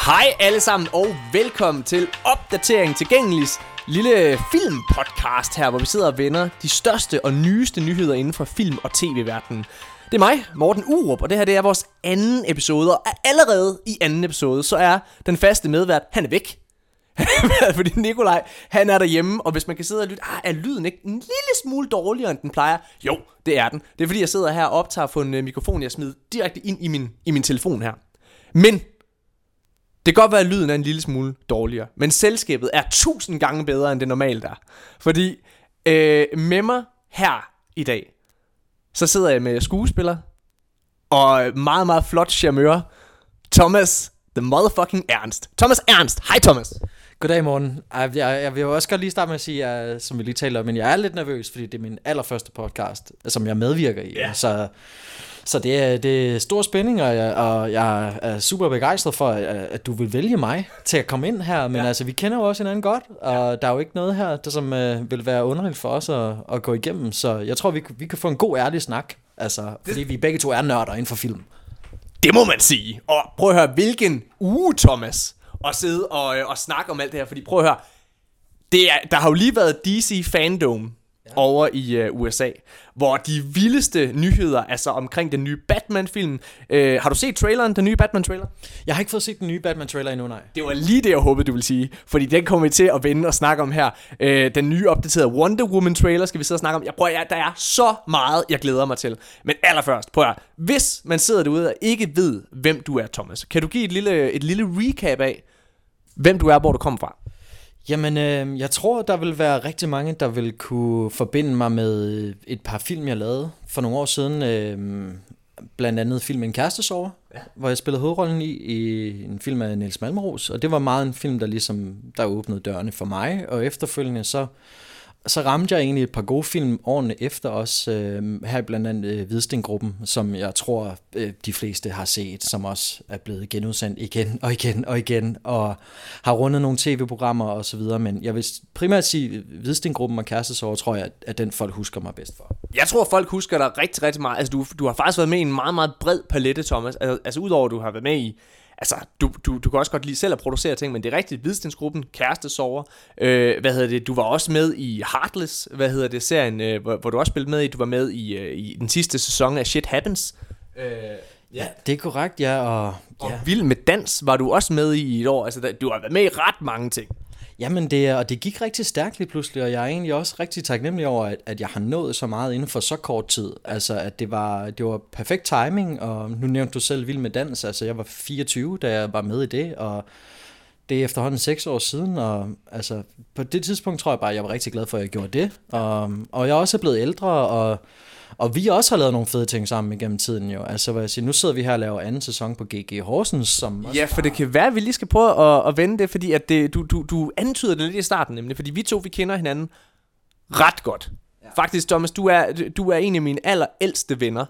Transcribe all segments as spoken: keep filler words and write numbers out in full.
Hej alle sammen og velkommen til Opdatering Tilgængeligs lille filmpodcast her, hvor vi sidder og vender de største og nyeste nyheder inden for film- og tv-verdenen. Det er mig, Morten Urup, og det her det er vores anden episode, og allerede i anden episode, så er den faste medvært, han er væk. Fordi Nikolaj, han er derhjemme, og hvis man kan sidde og lytte, ah, er lyden ikke en lille smule dårligere, end den plejer? Jo, det er den. Det er fordi, jeg sidder her og optager på en uh, mikrofon, jeg smider direkte ind i min, i min telefon her. Men det kan godt være, at lyden er en lille smule dårligere, men selskabet er tusind gange bedre, end det normalt er. Fordi øh, med mig her i dag, så sidder jeg med skuespiller og meget, meget flot charmeur, Thomas the motherfucking Ernst. Thomas Ernst. Hej Thomas. Goddag Morten. Jeg, jeg, jeg vil jo også godt lige starte med at sige, at, som vi lige talte om, men jeg er lidt nervøs, fordi det er min allerførste podcast, som jeg medvirker i. Yeah. Så, så det, er, det er stor spænding, og jeg, og jeg er super begejstret for, at, at du vil vælge mig til at komme ind her. Men yeah. altså, vi kender jo også hinanden godt, og yeah. der er jo ikke noget her, der som uh, vil være underligt for os at, at gå igennem. Så jeg tror, vi, vi kan få en god, ærlig snak, altså, fordi vi begge to er nørder inden for film. Det må man sige. Og prøv at høre, hvilken uge, Thomas, at sidde og, og snakke om alt det her. Fordi prøv at høre, det er, der har jo lige været D C Fandom ja. over i uh, U S A, hvor de vildeste nyheder, altså omkring den nye Batman-film. Uh, har du set traileren, den nye Batman-trailer? Jeg har ikke fået set den nye Batman-trailer endnu, nej. Det var lige det, jeg håbede, du ville sige. Fordi den kommer vi til at vende og snakke om her. Uh, den nye opdaterede Wonder Woman-trailer skal vi sidde og snakke om. Jeg prøver, jeg, der er så meget, jeg glæder mig til. Men allerførst, prøv at hvis man sidder derude og ikke ved, hvem du er, Thomas, kan du give et lille, et lille recap af, hvem du er, hvor du kommer fra? Jamen, øh, jeg tror, der vil være rigtig mange, der vil kunne forbinde mig med et par film, jeg lavede for nogle år siden. Øh, blandt andet filmen Kærestesorger, ja. hvor jeg spillede hovedrollen i, i en film af Niels Malmros. Og det var meget en film, der ligesom der åbnede dørene for mig. Og efterfølgende så... Så ramte jeg egentlig et par gode film årene efter os, øh, her blandt andet øh, Hvidstengruppen, som jeg tror øh, de fleste har set, som også er blevet genudsendt igen og igen og igen, og har rundet nogle tv-programmer og så videre, men jeg vil primært sige Hvidstengruppen og Kærestesorger, tror jeg, at den folk husker mig bedst for. Jeg tror, folk husker dig rigtig, rigtig meget. Altså, du, du har faktisk været med i en meget, meget bred palette, Thomas. Altså, altså udover at du har været med i... Altså, du, du, du kan også godt lide selv at producere ting, men det er rigtigt. Hvidstensgruppen, Kærestesorger, øh, hvad hedder det, du var også med i Heartless, hvad hedder det, serien, øh, hvor, hvor du også spillede med i, du var med i, øh, i den sidste sæson af Shit Happens. Øh, ja, det er korrekt, ja. Og, og ja. Vild med dans var du også med i et år, altså der, du har været med i ret mange ting. Jamen, det, og det gik rigtig stærkt lige pludselig, og jeg er egentlig også rigtig taknemmelig over, at, at jeg har nået så meget inden for så kort tid. Altså, at det var, det var perfekt timing, og nu nævnte du selv Vild med dans, altså jeg var fireogtyve, da jeg var med i det, og det er efterhånden seks år siden, og altså, på det tidspunkt tror jeg bare, at jeg var rigtig glad for, at jeg gjorde det, og, og jeg er også blevet ældre, og Og vi også har lavet nogle fede ting sammen igennem tiden jo. Altså hvad jeg siger, nu sidder vi her og laver anden sæson på G G Horsens, som ja, for det kan være, at vi lige skal prøve at, at vende det, fordi at det, du, du, du antyder det lidt i starten nemlig, fordi vi to, vi kender hinanden ret godt. Ja. Faktisk, Thomas, du er, du er en af mine allerældste venner.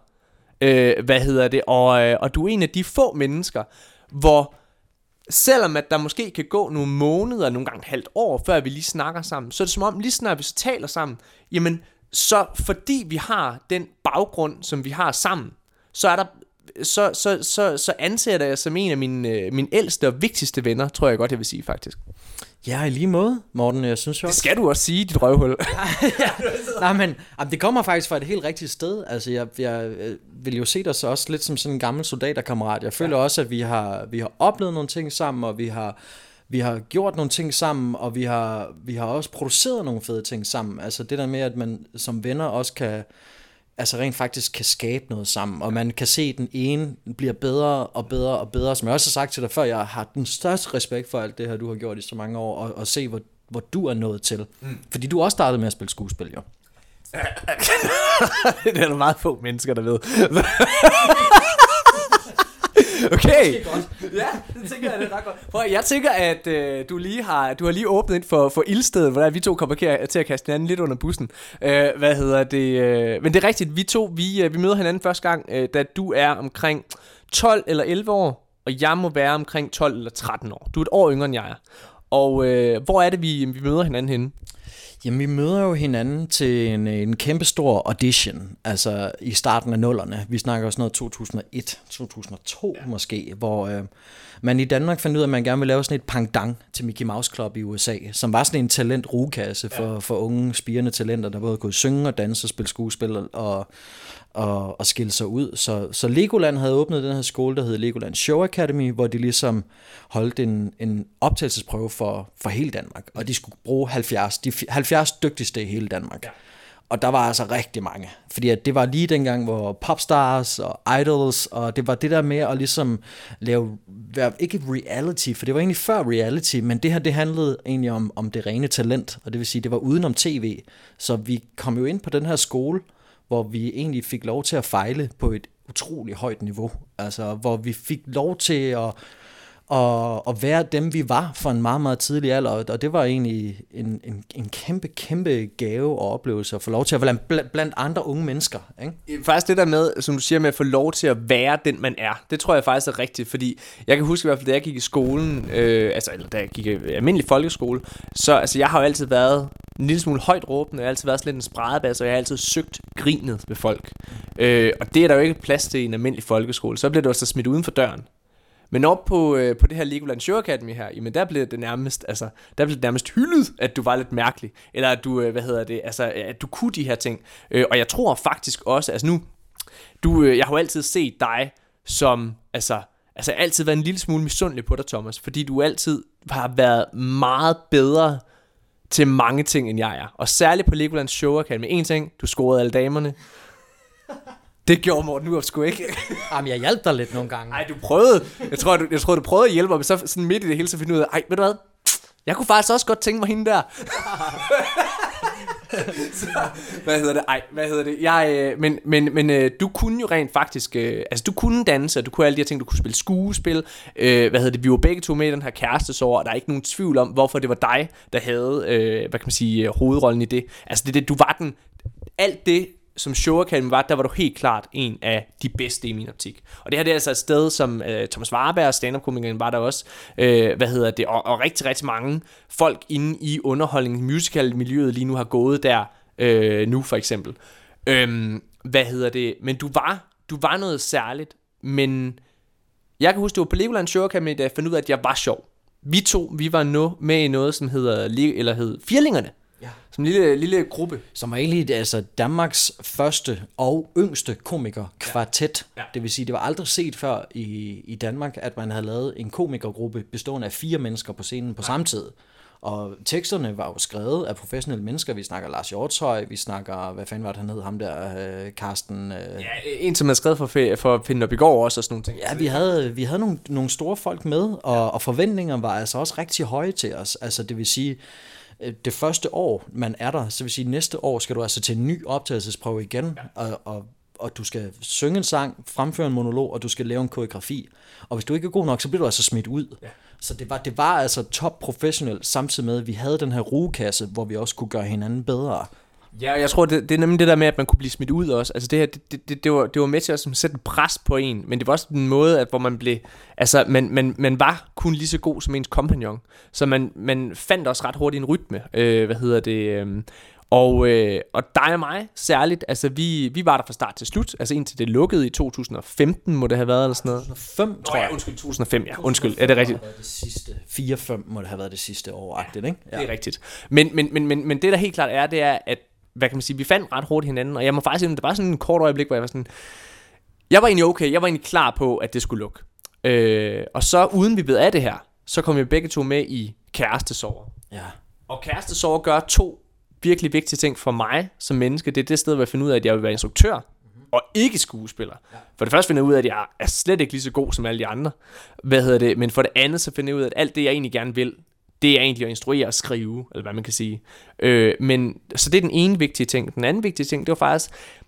Øh, hvad hedder det? Og, og du er en af de få mennesker, hvor selvom at der måske kan gå nogle måneder, nogle gange et halvt år, før vi lige snakker sammen, så er det som om, lige snart vi så taler sammen, jamen så fordi vi har den baggrund, som vi har sammen, så er der så så så så anser jeg som en af mine mine ældste og vigtigste venner, tror jeg godt jeg vil sige faktisk. Ja, i lige måde, Morten, jeg synes jo. Det skal du også sige, dit røvhul. ja. Nej, men det kommer faktisk fra et helt rigtigt sted. Altså jeg, jeg vil jo se dig så også lidt som sådan en gammel soldaterkammerat. Jeg føler ja. også, at vi har vi har oplevet nogle ting sammen, og vi har Vi har gjort nogle ting sammen, og vi har, vi har også produceret nogle fede ting sammen. Altså det der med, at man som venner også kan, altså rent faktisk kan skabe noget sammen. Og man kan se, at den ene bliver bedre og bedre og bedre. Som jeg også har sagt til dig før, jeg har den største respekt for alt det her, du har gjort i så mange år. Og, og se, hvor, hvor du er nået til. Mm. Fordi du også startede med at spille skuespil, jo. Det er der meget få mennesker, der ved. Okay. Ja, det tænker jeg, det er ret godt. Prøv, jeg tænker, at øh, du lige har du har lige åbnet ind for for ildstedet, hvor der vi to kommer til at kaste hinanden lidt under bussen. Øh, hvad hedder det? Øh, men det er rigtigt, vi to vi øh, vi møder hinanden første gang, øh, da du er omkring tolv eller elleve år, og jeg må være omkring tolv eller tretten år. Du er et år yngre end jeg er. Og øh, hvor er det vi vi møder hinanden henne? Jamen, vi møder jo hinanden til en, en kæmpestor audition, altså i starten af nullerne. Vi snakker også noget to tusind og et, to tusind og to ja. måske, hvor øh, man i Danmark fandt ud af, at man gerne ville lave sådan et pendant til Mickey Mouse Club i U S A, som var sådan en talentrugekasse for, ja. for unge, spirende talenter, der både kunne synge og danse og spille skuespil og, og, og skille sig ud. Så, så Legoland havde åbnet den her skole, der hed Legoland Show Academy, hvor de ligesom holdt en, en optagelsesprøve for, for hele Danmark, og de skulle bruge halvfjerds, de halvfjerds dygtigste i hele Danmark. Ja. Og der var altså rigtig mange, fordi at det var lige dengang, hvor popstars og idols, og det var det der med at ligesom lave, ikke reality, for det var egentlig før reality, men det her, det handlede egentlig om, om det rene talent, og det vil sige, det var udenom tv. Så vi kom jo ind på den her skole, hvor vi egentlig fik lov til at fejle på et utroligt højt niveau, altså hvor vi fik lov til at Og, og være dem, vi var for en meget, meget tidlig alder. Og det var egentlig en, en, en kæmpe, kæmpe gave og oplevelse at få lov til at være blandt, blandt andre unge mennesker. Ikke? Faktisk det der med, som du siger, med at få lov til at være den, man er, det tror jeg faktisk er rigtigt. Fordi jeg kan huske i hvert fald, da jeg gik i skolen, øh, altså eller da jeg gik i almindelig folkeskole, så altså, jeg har jo altid været en lille smule højt råbende, jeg har altid været sådan lidt en spredebas, og jeg har altid søgt grinet ved folk. Øh, og det er der jo ikke plads til i en almindelig folkeskole. Så bliver du også smidt uden for døren. Men op på, øh, på det her Legoland Show Academy her, jamen der blev det nærmest, altså, der blev det nærmest hyldet, at du var lidt mærkelig. Eller at du, øh, hvad hedder det, altså, at du kunne de her ting. Øh, og jeg tror faktisk også, altså nu, du, øh, jeg har jo altid set dig som, altså, altså jeg har altid været en lille smule misundelig på dig, Thomas. Fordi du altid har været meget bedre til mange ting, end jeg er. Og særligt på Legoland Show Academy. En ting, du scorede alle damerne. Det gjorde Morten Urup sgu ikke. Jamen, jeg hjalp dig lidt nogle gange. Nej, du prøvede. Jeg tror, du, jeg tror, du prøvede at hjælpe mig, men så sådan midt i det hele, så finder du ud af, ej, ved du hvad? Jeg kunne faktisk også godt tænke mig hende der. Så, hvad hedder det? Ej, hvad hedder det? Jeg, øh, men men, men øh, du kunne jo rent faktisk, øh, altså du kunne danse, og du kunne alle de her ting, du kunne spille skuespil. Øh, hvad hedder det? Vi var begge to med i den her kærestesorg, og der er ikke nogen tvivl om, hvorfor det var dig, der havde, øh, hvad kan man sige, hovedrollen i det. Altså det, det du var den, alt det, som Show Academy var, der var du helt klart en af de bedste i min optik. Og det her det er altså et sted, som øh, Thomas Warberg, stand-up-komikeren, var der også, øh, hvad hedder det, og, og rigtig, rigtig mange folk inde i underholdning, musical-miljøet lige nu har gået der, øh, nu for eksempel. Øh, hvad hedder det, men du var, du var noget særligt, men jeg kan huske, det var på Legoland Show Academy, da jeg fandt ud af, at jeg var sjov. Vi to, vi var nu med i noget, som hedder, eller hed Firlingerne. Ja. Som en lille, lille gruppe. Som var egentlig altså Danmarks første og yngste komikerkvartet. Ja. Ja. Det vil sige, det var aldrig set før i, i Danmark, at man havde lavet en komikergruppe bestående af fire mennesker på scenen på ja. samme tid. Og teksterne var jo skrevet af professionelle mennesker. Vi snakker Lars Hjortshøj, vi snakker, hvad fanden var det han hed, ham der, øh, Carsten... Øh... Ja, en som havde skrevet for, for Pind op i går også, og sådan nogle ting. Ja, vi havde, vi havde nogle, nogle store folk med, og, ja. og forventninger var altså også rigtig høje til os. Altså det vil sige... Det første år, man er der, så vil sige, næste år skal du altså til en ny optagelsesprøve igen, ja. og, og, og du skal synge en sang, fremføre en monolog, og du skal lave en koreografi. Og hvis du ikke er god nok, så bliver du altså smidt ud. Ja. Så det var, det var altså top professionelt, samtidig med, at vi havde den her rugekasse, hvor vi også kunne gøre hinanden bedre. Ja, jeg tror, det, det er nemlig det der med, at man kunne blive smidt ud også. Altså det her, det, det, det, var, det var med til at sætte en pres på en, men det var også en måde, at hvor man blev, altså man, man, man var kun lige så god som ens kompagnon. Så man, man fandt også ret hurtigt en rytme, øh, hvad hedder det, øh, og, øh, og dig og mig særligt, altså vi, vi var der fra start til slut, altså indtil det lukkede i to tusind og femten, må det have været eller sådan noget. to tusind og fem, tror jeg. Oh, ja, undskyld, to tusind og fem, ja, undskyld, er det rigtigt? Det sidste, fire fem må det have været det sidste år-agtigt, ikke? Ja, det er rigtigt. Men, men, men, men, men det der helt klart er, det er, at hvad kan man sige, vi fandt ret hurtigt hinanden, og jeg må faktisk sige, det var sådan en kort øjeblik, hvor jeg var sådan, jeg var egentlig okay, jeg var egentlig klar på, at det skulle lukke. Øh, og så uden vi ved af det her, så kom vi begge to med i Kærestesorger. Ja. Og Kærestesorger gør to virkelig vigtige ting for mig som menneske. Det er det sted, hvor jeg finder ud af, at jeg vil være instruktør, mm-hmm. og ikke skuespiller. Ja. For det første finder jeg ud af, at jeg er slet ikke lige så god som alle de andre. Hvad hedder det? Men for det andet, så finder jeg ud af, at alt det, jeg egentlig gerne vil, det er egentlig at instruere og skrive, eller hvad man kan sige. Øh, men, så det er den ene vigtige ting. Den anden vigtige ting, det var faktisk,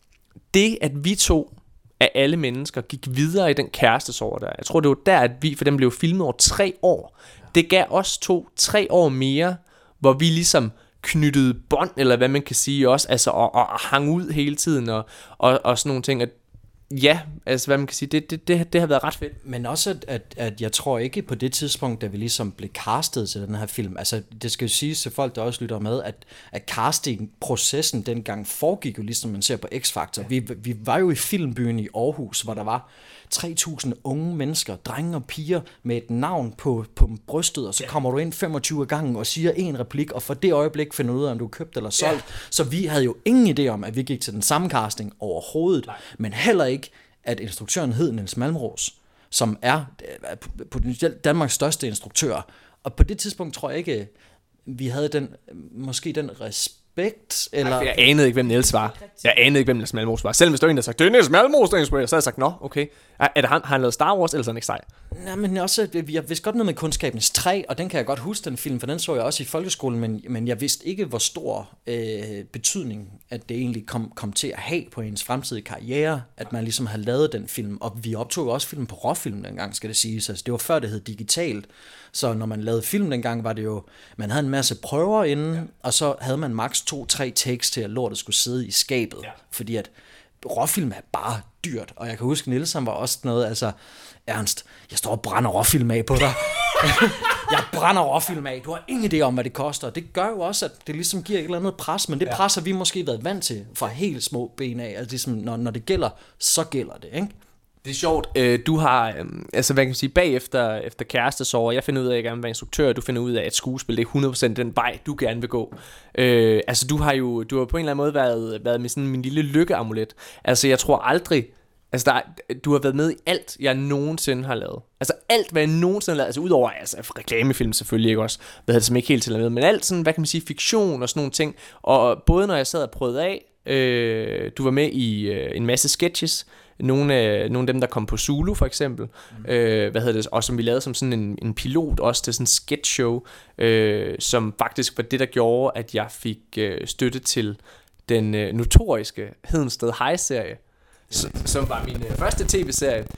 det at vi to af alle mennesker gik videre i den kærestesorg der. Jeg tror, det var der, at vi, for den blev filmet over tre år. Det gav os to tre år mere, hvor vi ligesom knyttede bånd, eller hvad man kan sige også, altså og, og, og hang ud hele tiden, og, og, og sådan nogle ting. Og ja, altså hvad man kan sige, det, det, det, det har været ret fedt. Men også, at, at, at jeg tror ikke på det tidspunkt, da vi ligesom blev castet til den her film, altså det skal jo siges til folk, der også lytter med, at, at casting-processen dengang foregik jo ligesom man ser på X-Factor. Ja. Vi, vi var jo i filmbyen i Aarhus, hvor der var tre tusind unge mennesker, drenge og piger, med et navn på, på brystet, og så kommer du ind femogtyve gange og siger en replik, og for det øjeblik finder du ud af, om du er købt eller solgt. Ja. Så vi havde jo ingen idé om, at vi gik til den samme casting overhovedet, nej, men heller ikke, at instruktøren hed Niels Malmros, som er potentielt Danmarks største instruktør. Og på det tidspunkt tror jeg ikke, vi havde den, måske den respekt, eller... Nej, jeg anede ikke, hvem Niels var. Jeg anede ikke, hvem Niels Malmros var. Selv hvis der var en, der sagde, det er Niels Malmros, der instruerer, så havde jeg sagt, nå, okay. Er, er det han, har han lavet Star Wars, eller sådan ikke sej? Nej, men også, jeg vidste godt noget med Kundskabens træ, og den kan jeg godt huske, den film, for den så jeg også i folkeskolen, men, men jeg vidste ikke, hvor stor øh, betydning, at det egentlig kom, kom til at have på ens fremtidige karriere, at man ligesom havde lavet den film, og vi optog jo også film på råfilm dengang, skal det siges. Altså, det var før, det hed digitalt, så når man lavede film dengang, var det jo, man havde en masse prøver inden, ja, og så havde man maks to-tre takes til, at lortet skulle sidde i skabet, ja, fordi at råfilm er bare dyrt, og jeg kan huske, Niels han var også noget, altså, Ernst, jeg står og brænder råfilm af på dig. Jeg brænder råfilm af. Du har ingen idé om, hvad det koster. Det gør jo også, at det ligesom giver et eller andet pres, men det ja. pres har vi måske været vant til fra helt små ben af. Altså, ligesom, når, når det gælder, så gælder det, ikke? Det er sjovt. Øh, du har, øh, altså hvad kan man sige, bagefter efter kærestesorger, jeg finder ud af, at jeg gerne vil være instruktør, du finder ud af, at skuespil det er hundrede procent den vej, du gerne vil gå. Øh, altså du har jo, du har på en eller anden måde været, været med sådan min lille lykkeamulet. Altså jeg tror aldrig, altså der, du har været med i alt, jeg nogensinde har lavet. Altså alt, hvad jeg nogensinde har lavet, altså udover altså, reklamefilm selvfølgelig ikke også, hvad det som ikke helt til at med, men alt sådan, hvad kan man sige, fiktion og sådan nogle ting. Og både når jeg sad og prøvede af, øh, du var med i øh, en masse sketches, nogle af, nogle af dem, der kom på Zulu for eksempel, mm. øh, hvad hedder det, og som vi lavede som sådan en, en pilot også til sådan en sketch show, øh, som faktisk var det, der gjorde, at jeg fik øh, støtte til den øh, notoriske Hedensted High-serie, som var min øh, første tv-serie.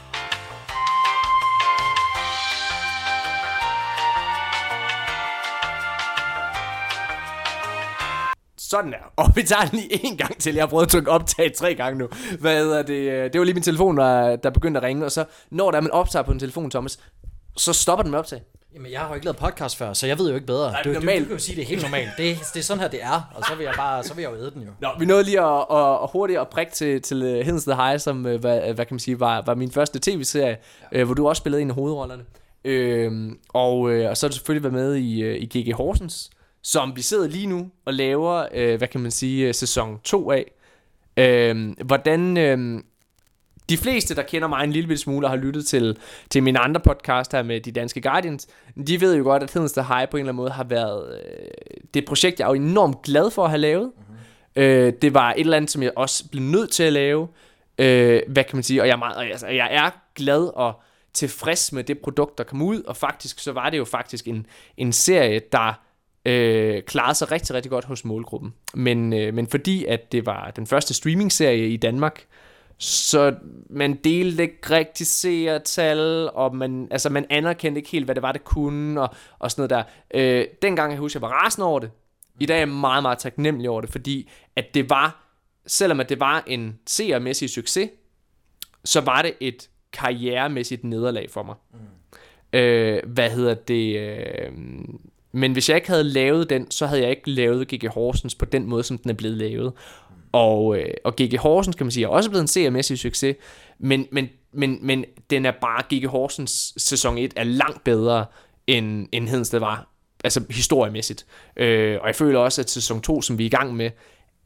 Sådan der. Og vi tager den lige en gang til. Jeg har prøvet at trykke optag tre gange nu. Hvad hedder det? Det var lige min telefon, der, der begyndte at ringe. Og så, når der er man optager på en telefon, Thomas, så stopper den med optag. Jamen, jeg har jo ikke lavet podcast før, så jeg ved jo ikke bedre. Nej, du, du, du, du kan jo sige, det er helt normalt. Det, det er sådan her, det er. Og så vil jeg bare, så vil jeg jo æde den jo. Nå, vi nåede lige at, at, at hurtigt at prikke til, til Hedensted High, som hvad, hvad kan man sige, var, var min første tv-serie, ja. øh, hvor du også spillede en af hovedrollerne. Øh, og, øh, og så har du selvfølgelig været med i, i G G Horsens, som vi sidder lige nu og laver, øh, hvad kan man sige, sæson to af. Øh, hvordan øh, de fleste, der kender mig en lille smule og har lyttet til, til mine andre podcast her med De Danske Guardians, de ved jo godt, at Hedensted High på en eller anden måde har været øh, det projekt, jeg er jo enormt glad for at have lavet. Mm-hmm. Øh, det var et eller andet, som jeg også blev nødt til at lave. Øh, hvad kan man sige? Og jeg er, meget, altså, jeg er glad og tilfreds med det produkt, der kom ud. Og faktisk, så var det jo faktisk en, en serie, der Øh, klarede sig rigtig, rigtig godt hos målgruppen. Men, øh, men fordi at det var den første streaming-serie i Danmark, så man delte ikke rigtig seertal, og man, altså man anerkendte ikke helt, hvad det var, det kunne, og, og sådan noget der. Øh, dengang jeg husker, jeg var rasende over det. I dag er jeg meget, meget taknemmelig over det, fordi at det var, selvom at det var en seermæssig succes, så var det et karrieremæssigt nederlag for mig. Mm. Øh, hvad hedder det... Øh, Men hvis jeg ikke havde lavet den, så havde jeg ikke lavet G G Horsens på den måde, som den er blevet lavet. Og, øh, og G G Horsens, kan man sige, er også blevet en seermæssig succes, men, men, men, men den er bare, G G Horsens sæson et er langt bedre, end, end Hedensted var, altså historiemæssigt. Øh, og jeg føler også, at sæson to, som vi er i gang med,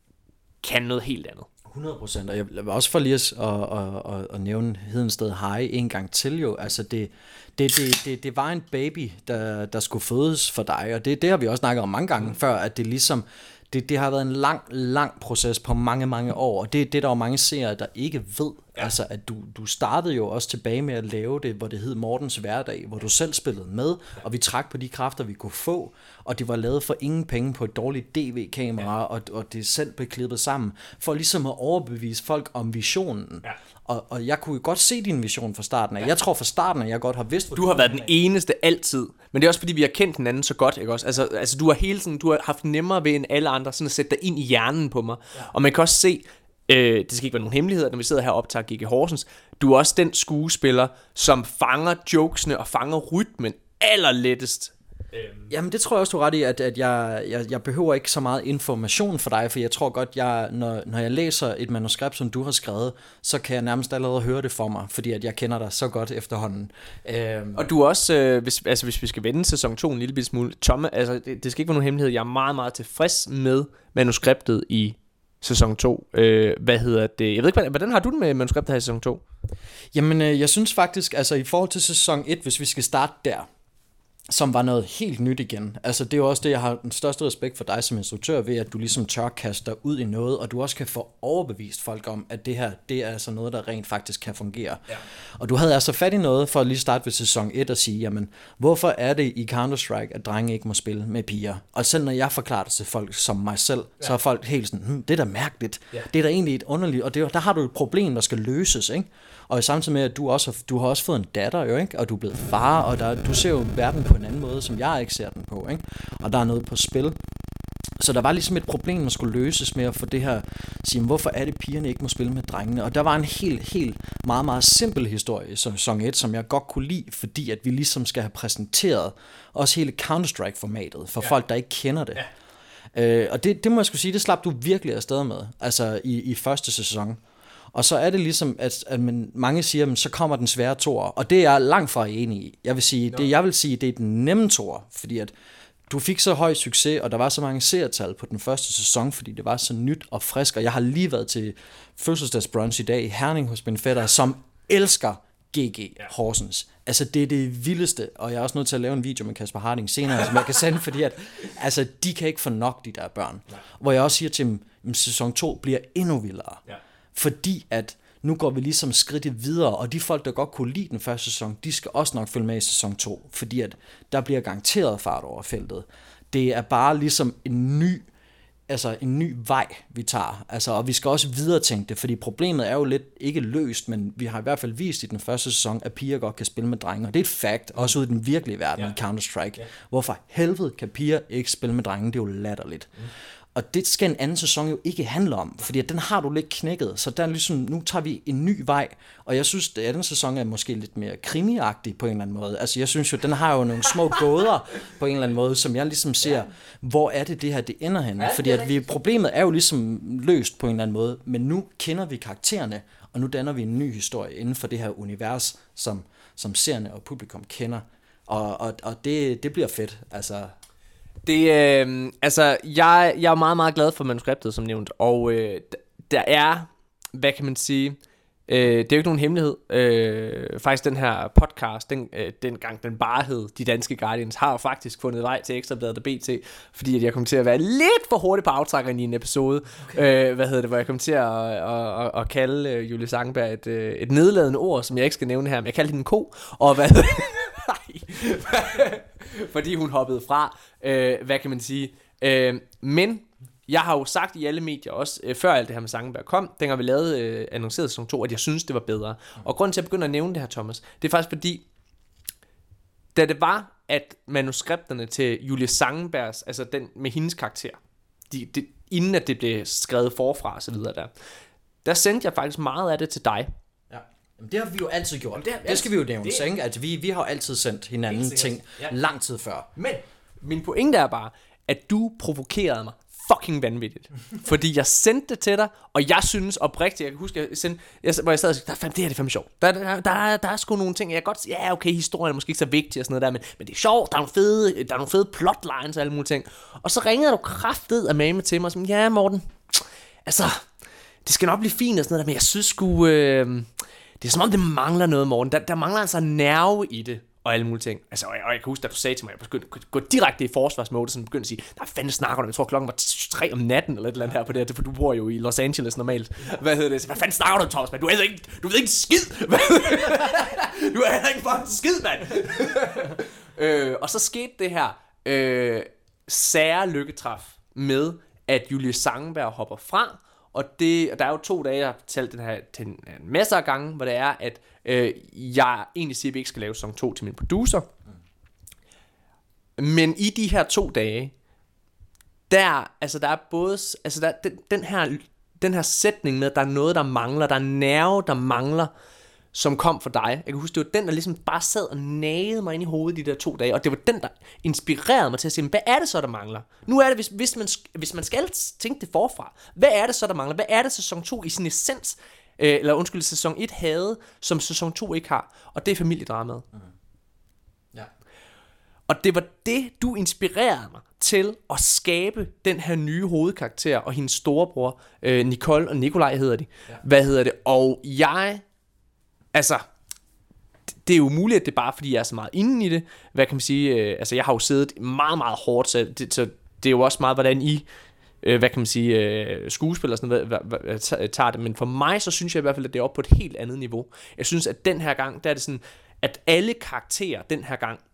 kan noget helt andet. hundrede procent, og jeg vil også for lige at, at, at, at nævne Hedensted High en gang til jo, altså det, det, det, det, det var en baby, der, der skulle fødes for dig, og det, det har vi også snakket om mange gange mm. før, at det ligesom, det, det har været en lang, lang proces på mange, mange år, og det, det der er mange seere, der ikke ved, ja. Altså at du, du startede jo også tilbage med at lave det, hvor det hed Mortens Hverdag, hvor du selv spillede med, ja. Og vi trak på de kræfter, vi kunne få, og det var lavet for ingen penge på et dårligt D V-kamera, ja. og, og det selv blev klippet sammen, for ligesom at overbevise folk om visionen. Ja. Og, og jeg kunne jo godt se din vision fra starten af. Ja. Jeg tror fra starten af, jeg godt har vidst, hvor du har været den eneste altid. Men det er også fordi, vi har kendt hinanden så godt, ikke også? Altså, altså du har hele tiden, du har haft nemmere ved end alle andre, sådan at sætte dig ind i hjernen på mig. Ja. Og man kan også se, øh, det skal ikke være nogen hemmeligheder, når vi sidder her og optager G G Horsens, du er også den skuespiller, som fanger jokesene og fanger rytmen allerlettest. Jamen det tror jeg også, du er ret i, at, at jeg, jeg, jeg behøver ikke så meget information for dig, for jeg tror godt, jeg, når, når jeg læser et manuskript, som du har skrevet, så kan jeg nærmest allerede høre det for mig, fordi at jeg kender dig så godt efterhånden. Øhm. Og du er også, øh, hvis, altså hvis vi skal vende sæson to en lille bitte smule, Tomme, altså det, det skal ikke være nogen hemmelighed, jeg er meget, meget tilfreds med manuskriptet i sæson to. Øh, hvad hedder det? Jeg ved ikke, hvordan har du det med manuskriptet her i sæson to? Jamen øh, jeg synes faktisk, altså i forhold til sæson et, hvis vi skal starte der, som var noget helt nyt igen. Altså det er jo også det, jeg har den største respekt for dig som instruktør ved, at du ligesom tør kaste dig ud i noget, og du også kan få overbevist folk om, at det her, det er altså noget, der rent faktisk kan fungere. Ja. Og du havde altså fat i noget for at lige starte ved sæson et og sige, jamen, hvorfor er det i Counter-Strike, at drenge ikke må spille med piger? Og selv når jeg forklarer det til folk som mig selv, ja. så er folk helt sådan, hm, det er da mærkeligt. Ja. Det er da egentlig et underligt, og det, der har du et problem, der skal løses, ikke? Og samtidig med, at du også har, du har også fået en datter, jo, ikke? Og du er blevet far, og der, du ser jo verden på en anden måde, som jeg ikke ser den på, ikke? Og der er noget på spil. Så der var ligesom et problem, der skulle løses med at få det her, sige, hvorfor er det, pigerne ikke må spille med drengene? Og der var en helt, helt meget, meget simpel historie i sæson et, som jeg godt kunne lide, fordi at vi ligesom skal have præsenteret også hele Counter-Strike-formatet for ja. folk, der ikke kender det. Ja. Øh, og det, det må jeg skulle sige, det slap du virkelig afsted med, altså i, i første sæson. Og så er det ligesom, at, at man, mange siger, at så kommer den svære toer, og det er jeg langt fra enig i. Jeg vil sige, no. det jeg vil sige, det er den nemme toer, fordi at du fik så høj succes, og der var så mange seertal på den første sæson, fordi det var så nyt og frisk, og jeg har lige været til fødselsdagsbrunch i dag i Herning hos min fætter, som elsker G G Horsens. Altså det er det vildeste, og jeg er også nødt til at lave en video med Kasper Harding senere, som jeg kan sende, fordi at, altså, de kan ikke få nok, de der børn. Nej. Hvor jeg også siger til dem, at sæson to bliver endnu vildere. Ja. Fordi at nu går vi ligesom skridtet videre, og de folk, der godt kunne lide den første sæson, de skal også nok følge med i sæson to, fordi at der bliver garanteret fart over feltet. Det er bare ligesom en ny, altså en ny vej, vi tager, altså, og vi skal også videre tænke det, fordi problemet er jo lidt ikke løst, men vi har i hvert fald vist i den første sæson, at piger godt kan spille med drenge, og det er et fact, også ud i den virkelige verden, ja. i Counter-Strike. Ja. Hvorfor helvede kan piger ikke spille med drenge? Det er jo latterligt. Mm. Og det skal en anden sæson jo ikke handle om, fordi den har du lidt knækket, så der er ligesom, nu tager vi en ny vej, og jeg synes, at den sæson er måske lidt mere krimiagtig på en eller anden måde. Altså jeg synes jo, den har jo nogle små gåder på en eller anden måde, som jeg ligesom ser, ja. hvor er det det her, det ender henne? Fordi at vi, problemet er jo ligesom løst på en eller anden måde, men nu kender vi karaktererne, og nu danner vi en ny historie inden for det her univers, som, som seerne og publikum kender, og, og, og det, det bliver fedt, altså. Det, øh, altså, jeg, jeg er meget, meget glad for manuskriptet, som nævnt, og øh, der er, hvad kan man sige, øh, det er jo ikke nogen hemmelighed, øh, faktisk den her podcast, den, øh, dengang den bare hed De Danske Guardians, har jo faktisk fundet vej til Ekstrabladet og B T, fordi at jeg kom til at være lidt for hurtig på aftrækkeren i en episode, okay. øh, hvad hedder det, hvor jeg kom til at, at, at, at kalde øh, Julie Sangenberg et, øh, et nedladende ord, som jeg ikke skal nævne her, men jeg kaldte hende en ko, og hvad hedder fordi hun hoppede fra, øh, hvad kan man sige, øh, men jeg har jo sagt i alle medier også, øh, før alt det her med Sangenberg kom, dengang vi lavede øh, annonceret sæson to, at jeg synes det var bedre, og grunden til at jeg begynder at nævne det her, Thomas, det er faktisk fordi, da det var, at manuskripterne til Julie Sangenbergs, altså den med hendes karakter, de, de, inden at det blev skrevet forfra og så videre der, der sendte jeg faktisk meget af det til dig. Det har vi jo altid gjort. Jamen, det, det skal vi jo nævne, det, ikke? At vi, vi har jo altid sendt hinanden ting ja. lang tid før. Men min pointe er bare, at du provokerede mig fucking vanvittigt. Fordi jeg sendte det til dig, og jeg synes oprigtigt, jeg kan huske, jeg sendte, jeg, hvor jeg sad og sagde, det her er fandme sjovt. Der, der, der, der er sgu nogle ting, jeg godt, ja okay, historien er måske ikke så vigtig og sådan noget der, men, men det er sjovt, der er nogle fede, der er nogle fede plotlines og alle mulige ting. Og så ringede du kraftigt af mame til mig, og sådan, ja Morten, altså, det skal nok blive fint og sådan noget der, men jeg synes sgu... Øh, det er som om, det mangler noget, Morten. Der, der mangler altså nerve i det, og alle mulige ting. Altså, og jeg, og jeg kan huske, da du sagde til mig, at jeg begyndte gå direkte i forsvarsmode, så begyndte at sige, der fanden snakker du? Jeg tror, klokken var tre om natten, eller et eller andet her på det her, for du bor jo i Los Angeles normalt. Hvad hedder det? Hvad fanden snakker du, Thomas, man? Du ved ikke, du ved ikke skid! Du er ikke for skid, mand! øh, og så skete det her øh, sære lykketræf med, at Julie Sangenberg hopper fra, og, det, og der er jo to dage, jeg har fortalt den her til en, en masse af gange, hvor det er, at øh, jeg egentlig siger, at vi ikke skal lave sæson to til min producer. Mm. Men i de her to dage, der, altså der er både, altså der, den, den her den her sætning med, at der er noget, der mangler, der er nerve, der mangler, som kom fra dig. Jeg kan huske, det var den, der ligesom bare sad og nagede mig ind i hovedet de der to dage, og det var den, der inspirerede mig til at sige, hvad er det så, der mangler? Nu er det, hvis, hvis, man, hvis man skal tænke det forfra, hvad er det så, der mangler? Hvad er det, sæson to i sin essens, øh, eller undskyld, sæson et havde, som sæson to ikke har? Og det er familiedramaet. Mm. Ja. Og det var det, du inspirerede mig til at skabe den her nye hovedkarakter, og hendes storebror, øh, Nicole og Nikolaj hedder de. Ja. Hvad hedder det? Og jeg... Altså, det er jo muligt, at det er bare fordi, jeg er så meget inde i det. Hvad kan man sige? Øh, altså, jeg har jo siddet meget, meget hårdt, så det, så det er jo også meget, hvordan I, øh, hvad kan man sige, øh, skuespillere sådan noget, hvad, hvad, tager det. Men for mig, så synes jeg i hvert fald, at det er oppe på et helt andet niveau. Jeg synes, at den her gang, der er det sådan, at alle karakterer den her gang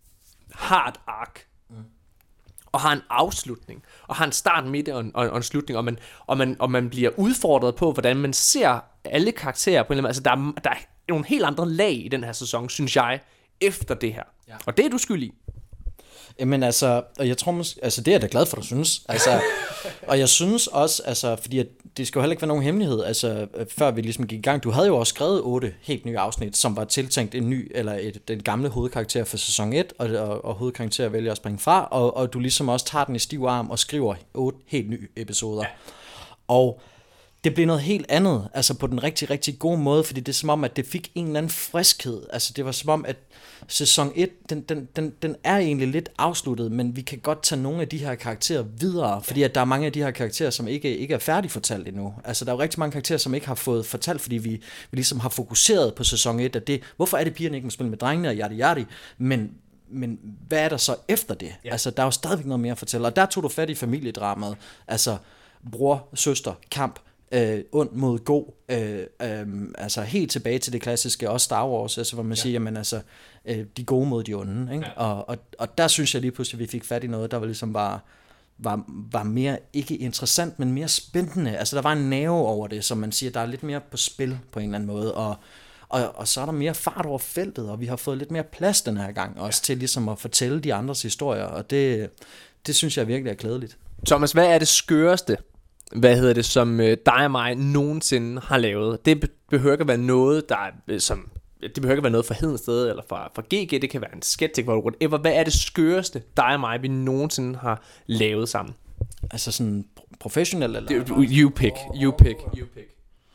har et ark. Mm. Og har en afslutning, og har en start, midt og en, og en slutning, og man, og, man, og man bliver udfordret på, hvordan man ser alle karakterer på en eller anden måde. Altså, der er, der er nogle helt andre lag i den her sæson, synes jeg, efter det her. Ja. Og det er du skyld i. Jamen altså, og jeg tror måske, altså det er jeg da glad for, du synes. Altså, og jeg synes også, altså, fordi at det skal jo heller ikke være nogen hemmelighed, altså før vi ligesom gik i gang, du havde jo også skrevet otte helt nye afsnit, som var tiltænkt en ny, eller et, den gamle hovedkarakter for sæson et, og, og, og hovedkarakter vælger at springe fra, og, og du ligesom også tager den i stiv arm og skriver otte helt nye episoder. Ja. Og det blev noget helt andet, altså på den rigtig, rigtig gode måde, fordi det er som om, at det fik en eller anden friskhed. Altså det var som om, at sæson et, den, den, den, den er egentlig lidt afsluttet, men vi kan godt tage nogle af de her karakterer videre, fordi at der er mange af de her karakterer, som ikke, ikke er færdigfortalt endnu. Altså der er jo rigtig mange karakterer, som ikke har fået fortalt, fordi vi, vi ligesom har fokuseret på sæson et, at det, hvorfor er det pigerne ikke må spille med drengene og yadi yadi, men Men hvad er der så efter det? Ja. Altså, der er jo stadigvæk noget mere at fortælle. Og der tog du fat i familiedramaet. Altså, bror, søster, kamp, øh, ond mod god. Øh, øh, altså, helt tilbage til det klassiske, også Star Wars, altså, hvor man ja. siger, jamen altså, øh, de gode mod de onde. Ikke? Ja. Og, og, og der synes jeg lige pludselig, vi fik fat i noget, der var ligesom bare... Var, var mere, ikke interessant, men mere spændende. Altså, der var en nerve over det, som man siger, der er lidt mere på spil på en eller anden måde. Og Og, og så er der mere fart over feltet, og vi har fået lidt mere plads den her gang, også til ligesom at fortælle de andres historier, og det, det synes jeg virkelig er glædeligt. Thomas, hvad er det skøreste, hvad hedder det, som dig og mig nogensinde har lavet? Det behøver ikke at være noget, der er, som, det behøver ikke at være noget fra Hedensted, eller fra, fra G G, det kan være en sketch, whatever. Hvad er det skøreste, dig og mig, vi nogensinde har lavet sammen? Altså sådan professionelt, eller? Det, you pick, you pick, you pick.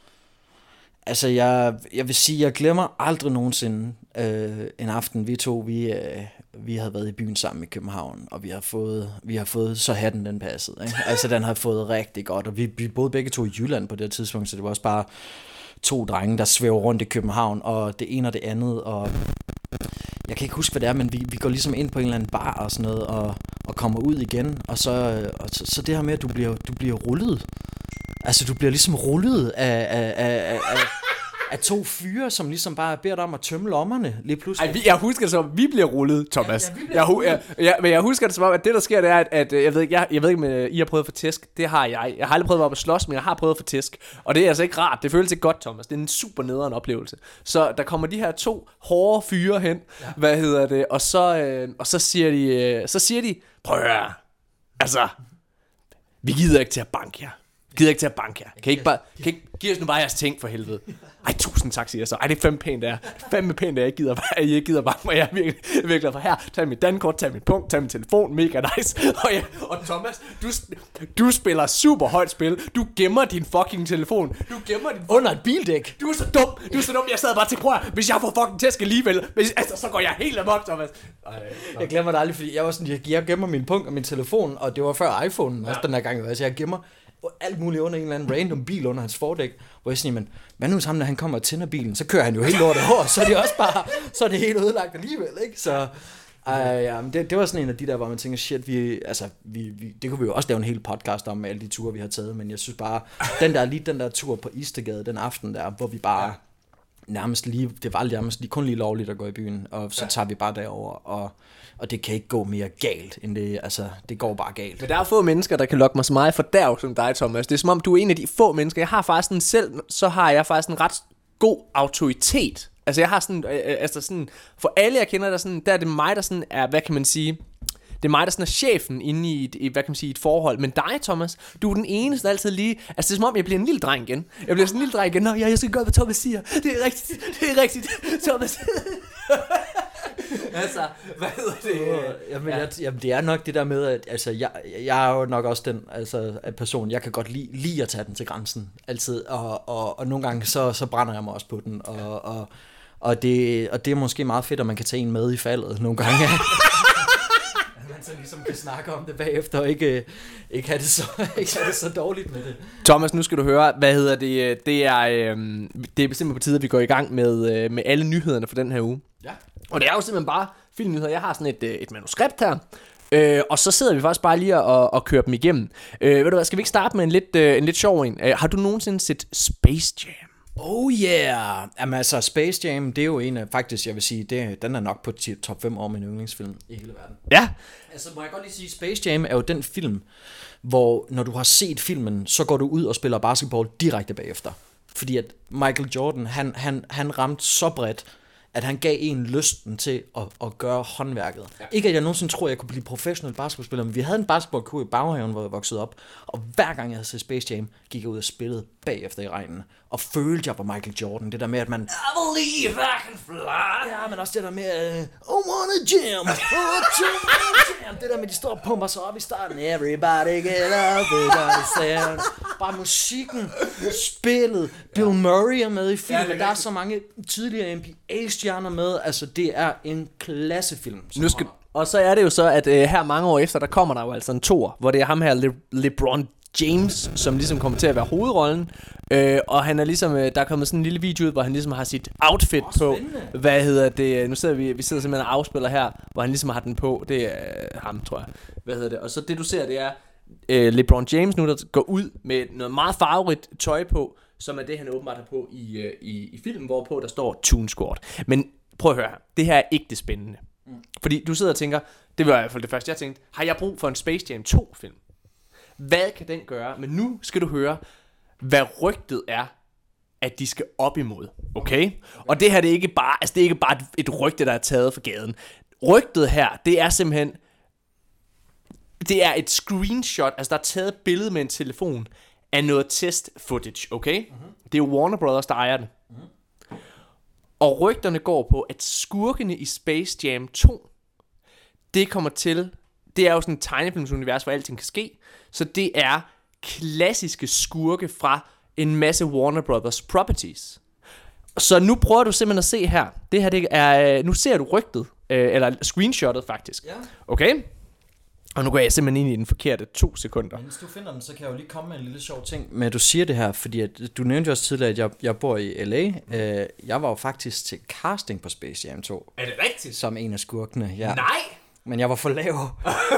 Altså, jeg, jeg vil sige, jeg glemmer aldrig nogensinde øh, en aften, vi to, vi, øh, vi havde været i byen sammen i København, og vi har fået, vi har fået så hatten den passede. Ikke? Altså, den har fået rigtig godt, og vi, vi boede begge to i Jylland på det tidspunkt, så det var også bare to drenge, der svæver rundt i København, og det ene og det andet, og jeg kan ikke huske, hvad det er, men vi, vi går ligesom ind på en eller anden bar og sådan noget, og, og kommer ud igen, og så, og så, så det her med, at du bliver, du bliver rullet. Altså, du bliver ligesom rullet af, af, af, af, af to fyre, som ligesom bare beder dig om at tømme lommerne lige pludselig. Ej, jeg husker det som om, vi bliver rullet, Thomas. Ja, ja, bliver jeg, rullet. Jeg, jeg, men jeg husker det som om, at det, der sker, det er, at, at jeg, ved ikke, jeg, jeg ved ikke, om I har prøvet at få tæsk. Det har jeg. Jeg har aldrig prøvet at være at slås, men jeg har prøvet at få tæsk. Og det er altså ikke rart. Det føles ikke godt, Thomas. Det er en super nederen oplevelse. Så der kommer de her to hårde fyre hen, ja. Hvad hedder det, og så, øh, og så siger de, øh, så siger de, prøv at høre, altså, vi gider ikke til at banke jer. Gider ikke til at banke jer. Kan I ikke bare, kan I ikke, giv os nu bare jeres ting for helvede. Ej, tusind tak, siger jeg så. Ej, det er fandme pænt, det er. Fandme pænt, det er. Jeg gider, jeg ikke gider banke mig. Jeg er virkelig, virkelig for her. Tag mit dankort, tag mit punkt, tag min telefon. Mega nice. Og, ja, og Thomas, du, du spiller super højt spil. Du gemmer din fucking telefon. Du gemmer din... Under et bildæk. Du er så dum. Du er så dum. Jeg sad bare til, prøv at, hvis jeg får fucking tæsk alligevel, hvis, altså, så går jeg helt amok, Thomas. Ej, jeg glemmer det aldrig, fordi jeg var sådan, jeg, jeg gemmer min punkt og min telefon, og det var før iPhone'en ja. Også den her gang. Altså, jeg gemmer alt muligt under en eller anden random bil under hans fordæk, hvor jeg siger, men hvad nu hvis ham, når han kommer og tænder bilen, så kører han jo helt lortet over, så er det også bare, så er det helt ødelagt alligevel, ikke? Så ej, ja, det, det var sådan en af de der, hvor man tænker, shit, vi, altså, vi, vi, det kunne vi jo også lave en hel podcast om med alle de ture, vi har taget, men jeg synes bare, den der, lige den der tur på Istergade, den aften der, hvor vi bare nærmest lige, det var nærmest lige, kun lige lovligt at gå i byen, og så tager vi bare derover og Og det kan ikke gå mere galt end det, altså det går bare galt. Men der er få mennesker, der kan lokke mig så meget for derv som dig, Thomas. Det er som om, du er en af de få mennesker. Jeg har faktisk en selv, så har jeg faktisk en ret god autoritet. Altså jeg har sådan, altså sådan, for alle jeg kender, der, sådan, der er det mig, der sådan er, hvad kan man sige, Det er mig, der sådan er chefen inde i et, i, hvad kan man sige, et forhold. Men dig, Thomas, du er den eneste, der altid lige... Altså, det er som om, jeg bliver en lille dreng igen. Jeg bliver sådan en lille dreng igen. Nå, ja, jeg skal gøre, hvad Thomas siger. Det er rigtigt. Det er rigtigt, Thomas. Altså, hvad hedder det? Jamen, ja. jeg, jamen, det er nok det der med, at altså, jeg, jeg er jo nok også den altså, at person, jeg kan godt lide, lide at tage den til grænsen, altid, og, og, og nogle gange, så, så brænder jeg mig også på den, og, og, og, det, og det er måske meget fedt, at man kan tage en med i faldet nogle gange. Man så ligesom kan snakke om det bagefter, og ikke, ikke, have det så, ikke have det så dårligt med det. Thomas, nu skal du høre, hvad hedder det? Det er, øh, det er simpelthen på tide, at vi går i gang med, øh, med alle nyhederne for den her uge. Ja. Og det er jo simpelthen bare filmnyheder. Jeg har sådan et, et manuskript her, øh, og så sidder vi faktisk bare lige og, og kører dem igennem. Øh, ved du hvad, skal vi ikke starte med en lidt, øh, en lidt sjov en? Øh, har du nogensinde set Space Jam? Oh yeah! Jamen altså, Space Jam, det er jo en af, faktisk, jeg vil sige, det, den er nok på top fem år min yndlingsfilm i hele verden. Ja. Altså, må jeg godt lige sige, Space Jam er jo den film, hvor når du har set filmen, så går du ud og spiller basketball direkte bagefter. Fordi at Michael Jordan, han, han, han ramte så bredt, at han gav en lysten til at, at gøre håndværket. Ja. Ikke at jeg nogensinde tror, at jeg kunne blive professionel basketballspiller, men vi havde en basketballkur i baghaven, hvor jeg voksede op, og hver gang jeg havde set Space Jam, gik jeg ud og spillede bagefter i regnen, og følte jeg var Michael Jordan. Det der med, at man... I believe I can fly. Ja, men også det der med... Uh, I wanna jam. Oh, jam. Det der med, de står og pumper sig op i starten. Everybody get up, everybody stand. Bare musikken, spillet. Bill Murray er med i filmen. Ja, der er så mange tidligere N B A-stjerner med. Altså, det er en klassefilm. Nu skal... Og så er det jo så, at øh, her mange år efter, der kommer der jo altså en toer, hvor det er ham her, Le- LeBron James, som ligesom kommer til at være hovedrollen. Øh, og han er ligesom, øh, der er kommet sådan en lille video ud, hvor han ligesom har sit outfit oh, på. Hvad hedder det? Nu sidder vi, vi sidder simpelthen og afspiller her, hvor han ligesom har den på. Det er øh, ham, tror jeg. Hvad hedder det? Og så det du ser, det er øh, LeBron James nu, der går ud med noget meget farverigt tøj på, som er det, han åbenbart har på i, øh, i, i filmen, hvorpå der står Toon Squad. Men prøv at høre her. Det her er ikke det spændende. Mm. Fordi du sidder og tænker, det var i hvert fald det første, jeg tænkte, har jeg brug for en Space Jam to film? Hvad kan den gøre? Men nu skal du høre, hvad rygtet er, at de skal op imod. Okay? Og det her, det er ikke bare, altså det er ikke bare et rygte, der er taget fra gaden. Rygtet her, det er simpelthen, det er et screenshot, altså der er taget et billede med en telefon af noget test footage, okay? Mm-hmm. Det er jo Warner Brothers, der ejer det. Mm-hmm. Og rygterne går på, at skurkene i Space Jam to, det kommer til, det er jo sådan et tegnefilmsunivers, hvor alting kan ske, så det er klassiske skurke fra en masse Warner Brothers properties. Så nu prøver du simpelthen at se her. Det her, det er, nu ser du rygtet, eller screenshottet faktisk. Ja. Okay? Og nu går jeg simpelthen ind i den forkerte to sekunder. Men hvis du finder den, så kan jeg jo lige komme med en lille sjov ting. Men du siger det her, fordi at, du nævnte jo også tidligere, at jeg, jeg bor i L A. Mm. Uh, jeg var jo faktisk til casting på Space Jam to. Er det rigtigt? Som en af skurkene, ja. Nej! Men jeg var for lav.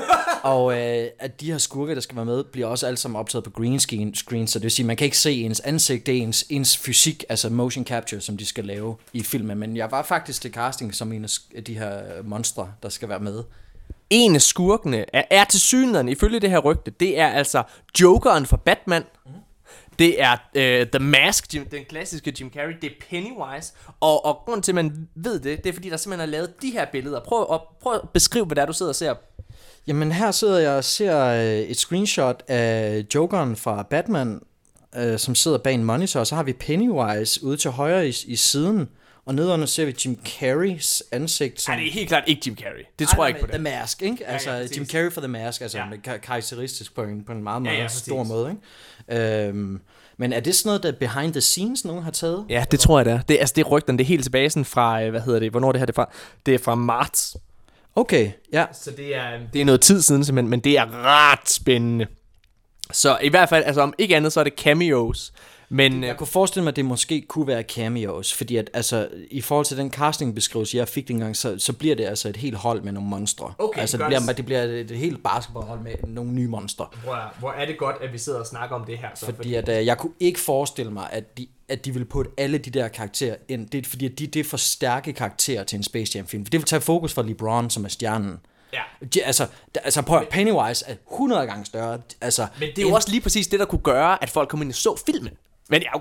Og øh, at de her skurke, der skal være med, bliver også alle sammen optaget på green screen, screen, så det vil sige, man kan ikke se ens ansigt, det er ens, ens fysik, altså motion capture, som de skal lave i filmen. Men jeg var faktisk til casting som en af de her monstre, der skal være med. En af skurkene er, er til synligheden, ifølge det her rygte, det er altså Jokeren fra Batman. Mm. Det er uh, The Mask, Jim, den klassiske Jim Carrey. Det er Pennywise. Og, og grunden til, at man ved det, det er fordi, der simpelthen er lavet de her billeder. Prøv at, prøv at beskrive, hvad det er, du sidder og ser. Jamen her sidder jeg og ser et screenshot af Jokeren fra Batman, øh, som sidder bag en monitor. Og så har vi Pennywise ude til højre i, i siden. Og nedenunder ser vi Jim Carreys ansigt. Som... Nej, det er helt klart ikke Jim Carrey. Det tror jeg ikke på det. The Mask, ikke? Altså ja, ja, Jim Carrey for The Mask, altså ja. Med karakteristisk på en, på en meget, meget ja, ja, stor måde, ikke? Øhm, men er det sådan noget, der behind the scenes, nogen har taget? Ja, det tror jeg, det er. Det, altså, det er rygterne, det er helt tilbage sådan fra, hvad hedder det, hvornår det her det er fra? Det er fra marts. Okay, ja. Så det er, det er noget tid siden simpelthen, men det er ret spændende. Så i hvert fald, altså om ikke andet, så er det cameos. Men jeg kunne forestille mig, at det måske kunne være cameos, fordi at, altså, i forhold til den castingbeskrivelse, jeg fik dengang, så, så bliver det altså et helt hold med nogle monstre. Okay, altså, det bliver, det bliver et, et helt basketballhold med nogle nye monstre. Hvor, hvor er det godt, at vi sidder og snakker om det her. Så, fordi, fordi at, uh, jeg kunne ikke forestille mig, at de, at de vil putte alle de der karakterer ind. Det er fordi, at de, det er for stærke karakterer til en Space Jam film. For det vil tage fokus fra LeBron, som er stjernen. Ja. De, altså, der, altså prøv, Pennywise er hundrede gange større. Altså, men det er jo en... også lige præcis det, der kunne gøre, at folk kom ind og så filmen. Men ja, okay.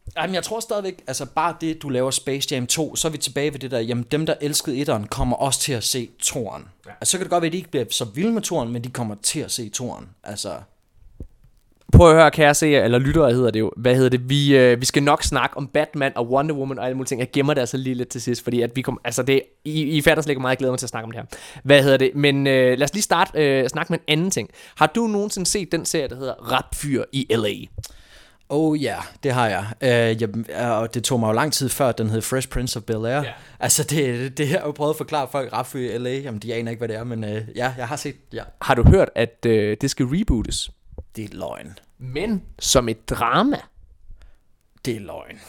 Jamen, jeg tror stadigvæk, altså bare det, du laver Space Jam to, så er vi tilbage ved det der, jamen dem, der elskede etteren, kommer også til at se toeren. Ja. Altså, så kan det godt være, at de ikke bliver så vilde med toeren, men de kommer til at se toeren. Altså... Prøv at høre, kære seere, eller lyttere hedder det jo. Hvad hedder det? Vi, øh, vi skal nok snakke om Batman og Wonder Woman og alle mulige ting. Jeg gemmer det altså lige lidt til sidst, fordi at vi kom, altså det, I, I fatter slet ikke meget, jeg glæder mig til at snakke om det her. Hvad hedder det? Men øh, lad os lige starte øh, snakke med en anden ting. Har du nogensinde set den serie, der hedder Rapfyr i L A? Oh ja, yeah, det har jeg. Uh, jeg. Og det tog mig jo lang tid før, den hed Fresh Prince of Bel-Air. Yeah. Altså det, det har jeg jo prøvet at forklare folk Rapfyr i L A. Jamen de aner ikke, hvad det er, men uh, ja, jeg har set, ja. Har du hørt, at øh, det skal rebootes? Det er løgn. Men som et drama. Det er løgn.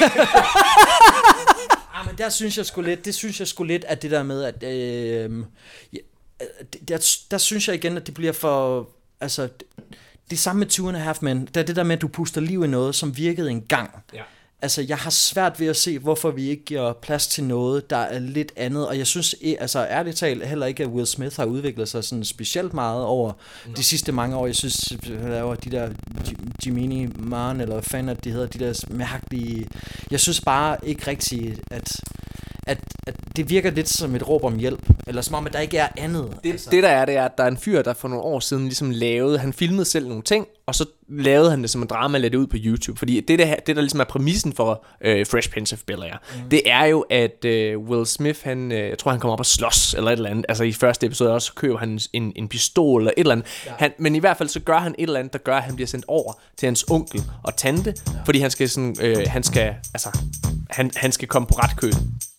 ah, men der synes jeg sgu lidt, det synes jeg sgu lidt, at det der med, at øh, ja, der, der synes jeg igen, at det bliver for, altså, det, det samme med Two and a Half Men, der er det der med, at du puster liv i noget, som virkede engang. Ja. Altså, jeg har svært ved at se, hvorfor vi ikke giver plads til noget, der er lidt andet, og jeg synes, altså ærligt talt, heller ikke, at Will Smith har udviklet sig sådan specielt meget over no. de sidste mange år. Jeg synes, han laver de der Jiminy Man, eller hvad fanden de hedder, de der mærkelige... Jeg synes bare ikke rigtigt, at... At, at det virker lidt som et råb om hjælp, eller som om, at der ikke er andet. Det, altså. det der er, det er, at der er en fyr, der for nogle år siden ligesom lavede, han filmede selv nogle ting, og så lavede han det som en drama og lagde det ud på YouTube. Fordi det, der, det der ligesom er præmissen for øh, Fresh Prince of Bel-Air, mm. det er jo, at øh, Will Smith, han, øh, jeg tror, han kommer op og slås, eller et eller andet. Altså i første episode også køber han en, en pistol, eller et eller andet. Ja. Han, men i hvert fald så gør han et eller andet, der gør, at han bliver sendt over til hans onkel og tante, ja. Fordi han skal sådan, øh, han skal, altså, han, han skal komme på ret køl.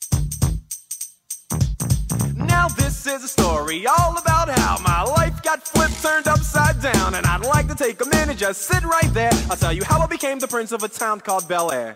Now this is a story all about how my life got flipped, turned upside down, and I'd like to take a minute, just sit right there. I'll tell you how I became the prince of a town called Bel-Air.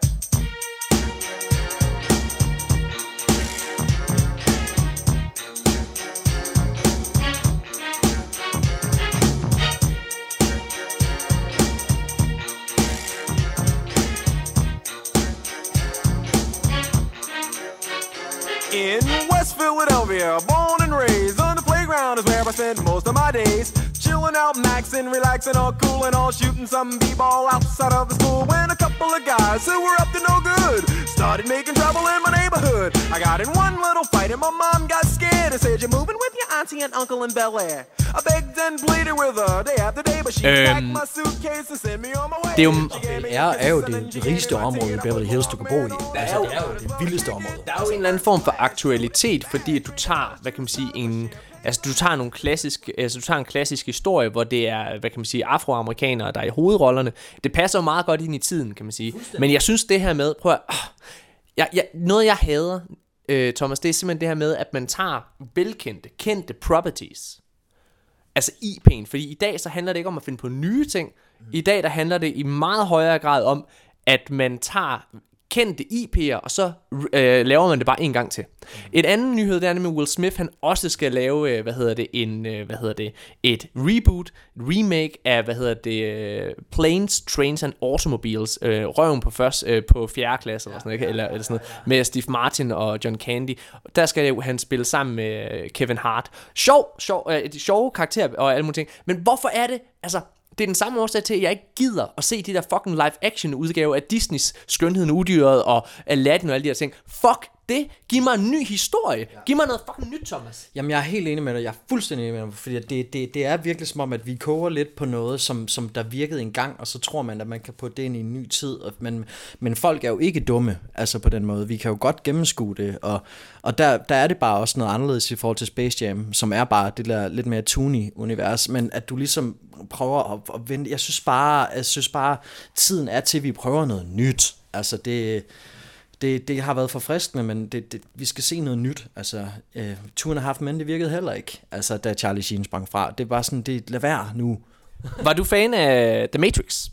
In West Philadelphia, born and raised, on the playground is where I spent most of my days. Chilling out, maxing, relaxing, all cool and all, shooting some b-ball outside of the school. When a couple of guys who were up to no good started making trouble in my neighborhood. I got in one little fight and my mom got scared and said, "You're moving with your auntie and uncle in Bel-Air." I begged and pleaded with her day after day, but she packed my suitcase and sent me on my way. Det er jo, det er, er jo det rigeste område i Beverly Hills, du kan bo i. Altså, det er jo det vildeste område. Der er jo en eller anden form for aktualitet, fordi du tager, hvad kan man sige, en... Altså du tager nogle klassiske, altså du tager en klassisk historie, hvor det er, hvad kan man sige, afroamerikanere, der er i hovedrollerne. Det passer jo meget godt ind i tiden, kan man sige. Men jeg synes det her med, prøv at, øh, jeg, jeg, noget jeg hader, øh, Thomas, det er simpelthen det her med, at man tager velkendte, kendte properties, altså I P'en, fordi i dag så handler det ikke om at finde på nye ting. I dag der handler det i meget højere grad om, at man tager kendte I P'er, og så øh, laver man det bare en gang til. Et andet nyhed, det er med Will Smith, han også skal lave, øh, hvad hedder det, en, øh, hvad hedder det, et reboot, et remake af, hvad hedder det, øh, Planes, Trains and Automobiles, øh, røven på først, øh, på fjerde klasse, eller sådan noget, eller, eller sådan noget, med Steve Martin og John Candy. Der skal jo han spille sammen med Kevin Hart. Sjov, sjov, øh, sjove karakterer og alle mulige ting. Men hvorfor er det, altså, det er den samme årsag til, at jeg ikke gider at se de der fucking live-action udgave af Disneys Skønheden og Udyret og Aladdin og alle de her ting. Fuck det. Giv mig en ny historie. Ja. Giv mig noget fucking nyt, Thomas. Jamen, jeg er helt enig med dig. Jeg er fuldstændig enig med dig. Fordi det, det, det er virkelig som om, at vi koger lidt på noget, som, som der virkede engang, og så tror man, at man kan putte det ind i en ny tid. Men, men folk er jo ikke dumme, altså på den måde. Vi kan jo godt gennemskue det, og, og der, der er det bare også noget anderledes i forhold til Space Jam, som er bare det der lidt mere Toony-univers, men at du ligesom prøver at, at vente. Jeg synes bare, jeg synes bare, tiden er til, at vi prøver noget nyt. Altså det... Det, det har været forfriskende, men det, det, vi skal se noget nyt. Altså, uh, Two and a Half Men, det virkede heller ikke, altså, da Charlie Sheen sprang fra. Det var sådan, det lad være nu. Var du fan af The Matrix?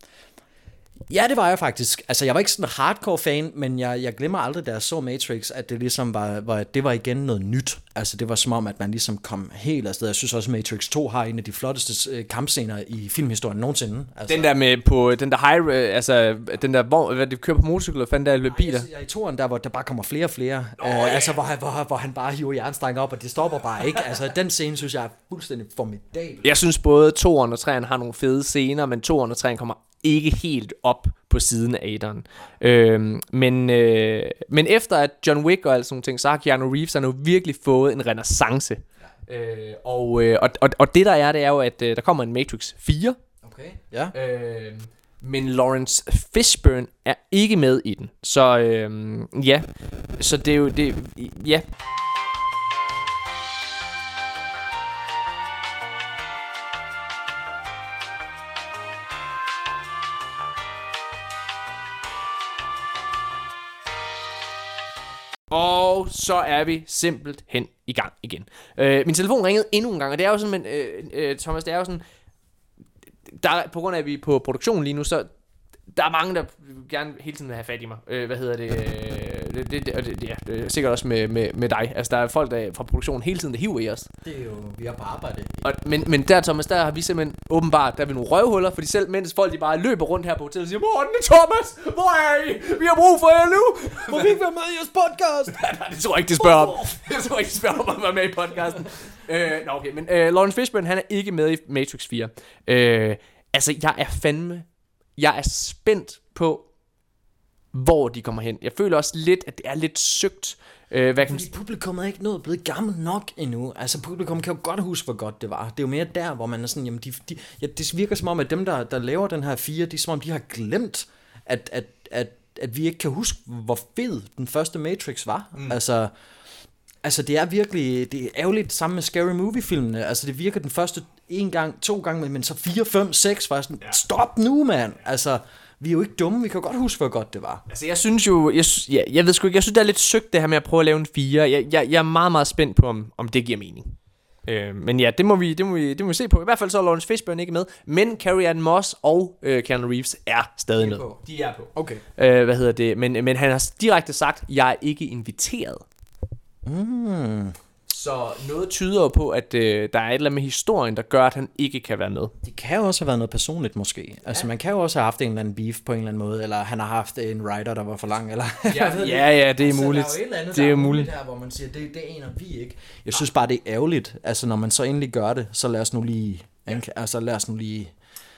Ja, det var jeg faktisk. Altså, jeg var ikke sådan en hardcore fan, men jeg, jeg glemmer aldrig, da jeg så Matrix, at det ligesom var, var, det var igen noget nyt. Altså, det var som om, at man ligesom kom helt afsted. Jeg synes også, at Matrix to har en af de flotteste kampscener i filmhistorien nogensinde. Altså, den der med på, den der high, altså, den der, hvor, hvad det kører på motorcykel, og fandt der med biler. Jeg, jeg, I toren, der hvor der bare kommer flere og flere. Oh, uh, altså, hvor, hvor, hvor han bare hiver jernstrænger op, og det stopper bare ikke. Altså, den scene, synes jeg er fuldstændig formidabel. Jeg synes både toeren og treeren har nogle fede scener, men toeren og treeren kommer ikke helt op på siden af etteren. Øh, men, øh, men efter at John Wick og alt sådan nogle ting, så har Keanu Reeves har nu virkelig fået en renaissance. Øh, og, øh, og, og, og det der er, det er jo, at øh, der kommer en Matrix fire. Okay, ja. Øh, men Lawrence Fishburne er ikke med i den. Så øh, ja, så det er jo det, ja. Og så er vi simpelthen i gang igen. Øh, min telefon ringede endnu en gang, og det er jo sådan, men, øh, øh, Thomas, det er jo sådan, der, på grund af, at vi er på produktion lige nu, så der er mange, der gerne hele tiden vil have fat i mig. Øh, hvad hedder det? Øh, det, det, det, det ja, det er sikkert også med, med, med dig. Altså, der er folk der fra produktionen hele tiden, der hiver i os. Det er jo, vi er på arbejde. Og, men, men der, Thomas, der har vi simpelthen åbenbart, der er vi nogle røvhuller, fordi selv mens folk de bare løber rundt her på hotellet og siger, Morten, Thomas, hvor er I? Vi har brug for jer nu. Må vi ikke være med i jeres podcast? Nej, det tror jeg ikke, de spørger om. Jeg tror ikke, de spørger om at være med i podcasten. øh, nå, okay, men øh, Lawrence Fishburne, han er ikke med i Matrix fire. Øh, altså, jeg er fandme... Jeg er spændt på, hvor de kommer hen. Jeg føler også lidt, at det er lidt søgt. Øh, hvad kan Fordi publikum er ikke nået blevet gammel nok endnu. Altså publikum kan jo godt huske, hvor godt det var. Det er jo mere der, hvor man er sådan, jamen de, de, ja, det virker som om, at dem, der, der laver den her fire, de er som om, de har glemt, at, at, at, at vi ikke kan huske, hvor fed den første Matrix var. Mm. Altså... Altså det er virkelig, det er ærgerligt sammen med Scary Movie-filmene. Altså det virker den første en gang, to gange, men så fire, fem, seks var sådan, stop nu, mand. Altså vi er jo ikke dumme, vi kan godt huske, hvor godt det var. Altså jeg synes jo, jeg, ja, jeg ved sgu ikke, jeg synes det er lidt søgt det her med at prøve at lave en fire. Jeg, jeg, jeg er meget, meget spændt på, om, om det giver mening. Øh, men ja, det må, vi, det, må vi, det må vi se på. I hvert fald så er Lawrence Fishburne ikke med, men Carrie-Anne Moss og øh, Keanu Reeves er stadig med. De er på. Okay. Øh, hvad hedder det? Men, men han har direkte sagt, jeg er ikke inviteret. Mm. Så noget tyder på, at øh, der er et eller andet med historien, der gør, at han ikke kan være med. Det kan jo også have været noget personligt måske. Altså ja. Man kan jo også have haft en eller anden beef på en eller anden måde, eller han har haft en writer, der var for lang, eller ja, ja, ja, det er altså, muligt. Der er jo et eller andet, det er, er muligt her, hvor man siger, det, det aner vi ikke. Jeg synes bare, det er ærgerligt. Altså når man så endelig gør det, så lad os nu lige, ja. altså lad os nu lige.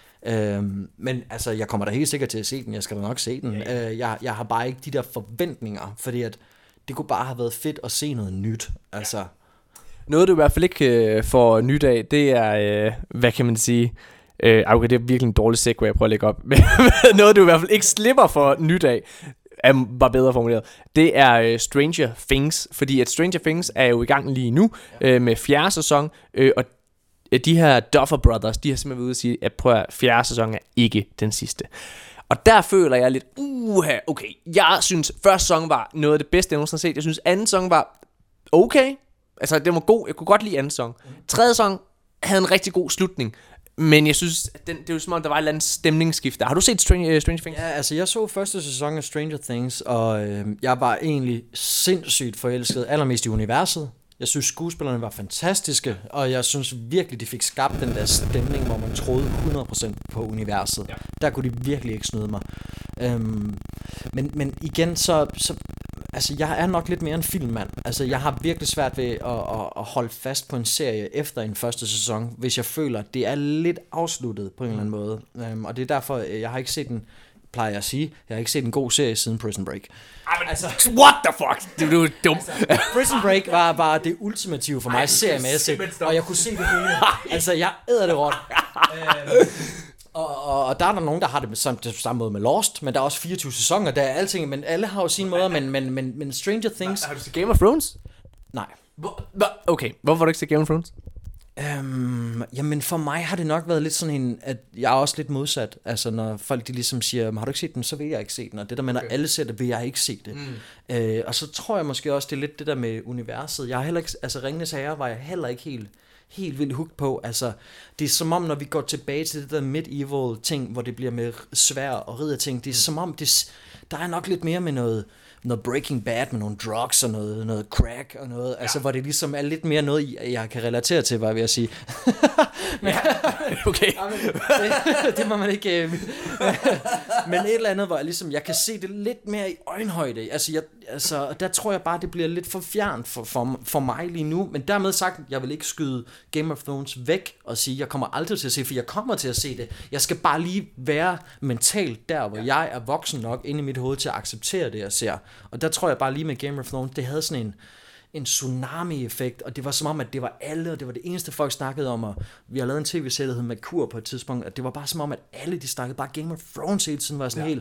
Øhm, men altså, jeg kommer da helt sikkert til at se den. Jeg skal da nok se den. Ja. Øh, jeg, jeg har bare ikke de der forventninger, fordi at det kunne bare have været fedt at se noget nyt. Altså. Noget du i hvert fald ikke øh, får nyt af, det er, øh, hvad kan man sige, øh, okay, det er virkelig en dårlig segue, jeg prøver at lægge op. Noget du i hvert fald ikke slipper for nyt af, er, var bedre formuleret, det er øh, Stranger Things. Fordi at Stranger Things er jo i gang lige nu øh, med fjerde sæson, øh, og de her Duffer Brothers, de har simpelthen været ude at sige, at prøv at fjerde sæson er ikke den sidste. Og der føler jeg lidt, uha, okay, jeg synes, første sæson var noget af det bedste, jeg nogensinde har set. Jeg synes, anden sæson var okay. Altså, det var god. Jeg kunne godt lide anden sæson. Tredje sæson havde en rigtig god slutning. Men jeg synes, at den, det er jo som om, der var et eller andet stemningsskift der. Har du set Stranger, uh, Stranger Things? Ja, altså jeg så første sæson af Stranger Things, og øh, jeg var egentlig sindssygt forelsket, allermest i universet. Jeg synes, skuespillerne var fantastiske, og jeg synes virkelig, de fik skabt den der stemning, hvor man troede hundrede procent på universet. Ja. Der kunne de virkelig ikke snyde mig. Øhm, men, men igen, så, så... Altså, jeg er nok lidt mere en filmmand. Altså, jeg har virkelig svært ved at, at, at holde fast på en serie efter en første sæson, hvis jeg føler, at det er lidt afsluttet på en eller anden måde. Øhm, og det er derfor, jeg har ikke set en... plejer jeg at sige. Jeg har ikke set en god serie siden Prison Break. Altså, what the fuck? Du er dum. Altså, Prison Break var bare det ultimative for mig seriemæssigt, og jeg kunne se det hele. Altså, jeg æder det råt. øhm, og, og, og der er der nogen, der har det på samme, samme måde med Lost, men der er også fireogtyve sæsoner, der er alting, men alle har jo sine måder, men, men, men, men Stranger Things... Har du set Game of Thrones? Nej. Okay, hvorfor har du ikke set Game of Thrones? Øhm, jamen for mig har det nok været lidt sådan en, at jeg er også lidt modsat. Altså når folk de ligesom siger, har du ikke set den, så vil jeg ikke se den. Og det der med, når okay. alle ser det, vil jeg ikke se det. Mm. øh, Og så tror jeg måske også, det er lidt det der med universet. Jeg har heller ikke, altså Ringenes Herre var jeg heller ikke helt helt vildt hooked på. Altså det er som om, når vi går tilbage til det der medieval ting, hvor det bliver med svær og ridder ting, det er mm. som om det, der er nok lidt mere med noget noget Breaking Bad med nogle drugs og noget, noget crack og noget, ja. Altså hvor det ligesom er lidt mere noget, jeg kan relatere til, hvad jeg vil sige. men, ja, okay. ja, men, det, det må man ikke... Øh, men et eller andet, hvor jeg ligesom, jeg kan se det lidt mere i øjenhøjde. Altså, jeg, altså der tror jeg bare, det bliver lidt for fjernt for, for, for mig lige nu. Men dermed sagt, jeg vil ikke skyde Game of Thrones væk og sige, jeg kommer aldrig til at se, for jeg kommer til at se det. Jeg skal bare lige være mentalt der, hvor ja. jeg er voksen nok inde i mit hoved til at acceptere det, jeg ser. Og der tror jeg bare lige med Game of Thrones, det havde sådan en en tsunami-effekt, og det var som om, at det var alle, og det var det eneste, folk snakkede om, og vi har lavet en tv-serie, der hed Merkur på et tidspunkt, og det var bare som om, at alle, de snakkede bare Game of Thrones hele tiden, var sådan ja. helt,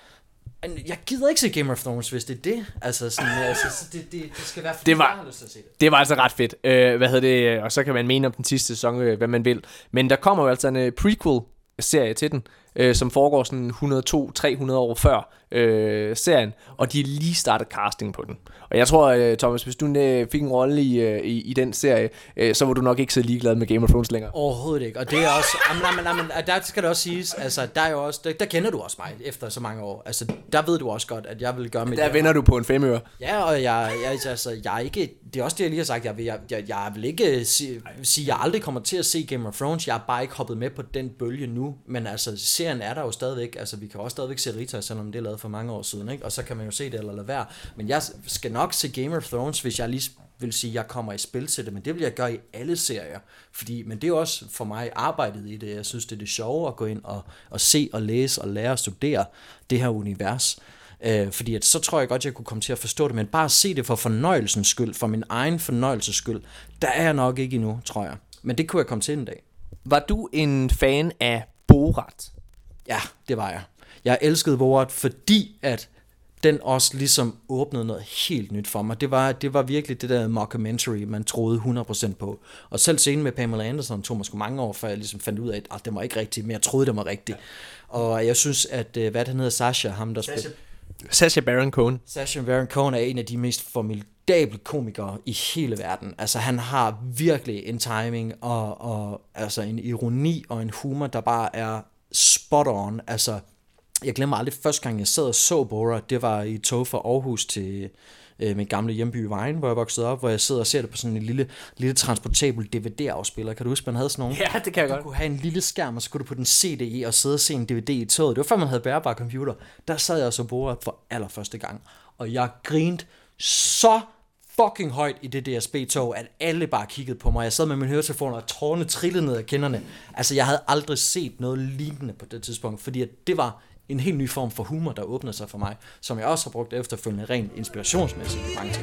jeg gider ikke se Game of Thrones, hvis det er det, altså sådan, altså, det, det, det skal være, fordi det var, jeg har lyst til at se det. Det var altså ret fedt, øh, hvad hedder det, og så kan man mene om den sidste sæson, øh, hvad man vil, men der kommer jo altså en uh, prequel-serie til den, øh, som foregår sådan hundrede to til tre hundrede år før øh, serien, og de er lige startet casting på den. Og jeg tror, øh, Thomas, hvis du øh, fik en rolle i, øh, i, i den serie, øh, så var du nok ikke så ligeglad med Game of Thrones længere. Overhovedet ikke, og det er også, jamen, jamen, jamen, der skal det også siges, altså, der er jo også, der, der kender du også mig efter så mange år, altså, der ved du også godt, at jeg vil gøre mit... Der vender du på en femøre. Ja, og jeg, jeg, altså, jeg er ikke, det er også det, jeg lige har sagt, jeg vil, jeg, jeg, jeg vil ikke sige, sige, at jeg aldrig kommer til at se Game of Thrones, jeg er bare ikke hoppet med på den bølge nu, men altså, serien er der jo stadigvæk, altså, vi kan også stadigvæk se Rita, selvom det er lavet for mange år siden, ikke? Og så kan man jo se det eller lade være, men jeg skal nok se Game of Thrones, hvis jeg lige vil sige, at jeg kommer i spil til det, men det vil jeg gøre i alle serier, fordi, men det er jo også for mig arbejdet i det, jeg synes, det er det sjove at gå ind og, og se og læse og lære og studere det her univers, øh, fordi at, så tror jeg godt, jeg kunne komme til at forstå det, men bare se det for fornøjelsens skyld, for min egen fornøjelses skyld, der er jeg nok ikke endnu, tror jeg, men det kunne jeg komme til en dag. Var du en fan af Borat? Ja, det var jeg. Jeg elskede Borat, fordi at den også ligesom åbnede noget helt nyt for mig. Det var, det var virkelig det der mockumentary, man troede hundrede procent på. Og selv scenen med Pamela Anderson tog mig sgu mange år, før jeg ligesom fandt ud af, at det var ikke rigtigt, men jeg troede, det var rigtigt. Og jeg synes, at, hvad det hedder, Sacha, ham der spiller... Sacha Baron Cohen. Sacha Baron Cohen er en af de mest formidable komikere i hele verden. Altså, han har virkelig en timing, og, og altså en ironi og en humor, der bare er spot on. Altså, jeg glemmer aldrig første gang, jeg sad og så Borat, det var i tog fra Aarhus til øh, min gamle hjemby Vejen, hvor jeg voksede op, hvor jeg sidder og ser det på sådan en lille, lille transportabel D V D-afspiller. Kan du huske, man havde sådan nogle? Ja, det kan jeg godt. Du kunne have en lille skærm, og så kunne du putte en C D i og sidde og se en D V D i toget. Det var før man havde bærbar computer. Der sad jeg og så Borat for allerførste gang, og jeg grinte så fucking højt i det D S B-tog, at alle bare kiggede på mig. Jeg sad med min høretelefoner, og tårerne trillede ned af kinderne. Altså, jeg havde aldrig set noget lignende på det tidspunkt, fordi at det var en helt ny form for humor, der åbnede sig for mig, som jeg også har brugt efterfølgende rent inspirationsmæssigt i mange ting.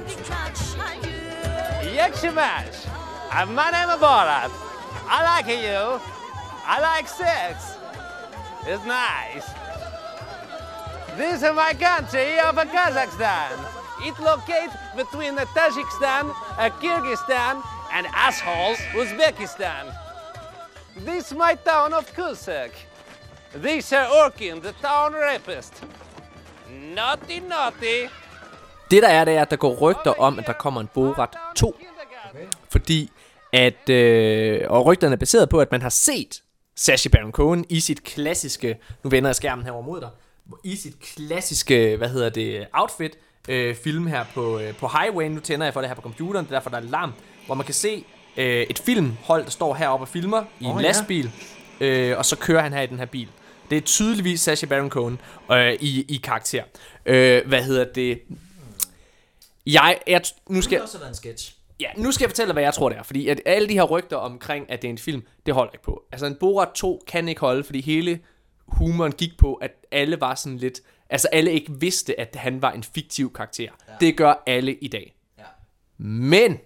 Yekshemash, my name is Borat. I like you. I like sex. It's nice. This is my country of Kazakhstan. It locates between Tajikistan, Kyrgyzstan, and assholes Uzbekistan. This is my town of Kusak. These are Orkin, the town rapist. Naughty, naughty. Det der er, det er, at der går rygter om, at der kommer en Borat to. Okay. Fordi at, øh, og rygterne er baseret på, at man har set Sacha Baron Cohen i sit klassiske, nu vender jeg skærmen herover mod dig, i sit klassiske, hvad hedder det, outfit, øh, film her på, øh, på Highway. Nu tænder jeg for det her på computeren, det er derfor, der er larm, hvor man kan se øh, et filmhold, der står heroppe og filmer i oh, en lastbil, ja. øh, og så kører han her i den her bil. Det er tydeligvis Sacha Baron Cohen øh, i, i karakter. Øh, hvad hedder det? Jeg, jeg nu skal det også være en sketch. Ja, nu skal jeg fortælle hvad jeg tror det er, fordi at alle de her rygter omkring at det er en film, det holder ikke på. Altså en Borat to kan ikke holde, fordi hele humoren gik på at alle var sådan lidt, altså alle ikke vidste at han var en fiktiv karakter. Ja. Det gør alle i dag. Ja. Men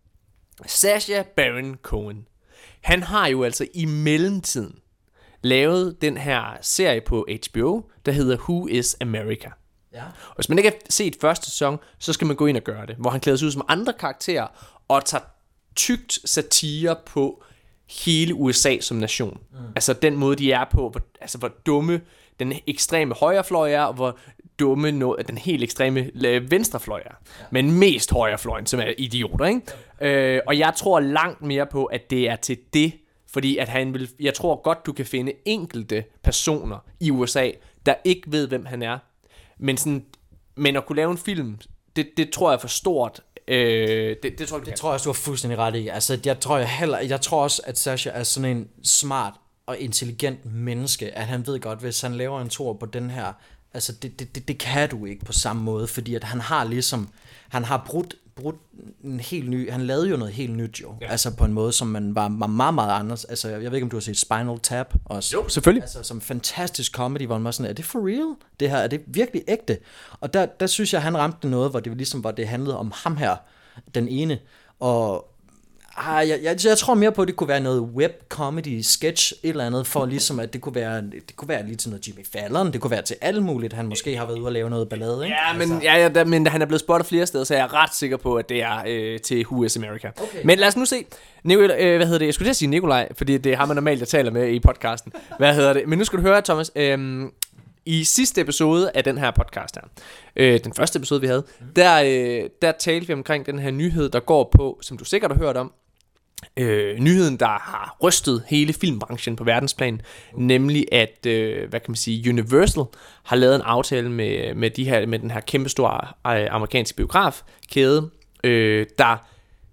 Sacha Baron Cohen, han har jo altså i mellemtiden lavet den her serie på H B O, der hedder Who is America. Ja. Og hvis man ikke har set første sæson, så skal man gå ind og gøre det, hvor han klæder sig ud som andre karakterer og tager tykt satire på hele U S A som nation. Mm. Altså den måde de er på, hvor, altså hvor dumme den ekstreme højrefløj er, og hvor dumme noget, den helt ekstreme venstrefløj er. Ja. Men mest højrefløjen, som er idioter, ikke? Ja. Øh, og jeg tror langt mere på, at det er til det, fordi at han vil, jeg tror godt, du kan finde enkelte personer i U S A, der ikke ved, hvem han er. Men, sådan, men at kunne lave en film, det, det tror jeg er for stort Øh, det, det tror jeg, Det tror jeg også, du har fuldstændig ret i. Altså, jeg tror, jeg, heller, jeg tror også, at Sasha er sådan en smart og intelligent menneske, at han ved godt, hvis han laver en toer på den her, altså det, det, det, det kan du ikke på samme måde, fordi at han har ligesom, han har brudt, brudt en helt ny, han lavede jo noget helt nyt jo, ja. Altså på en måde, som man var, var meget, meget anders. Altså, jeg ved ikke, om du har set Spinal Tap også. Jo, selvfølgelig. Altså, som fantastisk comedy, hvor man var sådan, er det for real? Det her, er det virkelig ægte? Og der, der synes jeg, han ramte noget, hvor det ligesom, hvor det handlede om ham her, den ene, og ah, jeg, jeg, jeg tror mere på, at det kunne være noget web-comedy, sketch, et eller andet, for ligesom, at det kunne være, det kunne være lige til noget Jimmy Fallon, det kunne være til alt muligt, han måske har været ude og lave noget ballade, ikke? Ja, men, altså. ja, ja, der, men han er blevet spottet flere steder, så jeg er ret sikker på, at det er øh, til Who is America. Okay. Men lad os nu se. Nikolaj, øh, hvad hedder det? Jeg skulle til at sige Nikolaj, fordi det er ham, man normalt jeg taler med i podcasten. Hvad hedder det? Men nu skal du høre, Thomas. Øh, I sidste episode af den her podcast her, øh, den første episode vi havde, der, øh, der talte vi omkring den her nyhed, der går på, som du sikkert har hørt om, øh, nyheden, der har rystet hele filmbranchen på verdensplan, okay. Nemlig at, øh, hvad kan man sige, Universal har lavet en aftale med, med, de her, med den her kæmpestore øh, amerikanske biografkæde, øh, der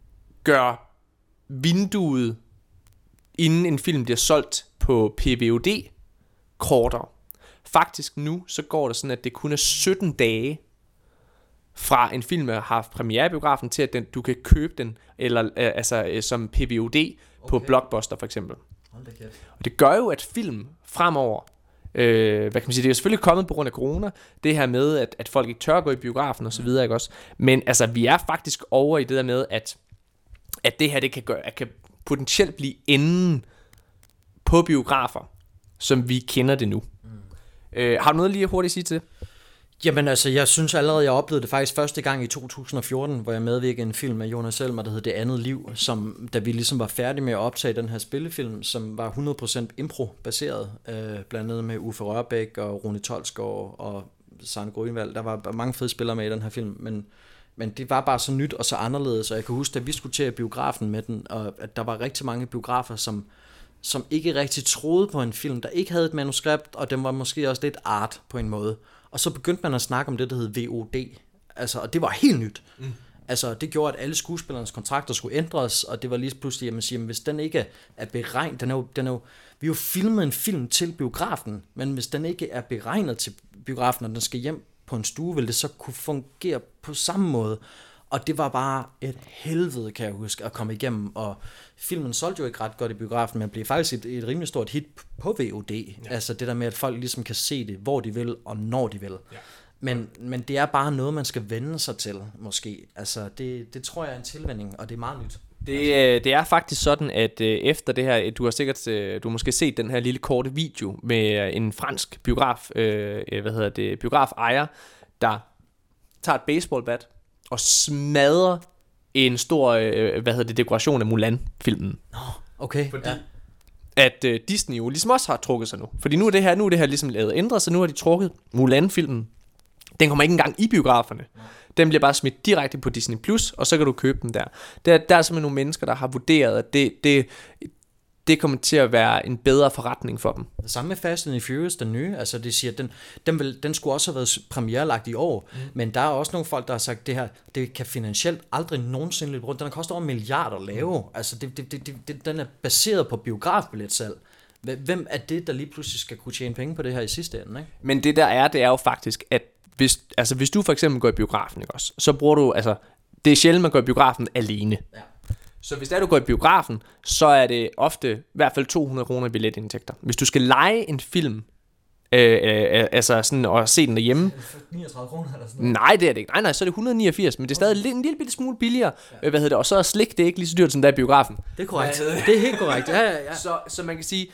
gør vinduet, inden en film bliver solgt på P V O D, kortere. Faktisk nu, så går det sådan, at det kun er sytten dage fra en film har haft premiere i biografen, til at den, du kan købe den, eller øh, altså øh, som P V O D på okay. Blockbuster for eksempel. Og det gør jo, at film fremover, øh, hvad kan man sige, det er jo selvfølgelig kommet på grund af corona, det her med, at, at folk ikke tør gå i biografen og så videre, ikke også? Men altså, vi er faktisk over i det der med, at, at det her, det kan, gøre, kan potentielt blive enden på biografer, som vi kender det nu. Mm. Øh, har du noget lige hurtigt at sige til det? Jamen altså, jeg synes allerede, jeg oplevede det faktisk første gang i to tusind og fjorten, hvor jeg medvirkede i en film med Jonas Selmer, der hed Det Andet Liv, som, da vi ligesom var færdige med at optage den her spillefilm, som var hundrede procent impro-baseret, øh, blandt andet med Uffe Rørbæk og Rune Tolsgaard og Søren Grønvald. Der var mange fede spillere med i den her film, men, men det var bare så nyt og så anderledes, og jeg kan huske, da vi skulle til biografen med den, og at der var rigtig mange biografer, som som ikke rigtig troede på en film, der ikke havde et manuskript, og den var måske også lidt art på en måde. Og så begyndte man at snakke om det, der hed V O D. Altså, og det var helt nyt. Mm. Altså, det gjorde, at alle skuespillernes kontrakter skulle ændres, og det var lige pludselig, at man siger, hvis den ikke er beregnet, den er jo, den er jo, vi har jo filmet en film til biografen, men hvis den ikke er beregnet til biografen, og den skal hjem på en stue, vil det så kunne fungere på samme måde. Og det var bare et helvede, kan jeg huske, at komme igennem. Og filmen solgte jo ikke ret godt i biografen, men blev faktisk et, et rimelig stort hit på V O D. Ja. Altså det der med, at folk ligesom kan se det, hvor de vil, og når de vil. Ja. Men, men det er bare noget, man skal vende sig til, måske. Altså det, det tror jeg er en tilvænning, og det er meget nyt. Det, øh, det er faktisk sådan, at øh, efter det her, du har sikkert, øh, du har måske set den her lille korte video med øh, en fransk biograf, øh, hvad hedder det, biografejer, der tager et baseballbat og smadrer en stor, øh, hvad hedder det, dekoration af Mulan-filmen. Okay, fordi ja. at øh, Disney jo ligesom også har trukket sig nu. Fordi nu er det her, nu er det her ligesom lavet ændret, så nu har de trukket Mulan-filmen. Den kommer ikke engang i biograferne. Den bliver bare smidt direkte på Disney Plus, og så kan du købe den der. Der, der er simpelthen nogle mennesker, der har vurderet, at det, det, det kommer til at være en bedre forretning for dem. Det samme med Fast and the Furious, den nye. Altså det siger, den, den, vil, den skulle også have været premierelagt i år, mm. men der er også nogle folk, der har sagt, det her, det kan finansielt aldrig nogensinde løbe rundt. Den har kostet over en milliard at lave. Mm. Altså det, det, det, det, den er baseret på biografbilletsalg. Hvem er det, der lige pludselig skal kunne tjene penge på det her i sidste ende, ikke? Men det der er, det er jo faktisk, at hvis, altså hvis du for eksempel går i biografen, ikke også, så bruger du, altså det er sjældent, man går i biografen alene. Ja. Så hvis der du går i biografen, så er det ofte i hvert fald to hundrede kroner i billetindtægter. Hvis du skal leje en film, øh, øh, altså sådan og se den derhjemme, niogtredive kroner eller sådan noget. Nej, det er det ikke. Nej, nej, så er det et hundrede og niogfirs, men det er stadig en lille bitte smule billigere. Ja. Hvad hedder det? Og så er slik det er ikke lige så dyrt som der i biografen. Det er korrekt. Det er helt korrekt. Ja, ja, ja. Så, så man kan sige,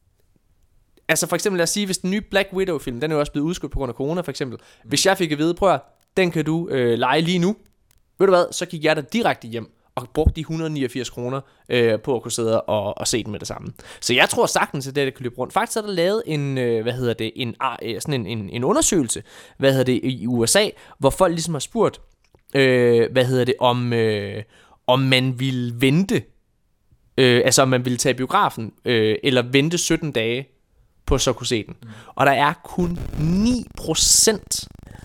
altså for eksempel lad os sige, hvis den nye Black Widow film, den er jo også blevet udskudt på grund af corona for eksempel. Mm. Hvis jeg fik at vide, prøv at, den kan du øh, lege lige nu. Ved du hvad, så gik jeg der direkte hjem og brugte de et hundrede og niogfirs kroner øh, på at kunne sidde og, og se den med det samme. Så jeg tror sagtens, at det, det kan løbe rundt. Faktisk er der lavet en, øh, hvad hedder det, en, øh, sådan en, en, en undersøgelse, hvad hedder det, i U S A, hvor folk ligesom har spurgt, øh, hvad hedder det, om, øh, om man ville vente, øh, altså om man ville tage biografen, øh, eller vente sytten dage, på så kunne se den. Mm. Og der er kun ni procent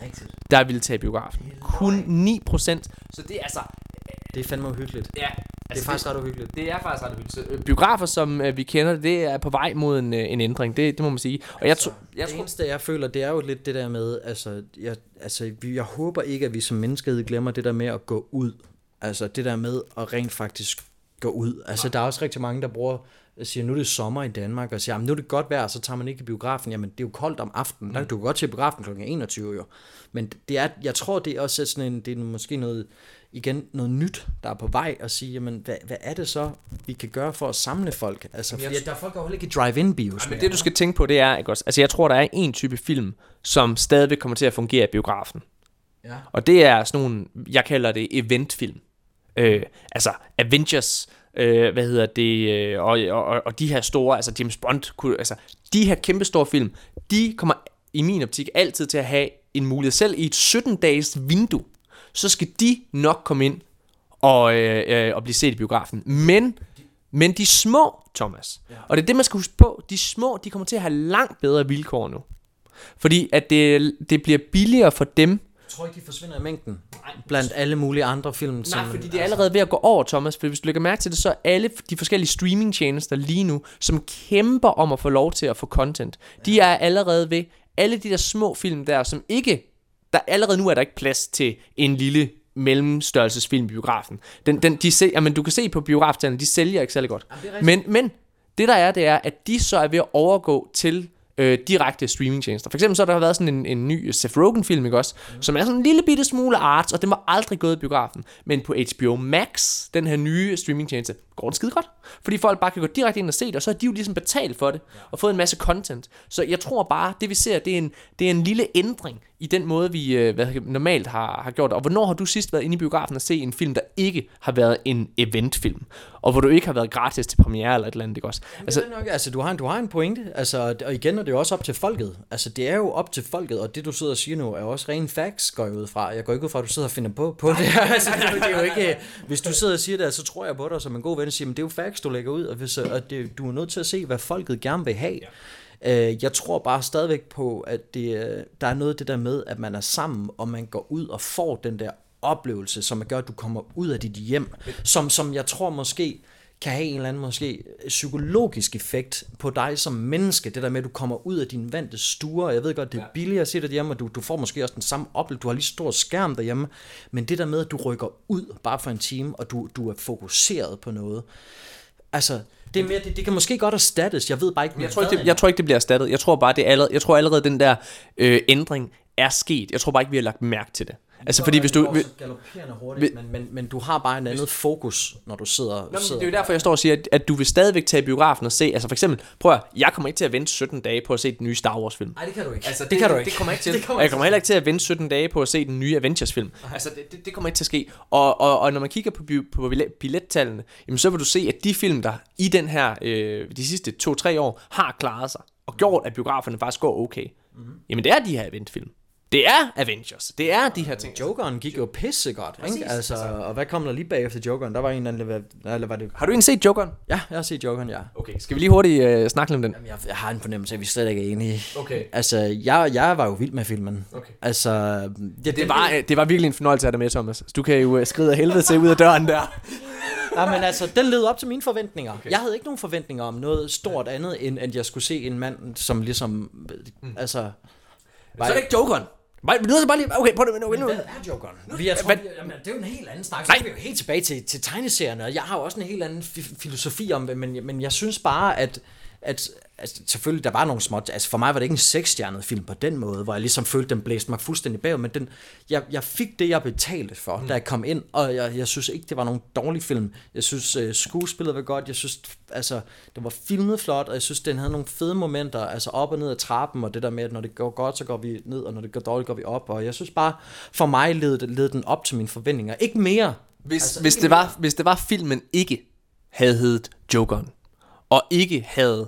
der ville tage i biografen. Kun ni procent. Så det er altså... Det er fandme uhyggeligt. Ja, Altså, det er altså faktisk det, ret uhyggeligt. det er faktisk ret uhyggeligt. Så, øh, biografer, som øh, vi kender, det er på vej mod en, øh, en ændring. Det, det må man sige. Og jeg, tro, jeg det tror... eneste, jeg føler, det er jo lidt det der med, altså, jeg, altså, vi- jeg håber ikke, at vi som mennesker glemmer det der med at gå ud. Altså, det der med at rent faktisk gå ud. Altså, der er også rigtig mange, der bruger, siger, nu er det sommer i Danmark, og siger, jamen, nu er det godt vejr, så tager man ikke i biografen. Jamen, det er jo koldt om aftenen. Der, du kan godt til biografen klokken enogtyve, jo. Men det er, jeg tror, det er også sådan en, det er måske noget, igen, noget nyt, der er på vej, at sige, jamen, hvad, hvad er det så, vi kan gøre for at samle folk? Altså, fordi der er folk, der jo heller ikke i drive-in-bios. Men det, du skal tænke på, det er, ikke også? Altså, jeg tror, der er en type film, som stadigvæk kommer til at fungere i biografen. Ja. Og det er sådan nogle, jeg kalder det eventfilm. Øh, altså Avengers, øh, hvad hedder det, øh, og, og, og de her store, altså James Bond, kunne, altså de her kæmpe store film, de kommer i min optik altid til at have en mulighed. Selv i et sytten-dages vindue, så skal de nok komme ind og, øh, øh, og blive set i biografen. Men, men de små, Thomas, ja. Og det er det, man skal huske på, de små, de kommer til at have langt bedre vilkår nu. Fordi at det, det bliver billigere for dem. Jeg tror ikke, de forsvinder i mængden blandt alle mulige andre film. Nej, som, fordi det er allerede ved at gå over, Thomas. For hvis du lægger mærke til det, så er alle de forskellige streamingtjenester lige nu, som kæmper om at få lov til at få content, de er allerede ved, alle de der små film der, som ikke, der allerede nu er der ikke plads til en lille mellemstørrelsesfilm i biografen. Den, den, de se, jamen, du kan se på biograftallene, de sælger ikke særlig godt. Men, men det der er, det er, at de så er ved at overgå til øh, direkte streamingtjenester. For eksempel så har der været sådan en, en ny Seth Rogen-film, ikke også? Mm. Som er sådan en lille bitte smule arts, og den var aldrig gået i biografen. Men på H B O Max, den her nye streamingtjeneste, går den skide godt. Fordi folk bare kan gå direkte ind og se det, og så har de jo ligesom betalt for det, og fået en masse content. Så jeg tror bare, det vi ser, det er en, det er en lille ændring i den måde, vi øh, hvad, normalt har, har gjort det. Og hvornår har du sidst været inde i biografen og se en film, der ikke har været en eventfilm? Og hvor du ikke har været gratis til premiere eller et eller andet, ikke også? Altså, nok, altså du, har en, du har en pointe, altså, og igen er det jo også op til folket. Altså det er jo op til folket, og det du sidder og siger nu, er jo også rene facts, går jeg ud fra. Jeg går ikke ud fra, at du sidder og finder på, på det her. Altså, det, er jo, det er jo ikke, hvis du sidder og siger det, så tror jeg på dig som en god ven og siger, men det er jo facts, du lægger ud, og, hvis, og det, du er nødt til at se, hvad folket gerne vil have. Ja. Jeg tror bare stadigvæk på, at det, der er noget af det der med, at man er sammen, og man går ud og får den der oplevelse, som gør, at du kommer ud af dit hjem, som, som jeg tror måske kan have en eller anden måske psykologisk effekt på dig som menneske, det der med, at du kommer ud af din vante stue, og jeg ved godt, det er billigere at se dig derhjemme, og du, du får måske også den samme oplevelse, du har lige stor skærm derhjemme, men det der med, at du rykker ud bare for en time, og du, du er fokuseret på noget, altså, det, er mere, det, det kan måske godt erstattes, jeg ved bare ikke, jeg tror ikke, det, jeg tror ikke, det bliver erstattet, jeg tror bare, det er allerede, jeg tror allerede, den der øh, ændring er sket, jeg tror bare ikke, vi har lagt mærke til det. Altså fordi hvis du galopperende hurtigt, men, men, men du har bare en andet fokus, når du sidder, Nå, sidder det er jo derfor jeg står og siger, at, at du vil stadigvæk tage i biografen og se. Altså for eksempel, prøv at, jeg kommer ikke til at vente sytten dage på at se den nye Star Wars film. Nej, det kan du ikke. Altså det, det kan du det, ikke. Det kommer ikke til. Det kommer og jeg kommer heller ikke til at vente sytten dage på at se den nye Avengers film. Altså det, det, det kommer ikke til at ske. Og, og, og når man kigger på, på billettallene, jamen så vil du se, at de film der i den her øh, de sidste to tre år har klaret sig og gjort, at biograferne faktisk går okay. Mm-hmm. Jamen det er de her eventfilm. Det er Avengers. Det er de her ting. Jokeren gik jo pisse godt, ikke? Altså, og hvad kom der lige bagefter Jokeren? Der var en eller anden, eller var det... Har du egentlig set Jokeren? Ja, jeg har set Jokeren, ja. Okay, skal vi lige hurtigt øh, snakke om den? Jamen, jeg, jeg har en fornemmelse, at vi slet ikke er enige. Okay. Altså, jeg, jeg var jo vild med filmen. Okay. Altså... Ja, det, det, var, det var virkelig en fornøjelse at have dig med, Thomas. Du kan jo skride af helvede til ud af døren der. Nej, men altså, den led op til mine forventninger. Okay. Jeg havde ikke nogen forventninger om noget stort andet, end at jeg skulle se en mand, som ligesom... Mm. Altså... Så er det ikke Jokeren. Bare, bare lige, okay, prøv det, nu, nu. Hvad er Jokeren? Vi er, tror, vi, jamen, det er jo en helt anden snak. Så er vi jo helt tilbage til, til tegneserierne, og jeg har jo også en helt anden fi- filosofi om det, men, men jeg synes bare, at, at altså, selvfølgelig, der var nogle småt, altså for mig var det ikke en seksstjernet film på den måde, hvor jeg ligesom følte, den blæste mig fuldstændig bagud, men den, jeg, jeg fik det, jeg betalte for, mm. da jeg kom ind, og jeg, jeg synes ikke, det var nogen dårlig film. Jeg synes, uh, skuespillet var godt, jeg synes, altså, det var filmet flot, og jeg synes, den havde nogle fede momenter, altså op og ned ad trappen, og det der med, at når det går godt, så går vi ned, og når det går dårligt, går vi op, og jeg synes bare, for mig led, led den op til mine forventninger. Ikke mere. Hvis, altså, hvis, ikke det mere. var, hvis det var filmen ikke havde heddet Jokeren, og ikke havde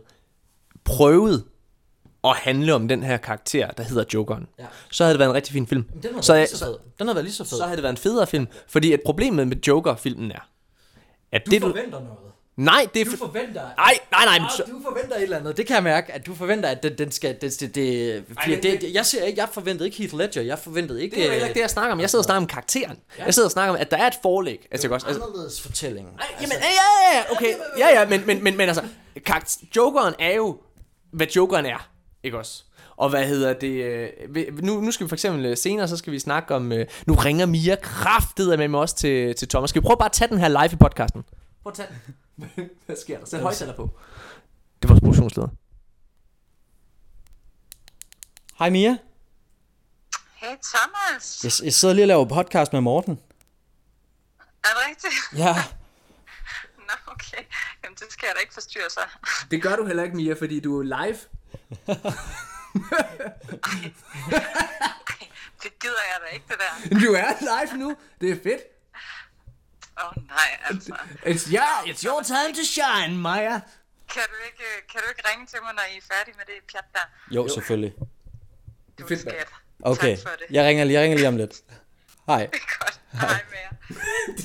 prøvet at handle om den her karakter, der hedder Jokeren, ja. så havde det været en rigtig fin film. Den havde, så, været så, så, den havde været lige så fed. Så havde det været en federe film, fordi at problemet med Joker-filmen er, at du det forventer du, noget. Nej, det er... Du For... forventer... Nej, nej, nej. Men... Ah, du forventer et eller andet. Det kan jeg mærke, at du forventer, at den, den skal... Det, det, det, Ej, det, det- det, jeg, siger ikke, jeg forventede ikke Heath Ledger. Jeg forventede ikke... Det er jo heller ikke det, jeg snakker om. Jeg sidder og snakker om karakteren. Jeg sidder og snakker om, at der er et forlæg. Altså, jeg også, altså, anderledes fortælling. Nej, jamen, ja, ja, ja, okay. Ja, ja, men, men, men, men altså, karakter, Jokeren er jo, hvad Jokeren er, ikke også? Og hvad hedder det, øh, nu, nu skal vi for eksempel øh, senere, så skal vi snakke om, øh, nu ringer Mia kraftedet med mig også til, til Thomas. Skal vi prøve bare at tage den her live i podcasten? Prøv at tage den. Hvad sker der? Sæt højtaler på. Det var vores produktionsleder. Hej Mia. Hey Thomas, Jeg, jeg sidder lige og laver podcast med Morten. er det rigtigt? Ja. Nå, okay. Jamen, det skal jeg da ikke forstyrre sig. Det gør du heller ikke, Mia, fordi du er live. Det gider jeg da ikke, det der. Du er live nu. Det er fedt. Åh oh, nej, altså. It's, yeah, it's your time to shine, Maya. Kan du, ikke, kan du ikke ringe til mig, når I er færdige med det pjat der? Jo, selvfølgelig. Du er fedt, skat. Okay, Tak for det. jeg ringer, jeg ringer lige om lidt. Hej. Godt. Hej med jer.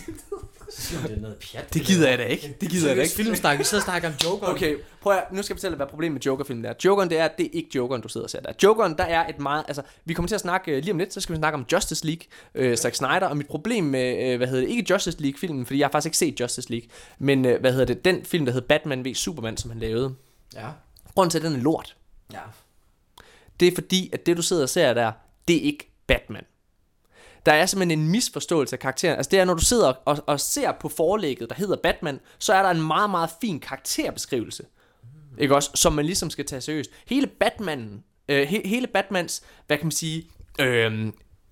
Det er noget pjat. Det gider jeg da ikke. Det gider jeg da ikke. Filmsnak, vi sidder og snakker om Joker. Okay, prøv at, nu skal jeg fortælle dig, hvad problemet med Joker-filmen er. Jokeren, det er, at det er ikke Jokeren, du sidder og ser der. Jokeren, der er et meget, altså, vi kommer til at snakke uh, lige om lidt, så skal vi snakke om Justice League, uh, Zack Snyder, og mit problem med, uh, hvad hedder det, ikke Justice League-filmen, fordi jeg har faktisk ikke set Justice League, men, uh, hvad hedder det, den film, der hedder Batman v Superman, som han lavede. Ja. Grunden til, at den er lort, Ja. det er fordi, at det, du sidder og ser der, det er ikke Batman. Der er simpelthen en misforståelse af karakteren. Altså det er, når du sidder og, og ser på forlægget, der hedder Batman, så er der en meget, meget fin karakterbeskrivelse. Mm. Ikke også? Som man ligesom skal tage seriøst. Hele Batmanen, øh, he, hele Batmans, hvad kan man sige, øh,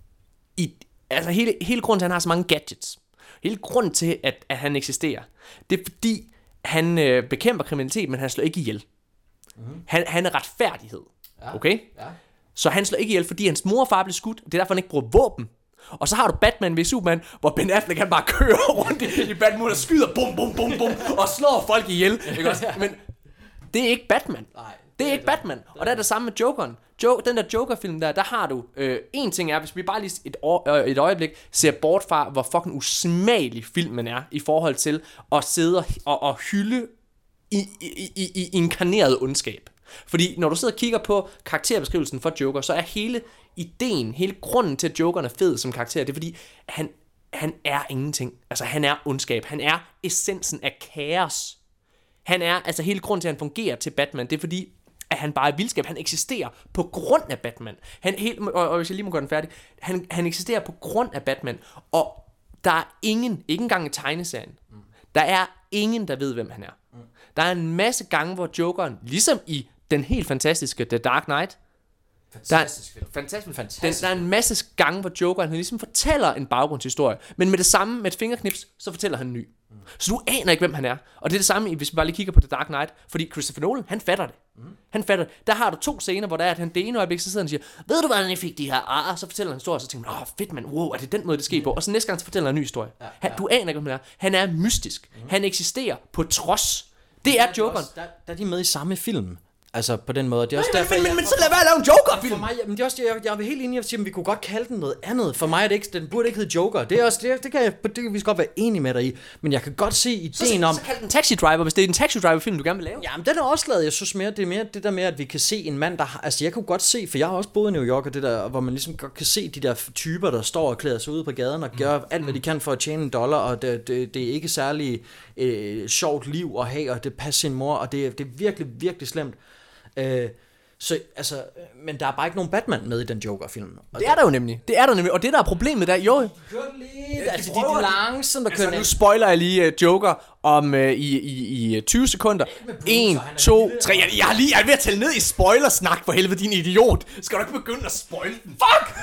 i, altså hele, hele grunden til, at han har så mange gadgets, hele grunden til, at, at han eksisterer, det er fordi, han øh, bekæmper kriminalitet, men han slår ikke ihjel. Mm. Han, han er retfærdighed. Okay? Ja. Så han slår ikke ihjel, fordi hans mor og far blev skudt. Det er derfor, han ikke bruger våben. Og så har du Batman ved Superman, hvor Ben Affleck han bare kører rundt i, i Batman og skyder bum, bum, bum, bum, og slår folk ihjel. Ikke også? Men det er ikke Batman. Nej, det er ikke Batman. Og der er det samme med Jokeren. Jo, den der Joker-film der, der har du... Øh, en ting er, hvis vi bare lige et, år, øh, et øjeblik ser bort fra, hvor fucking usmagelig filmen er, i forhold til at sidde og, og, og hylde i, i, i, i inkarneret ondskab. Fordi når du sidder og kigger på karakterbeskrivelsen for Joker, så er hele ideen, hele grunden til, at Jokeren er fed som karakter, det er fordi, han, han er ingenting. Altså, han er ondskab. Han er essensen af kaos. Han er, altså hele grunden til, at han fungerer til Batman, det er fordi, at han bare er vildskab. Han eksisterer på grund af Batman. Han, helt, og, og hvis jeg lige må gøre den færdig, han, han eksisterer på grund af Batman. Og der er ingen, ikke engang i tegneserien, mm. der er ingen, der ved, hvem han er. Mm. Der er en masse gange, hvor Jokeren, ligesom i den helt fantastiske The Dark Knight, Fantastisk der, film. fantastisk, Fantastisk. Den, der er en masse gange, hvor Jokeren han ligesom fortæller en baggrundshistorie, men med det samme, med et fingerknips, så fortæller han en ny. Mm. Så du aner ikke, hvem han er. Og det er det samme, hvis vi bare lige kigger på The Dark Knight, fordi Christopher Nolan, han fatter det. Mm. Han fatter det. Der har du to scener, hvor der er, at han det ene øjeblik, så sidder han og siger, ved du, hvordan jeg fik de her ar? Så fortæller han en historie, og så tænker man, åh, fedt mand, wow, er det den måde, det sker på? Og så næste gang, så fortæller han en ny historie. Ja, ja. Han, du aner ikke, hvem han er. Han er mystisk. Mm. Han eksisterer på trods. Det er Jokeren. Der, der er de med i samme film. Altså på den måde. Det er også Men, derfor, men, men, jeg- men så lad være at lave en Joker-film. For mig, men det er også, jeg, jeg er helt enig i at sige, at vi kunne godt kalde den noget andet. For mig er det ikke, den burde ikke hedde Joker. Det er også, det, det kan jeg, det kan vi godt være enige med dig i. Men jeg kan godt se ideen så, om. Så kald den Taxi Driver, hvis det er en Taxi Driver-film, du gerne vil lave. Jamen, den er også lavet. Jeg synes mere, det er mere det der med, at vi kan se en mand, der har, altså jeg kunne godt se, for jeg har også boet i New York, og det der, hvor man ligesom godt kan se de der typer, der står og klæder sig ud på gaden og gør alt, hvad de kan for at tjene en dollar, og det, det, det er ikke særlig øh, sjovt liv at have, og det passer sin mor, og det, det er virkelig, virkelig slemt. Øh, Så, altså, men der er bare ikke nogen Batman med i den Joker-film. Og Det er der jo nemlig. Det er der nemlig. Og det der er problemet der, jo... Kør lidt, altså de er langsomt at køre Altså, nu spoiler jeg lige uh, Joker om uh, i, i, i tyve sekunder. en, to, tre. Jeg, jeg, er lige, jeg er ved at tælle ned i spoilersnak, for helvede, din idiot. Skal du ikke begynde at spoil den? Fuck!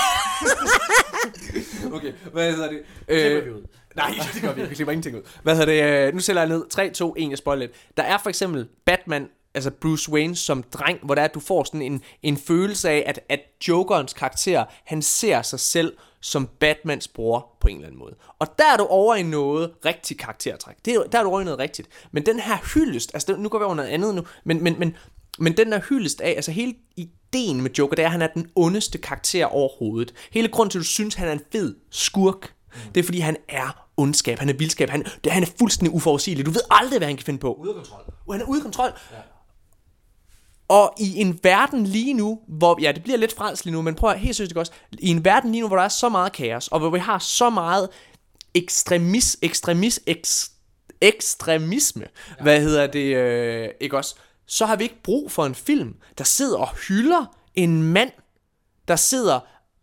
Okay, hvad hedder det? Øh, nej, det gør vi ikke. Vi klipper ingenting ud. Hvad hedder det? Nu sælger jeg ned. tre, to, en. Jeg spoiler lidt. Der er for eksempel Batman, altså Bruce Wayne som dreng, hvor der er, at du får sådan en, en følelse af, at, at Jokerens karakter, han ser sig selv som Batmans bror på en eller anden måde. Og der er du over i noget rigtig karaktertræk. Det er, der er du over i noget rigtigt. Men den her hyldest, altså nu går vi over noget andet nu, men, men, men, men den der hyldest af, altså hele ideen med Joker, det er, at han er den ondeste karakter overhovedet. Hele grunden til, at du synes, han er en fed skurk, mm. det er, fordi han er ondskab, han er vildskab, han, det, han er fuldstændig uforudsigelig. Du ved aldrig, hvad han kan finde på. Ude af kontrol. Og han er ude af kontrol. Ja. Og i en verden lige nu, hvor, ja, det bliver lidt fransk lige nu, men prøv at helt seriøst også, i en verden lige nu, hvor der er så meget kaos, og hvor vi har så meget ekstremis, ekstremis, ekst, ekstremisme, ja. Hvad hedder det, øh, ikke også, så har vi ikke brug for en film, der sidder og hylder en mand, der sidder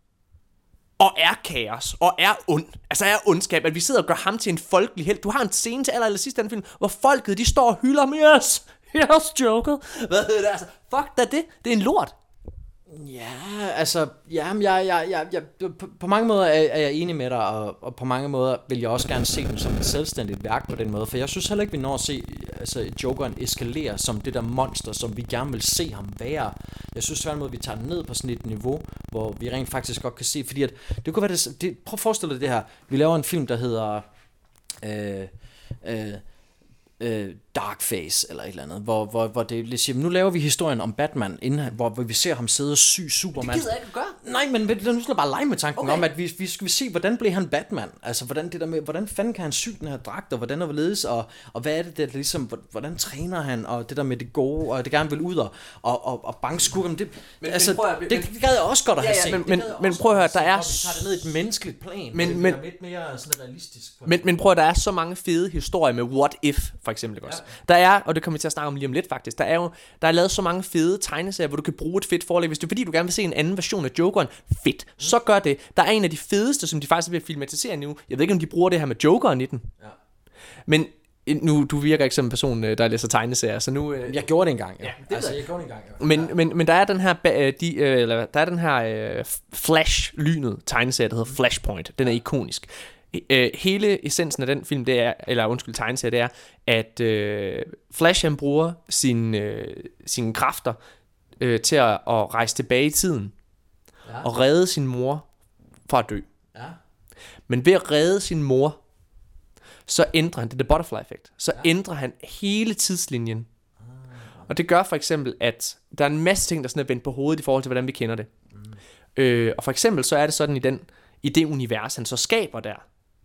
og er kaos, og er ond, altså er ondskab, at vi sidder og gør ham til en folkelig helt. Du har en scene til aller, aller sidst i den film, hvor folket, de står og hylder ham, yes, yes, Joker. Hvad hedder det, altså, fuck da det, det er en lort. Ja, altså, jamen, jeg, jeg, jeg, jeg, på, på mange måder er, er jeg enig med dig, og, og på mange måder vil jeg også gerne se den som et selvstændigt værk på den måde, for jeg synes heller ikke, vi når at se altså, Jokeren eskalere som det der monster, som vi gerne vil se ham være. Jeg synes tværtimod, at vi tager den ned på sådan et niveau, hvor vi rent faktisk godt kan se, fordi at, det kunne være det, det prøv at forestille dig det her, vi laver en film, der hedder øh, øh, øh, Darkface eller et eller andet, hvor, hvor, hvor det lidt siger, nu laver vi historien om Batman, inden, hvor, hvor vi ser ham sidde og syg Superman. Det gider jeg ikke at gøre. Nej, men nu skal jeg bare lege med tanken okay. om, at vi, vi skal se, hvordan blev han Batman? Altså, hvordan, det der med, hvordan fanden kan han sy den her dragt, og hvordan er hvorledes, og, og hvad er det der, ligesom, hvordan træner han, og det der med det gode, og det gerne vil ud og, og, og, og banke skurken, det, men, altså, men prøv, det, det, det gad jeg også godt at ja, have ja, set. Men, men, men prøv at høre, der er... Vi tager det ned i et menneskeligt plan, men, men, det er lidt mere sådan realistisk. Men, men prøv at der er så mange fede historier med What If, for eksempel også. Ja. Der er, og det kommer vi til at snakke om lige om lidt faktisk, der er jo der er lavet så mange fede tegneserier, hvor du kan bruge et fedt forlæg. Hvis det er fordi, du gerne vil se en anden version af Jokeren, fedt, mm. så gør det. Der er en af de fedeste, som de faktisk vil filmatisere nu. Jeg ved ikke, om de bruger det her med Jokeren i den. Ja. Men nu, du virker ikke som en person, der læser tegneserier, så nu... Jeg gjorde det engang, ja. ja det altså, jeg gjorde det engang, ja. Men, men, men der er den her, de, eller, der er den her uh, Flash-lynet tegneserie, der hedder Flashpoint. Den er ikonisk. Uh, hele essensen af den film, det er, eller undskyld, tegneserie, det er, at uh, Flash han bruger sine, uh, sine kræfter uh, til at, at rejse tilbage i tiden, ja. Og redde sin mor fra at dø. Ja. Men ved at redde sin mor, så ændrer han, det er the butterfly effect, så ja. ændrer han hele tidslinjen. Ah. Og det gør for eksempel, at der er en masse ting, der sådan er vendt på hovedet i forhold til, hvordan vi kender det. Mm. Øh, og for eksempel, så er det sådan i, den, i det univers, han så skaber der,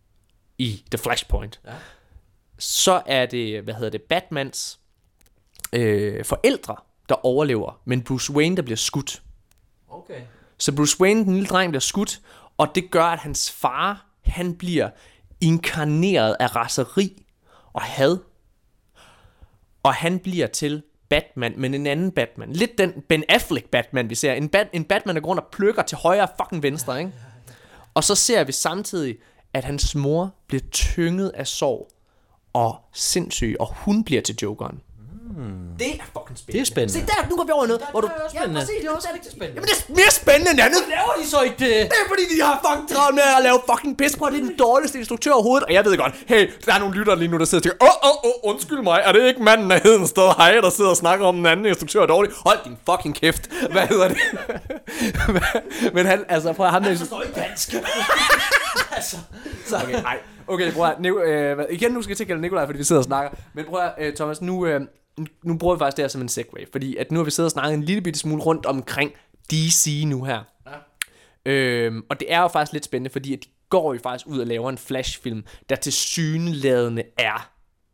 i The Flashpoint, ja. Så er det, hvad hedder det, Batmans øh, forældre, der overlever, men Bruce Wayne, der bliver skudt. Okay. Så Bruce Wayne, den lille dreng, bliver skudt, og det gør, at hans far, han bliver inkarneret af raseri og had. Og han bliver til Batman, men en anden Batman. Lidt den Ben Affleck Batman, vi ser. En, bat, en Batman, der går rundt og plukker til højre og fucking venstre, ikke? Og så ser vi samtidig, at hans mor bliver tynget af sorg og sindssyg, og hun bliver til Jokeren. Mm. Det er fucking spændende. Det er spændende. Se der, nu går vi over i noget, hvor du... Det er spændende. Ja, præcis, det er også rigtig spændende. Jamen det er mere spændende end andet. Hvad laver de så ikke det? Det er fordi, de har fucking travlt med at lave fucking pis på. Det er den dårligste instruktør overhovedet. Og jeg ved godt, hey, der er nogle lyttere lige nu, der sidder og tænker, åh, åh, åh, undskyld mig, er det ikke manden af Hedensted Hej, der sidder og snakker om den anden instruktør er dårlig? Hold din fucking kæft. Hvad hedder det? Men han, altså, prøv at ham... Han forstår ikke dansk. Altså, så okay, nej. Okay, prøv at, øh, igen, nu skal jeg til at kalde Nikolaj, fordi vi sidder og snakker. Men prøv at, øh, Thomas, nu... Øh, Nu bruger vi faktisk det her som en segway, fordi at nu har vi siddet og snakket en lille bitte smule rundt omkring D C nu her. Ja. Øhm, og det er jo faktisk lidt spændende, fordi at de går jo faktisk ud og laver en Flash-film, der til syneladende er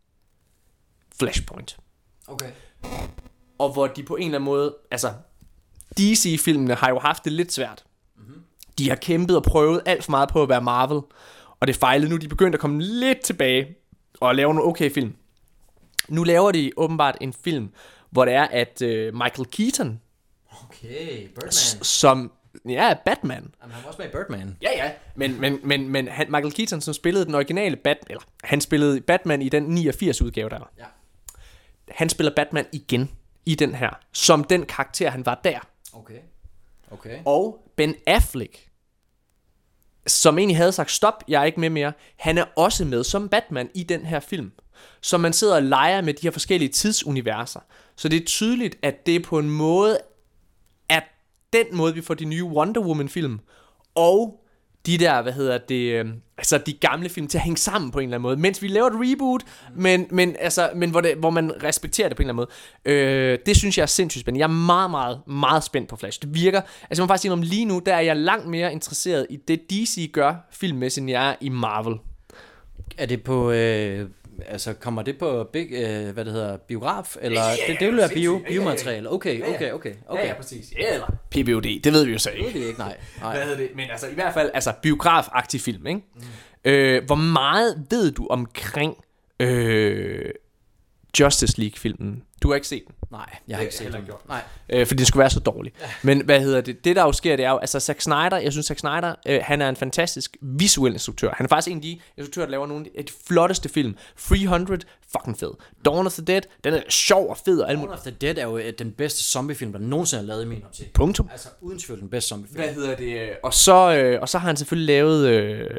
Flashpoint. Okay. Og hvor de på en eller anden måde, altså D C-filmene har jo haft det lidt svært. Mm-hmm. De har kæmpet og prøvet alt for meget på at være Marvel, og det fejlede. Nu er de begyndt at komme lidt tilbage og lave nogle okay film. Nu laver de åbenbart en film, hvor det er, at øh, Michael Keaton, okay, Birdman, s- som ja, Batman. Jamen, han var også med i Birdman. Ja, ja. Men, men, men, men han, Michael Keaton, som spillede den originale Batman, eller han spillede Batman i den niogfirs udgave der. Ja. Han spiller Batman igen i den her, som den karakter, han var der. Okay. Okay. Og Ben Affleck, som egentlig havde sagt, stop, jeg er ikke med mere, han er også med som Batman i den her film. Så man sidder og leger med de her forskellige tidsuniverser. Så det er tydeligt, at det på en måde er den måde, vi får de nye Wonder Woman-film, og de der, hvad hedder det, øh, altså de gamle film til at hænge sammen på en eller anden måde, mens vi laver et reboot, men, men, altså, men hvor, det, hvor man respekterer det på en eller anden måde. Øh, det synes jeg er sindssygt spændende. Jeg er meget, meget, meget spændt på Flash. Det virker, altså jeg må faktisk sige, om lige nu, der er jeg langt mere interesseret i det D C gør filmmæssigt, end jeg er i Marvel. Er det på... Øh, altså, kommer det på big, øh, hvad det hedder, biograf? Eller ja, det, det vil være bio, biomateriale? Okay, okay, okay. okay. Ja, ja, præcis. Ja, eller P V O D, det ved vi jo så ikke. Det ved vi ikke, nej. nej. Hvad hedder det? Men altså, i hvert fald, altså, biograf-agtig film, ikke? Mm. Øh, hvor meget ved du omkring øh, Justice League-filmen? Du har ikke set den? Nej, jeg har ikke set den. Nej. Øh, fordi den skulle være så dårlig. Ja. Men hvad hedder det? Det der jo sker, det er jo, altså Zack Snyder, jeg synes Zack Snyder, øh, han er en fantastisk visuel instruktør. Han er faktisk en af de instruktører, der laver nogle af de flotteste film. tre hundrede, fucking fed. Dawn of the Dead, den er sjov og fed. Og Dawn of the Dead er jo den bedste zombiefilm, der nogensinde er lavet i min optik. Punktum. Altså uden tvivl den bedste zombiefilm. Hvad hedder det? Og så, øh, og så har han selvfølgelig lavet... Øh,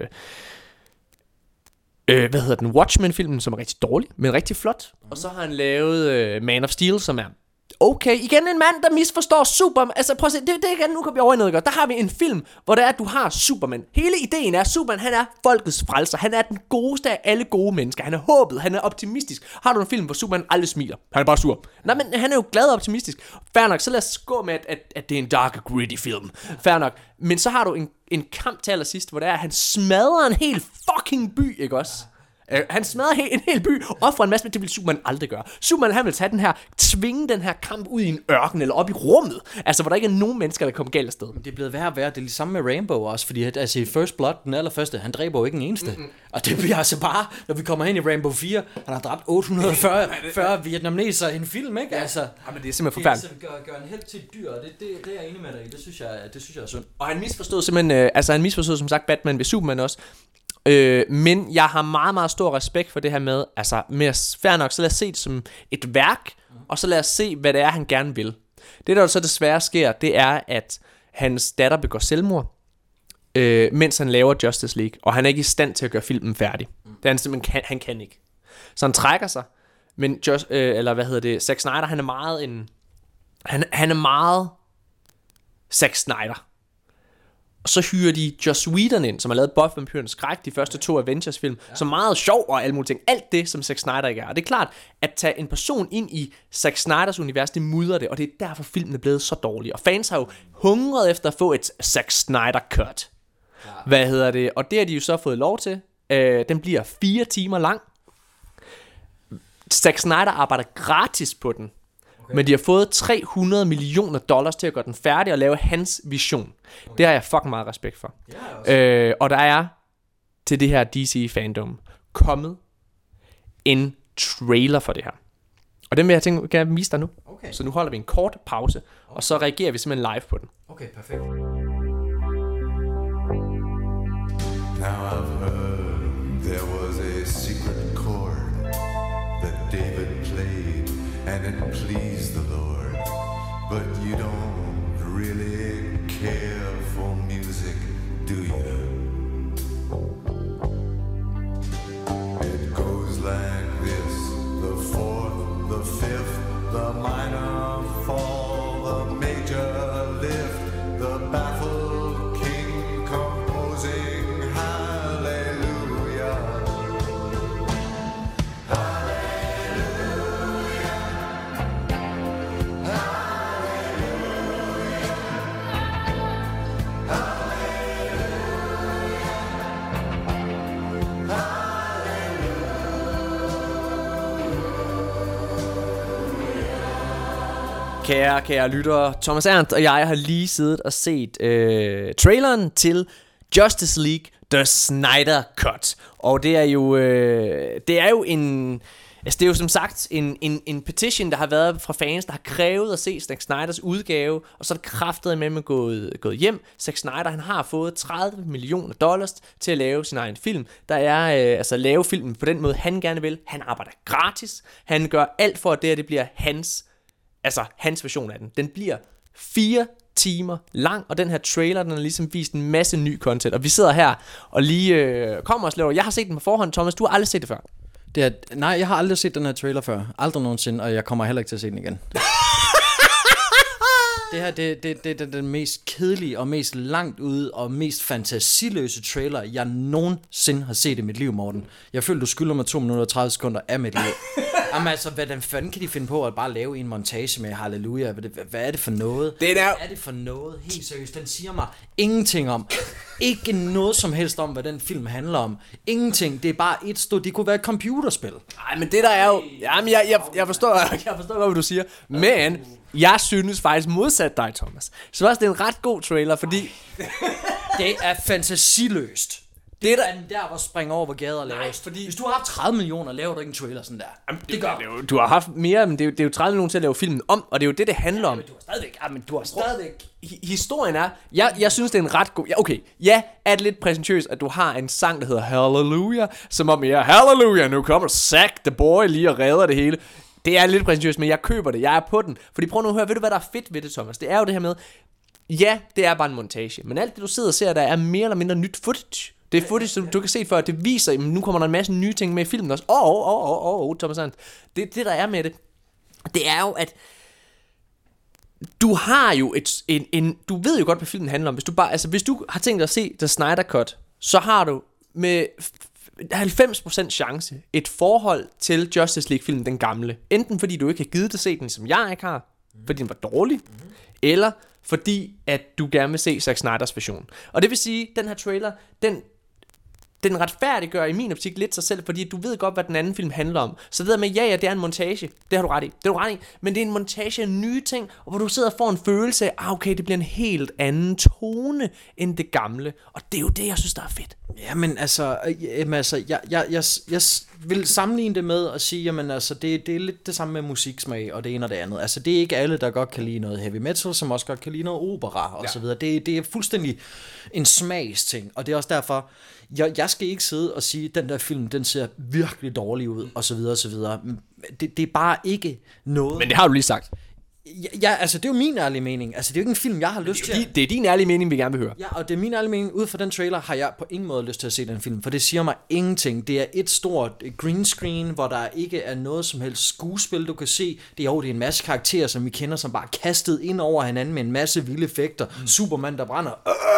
Øh, hvad hedder den? Watchmen-filmen, som er rigtig dårlig, men rigtig flot. Mm. Og så har han lavet øh, Man of Steel, som er okay. Igen en mand, der misforstår Superman. Altså prøv at se, det, det igen, nu kommer vi over i noget godt. Der har vi en film, hvor det er, at du har Superman. Hele ideen er, at Superman, han er folkets frelser. Han er den godeste af alle gode mennesker. Han er håbet, han er optimistisk. Har du en film, hvor Superman aldrig smiler? Han er bare sur. Nej, men han er jo glad og optimistisk. Fair nok, så lad os gå med, at, at, at det er en dark og gritty film. Fair nok. Men så har du en, en kamp til allersidst, hvor det er, at han smadrer en hel fucking by, ikke også? Uh, han smadrer he- en hel by, offrer en masse, men det vil Superman aldrig gøre. Superman, han vil tage den her, tvinge den her kamp ud i en ørken, eller op i rummet. Altså, hvor der ikke er nogen mennesker, der kommer galt afsted. Det er blevet værre og værre. Det er ligesom med Rainbow også, fordi altså i First Blood, den allerførste, han dræber jo ikke en eneste. Mm-hmm. Og det bliver altså bare, når vi kommer hen i Rainbow fire, han har dræbt otte hundrede og fyrre vietnamesere i en film, ikke? Altså, ja, men det er simpelthen forfærdeligt. Det gør, gør en helt til et dyr, og det, det, det er jeg enig med dig i. Det synes jeg, det synes jeg er synd. Og han misforstod simpelthen, øh, altså han misforstod som sagt Batman ved Superman også. Øh, men jeg har meget, meget stor respekt for det her med, altså med fair nok, så lad os se det som et værk, og så lad os se, hvad det er, han gerne vil. Det, der så desværre sker, det er, at hans datter begår selvmord, øh, mens han laver Justice League, og han er ikke i stand til at gøre filmen færdig. Det er han simpelthen, kan, han kan ikke. Så han trækker sig, men Just, øh, eller hvad hedder det, Zack Snyder, han er meget en, han, han er meget Zack Snyder. Og så hyrer de Joss Whedon ind, som har lavet Buffy Vampyrernes Skræk, de første to Avengers-film, ja. Som er meget sjov og alle mulige ting. Alt det, som Zack Snyder ikke er. Og det er klart, at tage en person ind i Zack Snyders univers, det mudrer det, og det er derfor filmen er blevet så dårlig. Og fans har jo hungret efter at få et Zack Snyder-cut. Ja. Hvad hedder det? Og det har de jo så fået lov til. Øh, den bliver fire timer lang. Zack Snyder arbejder gratis på den. Okay. Men de har fået tre hundrede millioner dollars til at gøre den færdig og lave hans vision. Okay. Det har jeg fucking meget respekt for. Yeah, øh, og der er til det her D C fandom kommet en trailer for det her. Og den vil jeg tænke, kan jeg vise dig nu. Okay. Så nu holder vi en kort pause, okay. Og så reagerer vi simpelthen live på den. Okay, perfekt. Now I've heard there was a secret chord that David played and it pleased the Lord, but you don't really care for music, do you? It goes like this: the fourth, the fifth, the minor fall, the major lift, the baffled king composing hallelujah. Kære, kære lyttere, Thomas Ernst og jeg har lige siddet og set øh, traileren til Justice League The Snyder Cut. Og det er jo, øh, det er jo en... Altså det er jo som sagt en, en, en petition, der har været fra fans, der har krævet at se Zack Snyders udgave, og så er det kraftet med, med gået, gået hjem. Zack Snyder, han har fået tredive millioner dollars til at lave sin egen film. Der er øh, altså at lave filmen på den måde, han gerne vil. Han arbejder gratis. Han gør alt for, at det her det bliver hans, altså hans version af den. Den bliver fire timer lang, og den her trailer, den har ligesom vist en masse ny content. Og vi sidder her og lige øh, kommer og laver. Jeg har set den på forhånd, Thomas. Du har aldrig set det før. Det er, nej, jeg har aldrig set den her trailer før. Aldrig nogensinde, og jeg kommer heller ikke til at se den igen. Det her, det, det, det, det er den mest kedelige og mest langt ude og mest fantasiløse trailer, jeg nogensinde har set i mit liv, Morten. Jeg føler, du skylder mig to minutter og tredive sekunder af mit liv. Jamen altså, hvordan fanden kan de finde på at bare lave en montage med Halleluja? Hvad, hvad er det for noget? Det er Hvad er det for noget? Helt seriøst, den siger mig ingenting om. Ikke noget som helst om, hvad den film handler om. Ingenting. Det er bare et stort. Det kunne være et computerspil. Nej, men det der er jo... Jamen, jeg, jeg, jeg forstår jeg forstår godt, hvad du siger. Men jeg synes faktisk modsat dig, Thomas. Så også det er en ret god trailer, fordi... Det er fantasiløst. Det er der, den der, hvor springer over, hvor gader laves. fordi- Hvis du har haft tredive millioner, laver du ikke en trailer sådan der. Jamen, det, det gør du. Du har haft mere, men det er, jo, det er jo tredive millioner til at lave filmen om, og det er jo det, det handler om. Men du har stadigvæk... Ja, men du har stadigvæk... Hi- Historien er, jeg, jeg synes, det er en ret god... Ja, okay, ja, er det lidt præsentøst, at du har en sang, der hedder Hallelujah, som om, ja, Hallelujah, nu kommer Zack the Boy lige og redder det hele. Det er lidt præsentøst, men jeg køber det, jeg er på den. Fordi prøv nu at høre, ved du, hvad der er fedt ved det, Thomas? Det er jo det her med, ja, det er bare en montage, men alt det, du sidder og ser, der er mere eller mindre nyt footage. Det er footage, som du kan se før, det viser, at nu kommer der en masse nye ting med i filmen også. Åh, åh, åh, åh, åh, Thomas Sand. Det, det, der er med det, det er jo, at du har jo et, en, en, du ved jo godt, hvad filmen handler om. Hvis du bare, altså hvis du har tænkt dig at se The Snyder Cut, så har du med halvfems procent chance et forhold til Justice League-filmen, den gamle. Enten fordi du ikke har givet dig at se den, som jeg ikke har, fordi den var dårlig, mm-hmm. eller fordi at du gerne vil se Zack Snyders version. Og det vil sige, den her trailer, den den retfærdiggør i min optik lidt sig selv, fordi du ved godt, hvad den anden film handler om. Så det der med, ja, ja, det er en montage. Det har du ret i. Det har du ret i. Men det er en montage af nye ting, og hvor du sidder og får en følelse af, ah, okay, det bliver en helt anden tone end det gamle. Og det er jo det, jeg synes, der er fedt. Jamen altså, jamen, altså jeg, jeg, jeg, jeg vil sammenligne det med at sige, jamen altså, det, det er lidt det samme med musiksmag og det ene og det andet. Altså, det er ikke alle, der godt kan lide noget heavy metal, som også godt kan lide noget opera og ja. så videre. Det, det er fuldstændig en smagsting, og det er også derfor, jeg, jeg skal ikke sidde og sige, at den der film, den ser virkelig dårlig ud, og så videre, og så videre. Det, det er bare ikke noget... Men det har du lige sagt. Ja, ja, altså det er jo min ærlige mening. Altså det er jo ikke en film, jeg har lyst til at... Det er din ærlige mening, vi gerne vil høre. Ja, og det er min ærlige mening. Ud fra den trailer har jeg på ingen måde lyst til at se den film, for det siger mig ingenting. Det er et stort green screen, hvor der ikke er noget som helst skuespil, du kan se. Det er jo det er en masse karakterer, som vi kender, som bare er kastet ind over hinanden med en masse vilde effekter. Mm. Superman, der brænder.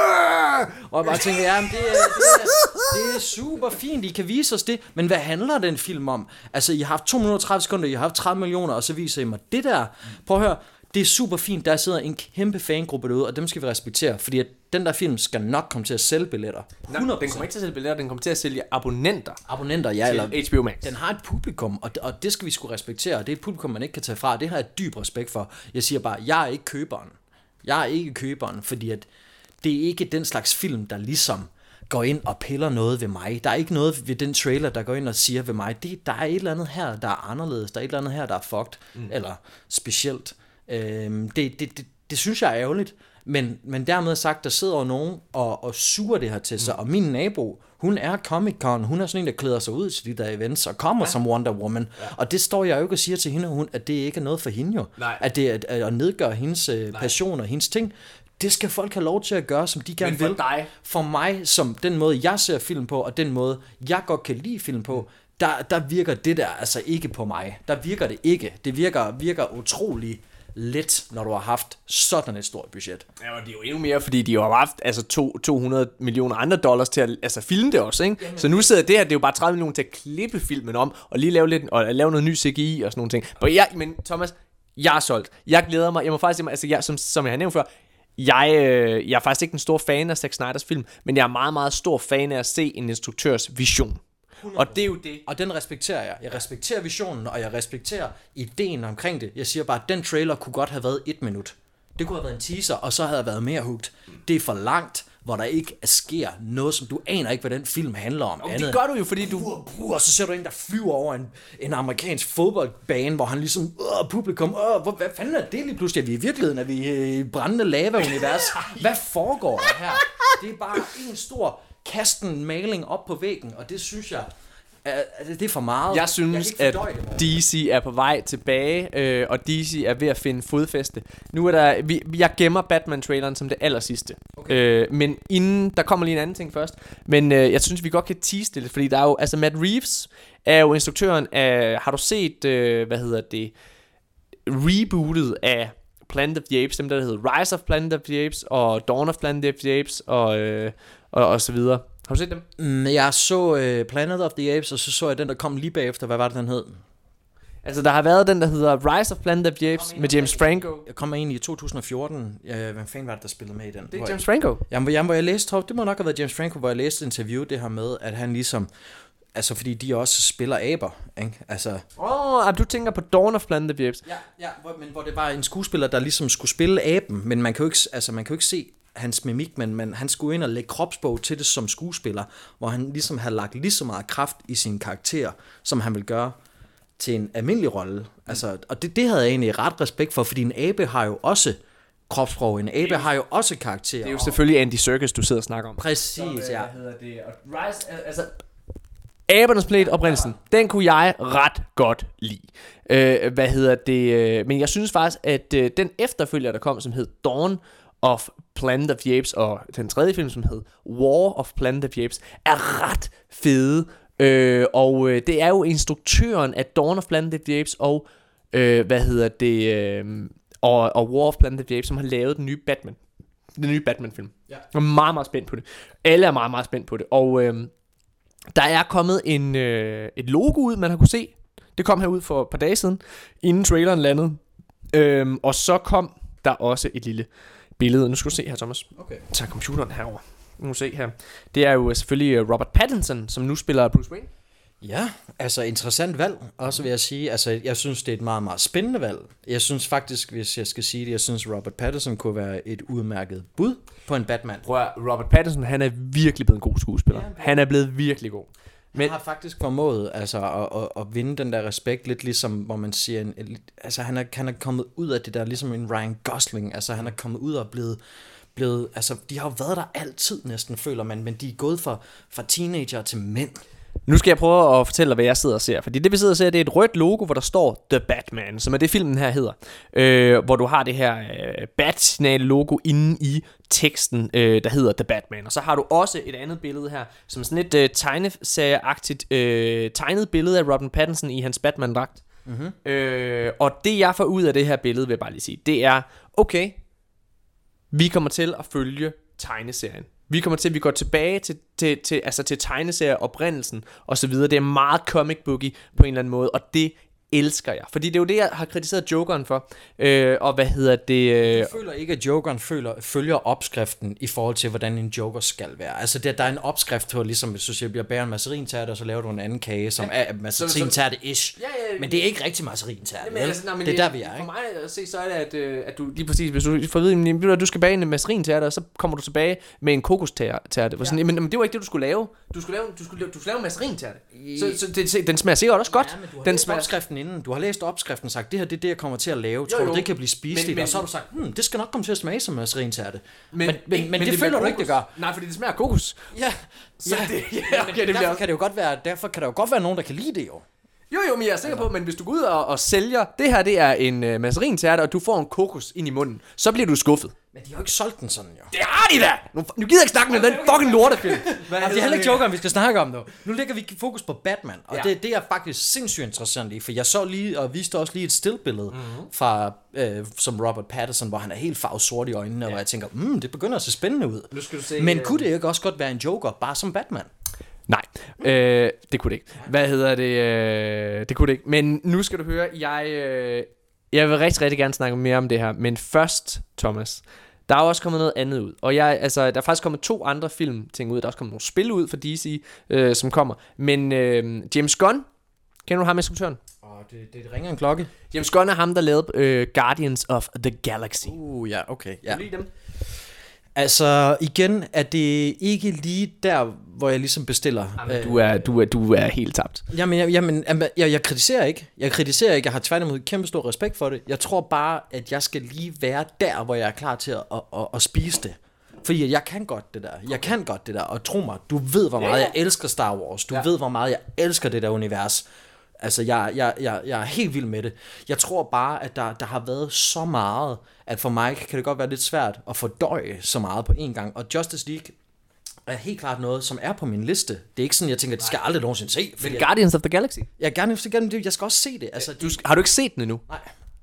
Og jeg bare tænker, ja, men det, er, det, er, det er super fint, I kan vise os det. Men hvad handler den film om? Altså, I har haft to minutter og tredive sekunder, I har haft tredive millioner, og så viser I mig det der. Prøv at høre. Det er super fint, der sidder en kæmpe fangruppe derude, og dem skal vi respektere, fordi at den der film skal nok komme til at sælge billetter. hundrede procent. Den kommer ikke til at sælge billetter, den kommer til at sælge abonnenter. Abonnenter, ja, eller H B O Max. Den har et publikum, og det, og det skal vi sgu respektere, og det er et publikum, man ikke kan tage fra. Det har jeg dyb respekt for. Jeg siger bare, jeg er ikke køberen. Jeg er ikke køberen, fordi at det er ikke den slags film, der ligesom går ind og piller noget ved mig. Der er ikke noget ved den trailer, der går ind og siger ved mig, det, der er et eller andet her, der er anderledes. Der er et eller andet her, der er fucked, mm. eller specielt. Øhm, det, det, det, det synes jeg er ærgerligt, men, men dermed sagt, der sidder jo nogen og, og suger det her til sig, mm. og min nabo, hun er Comic-Con, hun er sådan en, der klæder sig ud til de der events, og kommer ja. som Wonder Woman, ja. og det står jeg jo ikke og siger til hende, hun, at det ikke er noget for hende jo, Nej. at det er at, at nedgøre hendes øh, passion og hendes ting. Det skal folk have lov til at gøre, som de gerne for vil. Dig. For mig, som den måde, jeg ser film på, og den måde, jeg godt kan lide film på, der, der virker det der altså ikke på mig. Der virker det ikke. Det virker, virker utrolig let, når du har haft sådan et stort budget. Ja, og det er jo endnu mere, fordi de har haft altså to, to hundrede millioner andre dollars til at altså, filme det også, ikke? Jamen. Så nu sidder det her, det er jo bare tredive millioner til at klippe filmen om, og lige lave lidt, og lave noget ny C G I og sådan nogle ting. Men, jeg, men Thomas, jeg er solgt. Jeg glæder mig. Jeg må faktisk sige, altså, jeg, som, som jeg har nævnt før, jeg, øh, jeg er faktisk ikke en stor fan af Zack Snyders film, men jeg er meget, meget stor fan af at se en instruktørs vision. hundrede procent. Og det er jo det. Og den respekterer jeg. Jeg respekterer visionen, og jeg respekterer ideen omkring det. Jeg siger bare, at den trailer kunne godt have været et minut. Det kunne have været en teaser, og så havde jeg været mere hooked. Det er for langt, hvor der ikke sker noget, som du aner ikke, hvad den film handler om. Og det gør du jo, fordi du... Brug, brug, og så ser du en, der flyver over en, en amerikansk fodboldbane, hvor han ligesom, øh, publikum, øh, hvor, hvad fanden er det lige pludselig? Er vi i virkeligheden? Er vi i brændende lava-univers? Hvad foregår der her? Det er bare en stor kasten maling op på væggen, og det synes jeg, det er for meget. Jeg synes, jeg at D C er på vej tilbage, øh, og D C er ved at finde fodfæste. Nu er der, vi, jeg gemmer Batman-traileren som det aller sidste. Okay. Øh, men inden, der kommer lige en anden ting først. Men øh, jeg synes, vi godt kan tease det lidt, fordi der er jo, altså Matt Reeves er jo instruktøren af, har du set, øh, hvad hedder det, rebootet af Planet of the Apes, dem der hedder Rise of Planet of the Apes, og Dawn of Planet of the Apes, og, øh, og, og så videre. Har du set dem? Mm, jeg så uh, Planet of the Apes, og så så jeg den, der kom lige bagefter. Hvad var det, den hed? Altså, der har været den, der hedder Rise of Planet of the Apes med James Franco. Jeg kom ind i to tusind og fjorten. Øh, hvem fanden var det, der spillede med i den? Det er James Franco. Jamen, hvor jeg, hvor jeg læste, det må nok have været James Franco, hvor jeg læste et interview, det her med, at han ligesom... Altså, fordi de også spiller aber, ikke? Altså... Åh, oh, du tænker på Dawn of Planet of the Apes. Ja, ja hvor, men hvor det var en skuespiller, der ligesom skulle spille aben, men man kan jo ikke, altså, man kan jo ikke se hans mimik, men, men han skulle ind og lægge kropsbog til det som skuespiller, hvor han ligesom havde lagt lige så meget kraft i sin karakter, som han vil gøre til en almindelig rolle. Altså, og det, det havde jeg egentlig ret respekt for, fordi en abe har jo også kropssprog, en abe har jo også karakter. Det er jo selvfølgelig Andy Serkis, du sidder og snakker om. Præcis, ja. Hvad hedder det? Og Rise, altså... Abernes Planet, oprindelsen, den kunne jeg ret godt lide. Øh, hvad hedder det? Øh, men jeg synes faktisk, at øh, den efterfølger, der kom, som hed Dawn of Planet of the Apes, og den tredje film, som hed War of Planet of the Apes, er ret fede. Øh, og øh, det er jo instruktøren af Dawn of Planet of the Apes og øh, hvad hedder det? Øh, og, og War of Planet of the Apes, som har lavet den nye Batman. Den nye Batman-film. Ja. Jeg er meget, meget spændt på det. Alle er meget, meget spændt på det. Og øh, der er kommet en, øh, et logo ud, man har kunne se. Det kom herud for et par dage siden, inden traileren landede. Øhm, og så kom der også et lille billede. Nu skal du se her, Thomas. Okay. Tag computeren herover. Nu skal du se her. Det er jo selvfølgelig Robert Pattinson, som nu spiller Bruce Wayne. Ja, altså interessant valg, også vil jeg sige. Altså, jeg synes, det er et meget, meget spændende valg. Jeg synes faktisk, hvis jeg skal sige det, jeg synes, Robert Pattinson kunne være et udmærket bud på en Batman. Prøv at, Robert Pattinson, han er virkelig blevet en god skuespiller. Ja, han er blevet virkelig god. Men han har faktisk formået altså, at, at, at vinde den der respekt, lidt ligesom, hvor man siger, en, altså han er, han er kommet ud af det der, ligesom en Ryan Gosling. Altså han er kommet ud og blevet... blevet altså, de har jo været der altid næsten, føler man, men de er gået fra, fra teenager til mænd. Nu skal jeg prøve at fortælle dig, hvad jeg sidder og ser. Fordi det vi sidder og ser, det er et rødt logo, hvor der står The Batman, som er det filmen her hedder. Øh, hvor du har det her øh, Bat-signal logo inde i teksten, øh, der hedder The Batman. Og så har du også et andet billede her, som sådan et øh, tegneserieagtigt øh, tegnet billede af Robert Pattinson i hans Batman-dragt. Mm-hmm. Øh, og det jeg får ud af det her billede, vil jeg bare lige sige, det er, okay, vi kommer til at følge tegneserien. Vi kommer til, at vi går tilbage til, til, til, altså til tegneserier, oprindelsen og så videre. Det er meget comic booky på en eller anden måde, og det elsker jeg. Fordi det er jo det, jeg har kritiseret Jokeren for. Øh, og hvad hedder det? Øh... Jeg føler ikke, at Jokeren føler, følger opskriften i forhold til, hvordan en Joker skal være. Altså, der, der er en opskrift på, ligesom hvis du siger, jeg bærer en massarintærte, og så laver du en anden kage, som ja, er massarintærte-ish. Ja, ja, ja, men det er ikke rigtig massarintærte. Ja, altså, det er der, vi er. For mig at se, så er det, at, at du lige præcis, hvis du får at vide, at du skal bage en massarintærte, og så kommer du tilbage med en kokostærte. Ja. Men, men det var ikke det, du skulle lave. Du skulle lave, du skulle, du skulle lave en massarintærte. Så, så det, den smager sikkert også godt. Ja, den smager opskriften inden. Du har læst opskriften og sagt, det her det er det, jeg kommer til at lave. Tror jo, jo. du, det kan blive spiseligt? Og så har du sagt, hm, det skal nok komme til at smage som massarintærte. Men, men, men, men, men det, det føler du ikke, det gør. Nej, fordi det smager kokos. Ja, så ja, det, ja okay, det derfor, kan det jo godt være, derfor kan der jo godt være nogen, der kan lide det jo. Jo, jo, men jeg er sikker på, men hvis du går ud og, og sælger, det her det er en uh, massarintærte, og du får en kokos ind i munden, så bliver du skuffet. Men de har jo ikke solgt den sådan, jo. Det har de da! Nu, nu gider jeg ikke snakke med den fucking lortefilm. Det er heller ikke Jokeren, vi skal snakke om, nu. Nu lægger vi fokus på Batman, og ja. det, det er faktisk sindssygt interessant i, for jeg så lige, og viste også lige et stillbillede mm-hmm. fra, øh, som Robert Pattinson, hvor han er helt farvet sort i øjnene, ja. og jeg tænker, mm, det begynder at se spændende ud. Nu skal du se, men øh... kunne det ikke også godt være en Joker, bare som Batman? Nej, øh, det kunne det ikke. Hvad hedder det? Øh, det kunne det ikke. Men nu skal du høre, jeg, øh, jeg vil rigtig, rigtig gerne snakke mere om det her. Men først, Thomas, der er også kommet noget andet ud. Og jeg, altså, der er faktisk kommet to andre filmting ud. Der er også kommet nogle spil ud for D C, øh, som kommer. Men øh, James Gunn, kender du ham, instruktøren? Åh, oh, det, det ringer en klokke. James Gunn er ham, der lavede øh, Guardians of the Galaxy. Uh, ja, okay. Ja. Kan du lide dem? Altså, igen er det ikke lige der, hvor jeg ligesom bestiller. Jamen, du, er, du, er, du er helt tabt. Jamen, jeg, jamen jeg, jeg kritiserer ikke. Jeg kritiserer ikke. Jeg har tværtimod kæmpe stor respekt for det. Jeg tror bare, at jeg skal lige være der, hvor jeg er klar til at, at, at, at spise det. Fordi jeg kan godt det der. Jeg kan godt det der. Og tro mig, du ved, hvor meget jeg elsker Star Wars. Du ja. ved, hvor meget jeg elsker det der univers. Altså, jeg, jeg, jeg, jeg er helt vild med det. Jeg tror bare, at der, der har været så meget, at for mig kan det godt være lidt svært at fordøje så meget på en gang. Og Justice League er helt klart noget, som er på min liste. Det er ikke sådan, jeg tænker, at det skal jeg aldrig nogensinde se. Men Guardians of the Galaxy? Ja, Guardians of the Galaxy, jeg skal også se det. Altså, du, har du ikke set den endnu? Nej.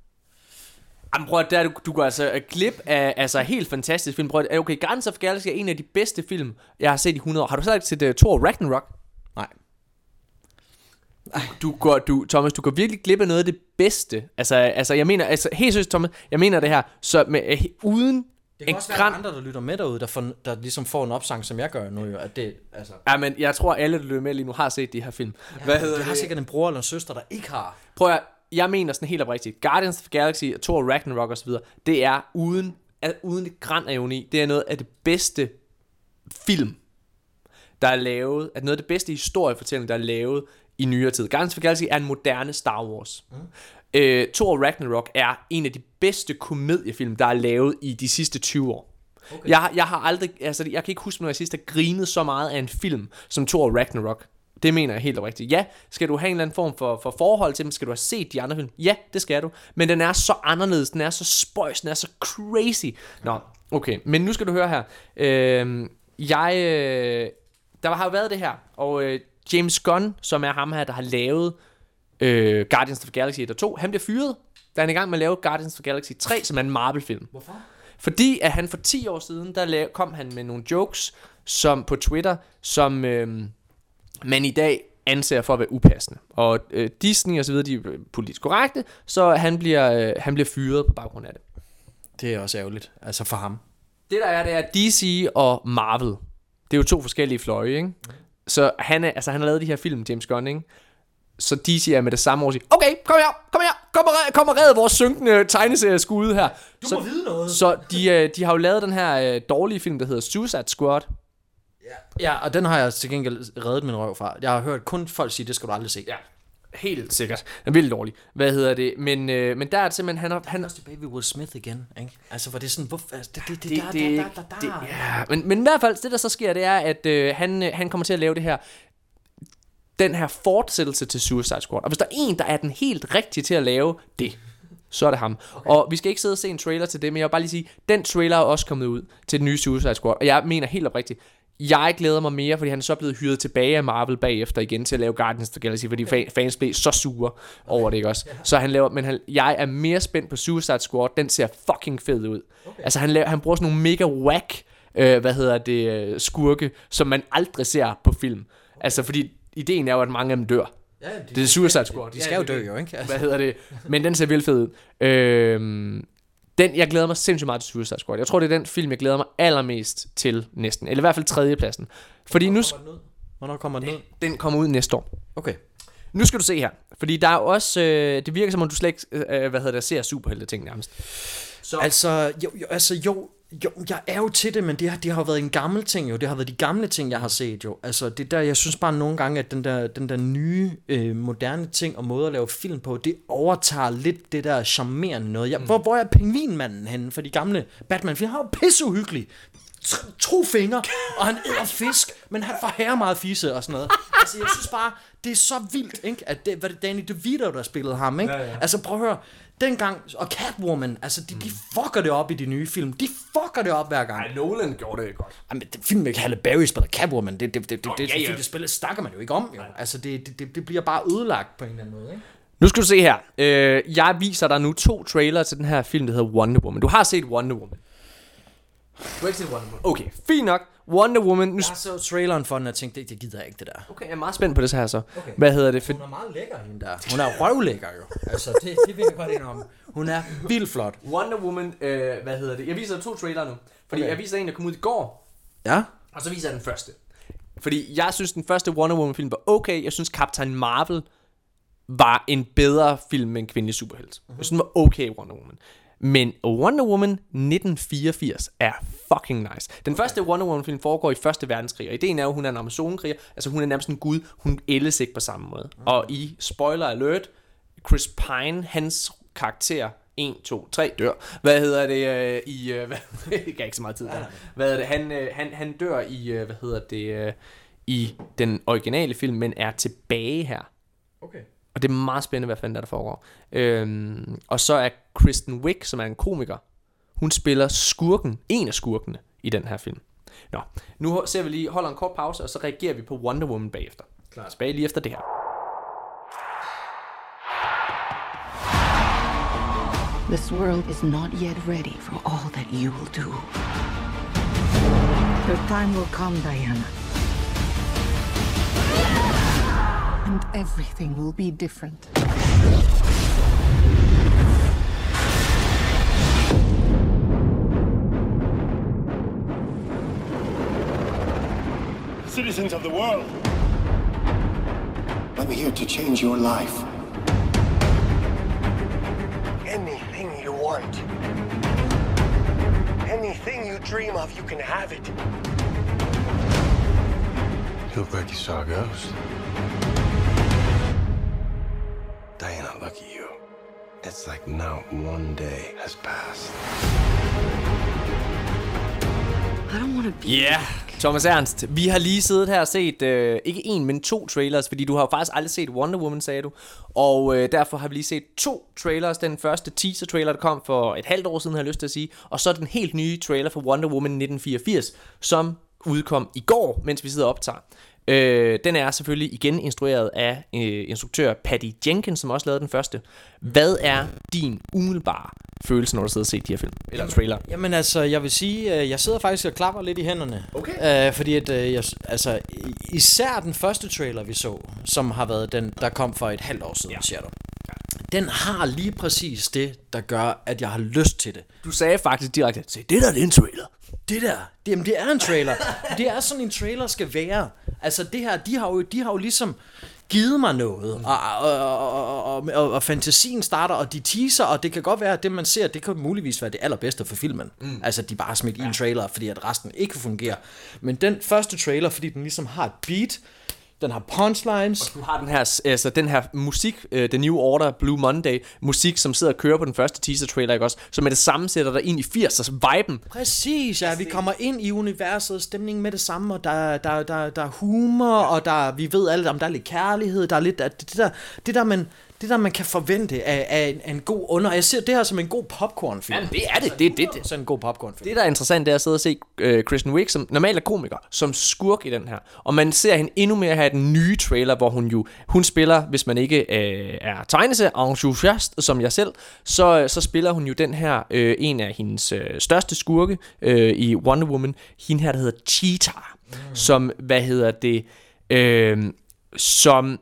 Jamen prøv at der, du, du går altså glip af altså helt fantastisk film. Prøv at, okay, Guardians of the Galaxy er en af de bedste film, jeg har set i hundrede år. Har du så set uh, Thor Ragnarok? Nej. Du går, du, Thomas, du går virkelig glip af noget af det bedste. Altså, altså jeg mener, altså, helt seriøst, Thomas, jeg mener det her, så med, uh, uden det kan en også gran... være andre, der lytter med derude, der, får, der ligesom får en opsang, som jeg gør nu jo. At det, altså... Ja, men jeg tror, alle, der lytter med lige nu, har set de her film. Ja, Hvad hedder jeg har det? sikkert en bror eller en søster, der ikke har. Prøv at, jeg mener sådan helt oprigtigt, Guardians of the Galaxy, Thor Ragnarok osv., det er uden, er, uden et gran af ironi, det er noget af det bedste film, der er lavet, at noget af det bedste historiefortælling, der er lavet i nyere tid. Guardians of the Galaxy er en moderne Star Wars. Mm. Øh, Thor Ragnarok er en af de bedste komediefilm, der er lavet i de sidste tyve år. Okay. Jeg, jeg har aldrig, altså jeg kan ikke huske, når jeg sidst har grinet så meget af en film som Thor Ragnarok. Det mener jeg helt oprigtigt. Ja, skal du have en eller anden form for, for forhold til dem? Skal du have set de andre film? Ja, det skal du. Men den er så anderledes, den er så spøjs, den er så crazy. Nå, okay, men nu skal du høre her. Øh, jeg, øh, der har jo været det her, og øh, James Gunn, som er ham her, der har lavet øh, Guardians of the Galaxy et og to, han bliver fyret, da han er i gang med at lave Guardians of the Galaxy tre, som er en Marvel-film. Hvorfor? Fordi at han for ti år siden, der la- kom han med nogle jokes som på Twitter, som øh, man i dag anser for at være upassende. Og øh, Disney og så videre, de er politisk korrekte, så han bliver, øh, han bliver fyret på baggrund af det. Det er også ærgerligt, altså for ham. Det der er, det er D C og Marvel. Det er jo to forskellige fløje, ikke? Mm. Så han, er, altså, han har lavet de her film, James Gunn, ikke? Så D C er med det samme år og siger, okay, kom her, kom her, kom og, red, kom og red vores synkende tegneserieskude her. Du så, må vide noget. Så de, de har jo lavet den her dårlige film, der hedder Suicide Squad. Ja, og den har jeg til gengæld reddet min røv fra. Jeg har hørt kun folk sige, det skal du aldrig se. Ja, helt sikkert. Den er vildt dårlig. Hvad hedder det? Men, øh, men der er det simpelthen, han har... Han også tilbage ved Will Smith igen, ikke? Altså, for det er sådan, hvorfor... Altså, det, det, det, det, der, det, der, der, der, det, der. ja, men, men i hvert fald, det der så sker, det er, at øh, han, øh, han kommer til at lave det her... Den her fortsættelse til Suicide Squad. Og hvis der er en, der er den helt rigtige til at lave det, så er det ham. Okay. Og vi skal ikke sidde og se en trailer til det, men jeg vil bare lige sige, den trailer er også kommet ud til den nye Suicide Squad. Og jeg mener helt oprigtigt, jeg glæder mig mere, fordi han er så blevet hyret tilbage af Marvel bagefter igen til at lave Guardians of the Galaxy, fordi okay. fans blev så sure over det, ikke også? Ja. Så han laver, men han, jeg er mere spændt på Suicide Squad. Den ser fucking fed ud. Okay. Altså han, laver, han bruger sådan nogle mega whack, øh, hvad hedder det, skurke, som man aldrig ser på film. Okay. Altså fordi ideen er jo, at mange af dem dør. Ja, de, det er Suicide Squad. De skal jo dø, jo, ikke? Altså. Hvad hedder det? Men den ser vildt fed ud. Øhm, den, jeg glæder mig sindssygt meget til Suicide Squad. Jeg tror, det er den film, jeg glæder mig allermest til næsten. Eller i hvert fald tredjepladsen. Fordi nu... Hvornår kommer den ud? Den kommer ud næste år. Okay. Nu skal du se her. Fordi der er også... Øh, det virker som om, du slet ikke øh, hvad hedder det, ser superhelte ting nærmest. Så. Altså, jo, jo, altså, jo... Jo, jeg er jo til det, men det har, det har været en gammel ting jo. Det har været de gamle ting, jeg har set jo. Altså, det der, jeg synes bare nogle gange, at den der, den der nye, øh, moderne ting og måde at lave film på, det overtager lidt det der charmerende noget. Jeg, mm. hvor, hvor er pingvinmanden henne? For de gamle Batman-film, han var pisseuhyggelig. To fingre, og han æder fisk, men han får her meget fisse og sådan noget. Altså, jeg synes bare, det er så vildt, ikke? At det var det Danny DeVito, der spillede ham, ikke? Ja, ja. Altså, prøv at høre. Dengang, og Catwoman, altså de, de fucker det op i de nye film. De fucker det op hver gang. Ej, Nolan gjorde det godt. Jamen, det film med Halle Berry spiller Catwoman, det, det, det, det, oh, det, ja, ja. det, det spiller snakker man jo ikke om, jo. Altså, det, det, det bliver bare ødelagt på en eller anden måde, ikke? Nu skal du se her. Øh, jeg viser dig nu to trailere til den her film, der hedder Wonder Woman. Du har set Wonder Woman. Du har ikke set Wonder Woman? Okay, fint nok. Wonder Woman. Nu... Jeg så traileren for den, og tænkte, det, det gider jeg ikke, det der. Okay, jeg er meget spændt på det her så. Okay. Hvad hedder det? For... Hun er meget lækker, hende der. Hun er røvlækker jo. Altså, det, det vil jeg godt ind om. Hun er vildt flot. Wonder Woman, øh, hvad hedder det? Jeg viser dig to trailere nu. Fordi okay. jeg viser en, der kom ud i går. Ja. Og så viser jeg den første. Fordi jeg synes, den første Wonder Woman film var okay. Jeg synes, Captain Marvel var en bedre film med en kvindelig superhelt. Uh-huh. Jeg synes, den var okay, Wonder Woman. Men Wonder Woman nitten fireogfirs er fucking nice. Den okay. første Wonder Woman film foregår i første verdenskrig, og ideen er jo, at hun er en amazonkriger. Altså hun er nærmest en gud. Hun ældes ikke på samme måde. Okay. Og i spoiler alert, Chris Pine, hans karakter en, to, tre dør. Hvad hedder det øh, i øh, hvad, jeg kan ikke så meget tid der. Hvad hedder det? Han øh, han han dør i øh, hvad hedder det øh, i den originale film, men er tilbage her. Okay. Og det er meget spændende, hvad fanden der, der foregår. Øhm, og så er Kristen Wiig, som er en komiker, hun spiller skurken, en af skurkene i den her film. Nå, nu ser vi lige, holder en kort pause, og så reagerer vi på Wonder Woman bagefter. Klar. Tilbage lige efter det her. This world is not yet ready for all that you will do. Your time will come, Diana. And everything will be different. Citizens of the world, I'm here to change your life. Anything you want, anything you dream of, you can have it. You look like you saw a ghost. Diana, look at you. It's like not one day has passed. I don't want to be. Ja, yeah. Thomas Ernst, vi har lige siddet her og set øh, ikke en, men to trailers, fordi du har jo faktisk aldrig set Wonder Woman, sagde du. Og øh, derfor har vi lige set to trailers. Den første teaser trailer, der kom for et halvt år siden, har jeg lyst til at sige. Og så den helt nye trailer for Wonder Woman nitten fireogfirs, som udkom i går, mens vi sidder og optager. Øh, den er selvfølgelig igen instrueret af øh, instruktør Patty Jenkins, som også lavede den første. Hvad er din umiddelbare følelse, når du sidder og ser de her film eller trailer? Jamen altså, jeg vil sige, øh, jeg sidder faktisk og klapper lidt i hænderne. Okay. Øh, fordi at, øh, jeg, altså, især den første trailer, vi så, som har været den, der kom for et halvt år siden, ja. Siger du. Den har lige præcis det, der gør, at jeg har lyst til det. Du sagde faktisk direkte, se, det der det er en trailer. Det der, det, jamen, det er en trailer. Det er sådan en trailer skal være. Altså det her, de har jo, de har jo ligesom givet mig noget, mm. og, og, og, og, og, og fantasien starter, og de teaser, og det kan godt være, at det man ser, det kan muligvis være det allerbedste for filmen. Mm. Altså de bare har smidt ja. i en trailer, fordi at resten ikke fungerer. Men den første trailer, fordi den ligesom har et beat, den har punchlines. Og du har den her, altså den her musik, uh, The New Order, Blue Monday, musik, som sidder og kører på den første teaser-trailer, ikke også? Så med det samme sætter der ind i firsers-viben. Præcis, ja. Vi kommer ind i universet, stemningen med det samme, og der, der, der, der er humor, ja. og der, vi ved alle, om der er lidt kærlighed, der er lidt, det, det der, det der man... Det der man kan forvente af, af, en, af en god under. Jeg ser det her som en god popcornfilm. Jamen det er det. Det er det, det. Så en god popcornfilm. Det der er interessant, det er at sidde og se uh, Kristen Wiig, som normalt er komiker, som skurk i den her. Og man ser hende endnu mere her i den nye trailer, hvor hun jo hun spiller, hvis man ikke uh, er tegneserie-entusiast som jeg selv, så så spiller hun jo den her uh, en af hendes uh, største skurke uh, i Wonder Woman, hende her der hedder Cheetah, mm. som hvad hedder det, uh, som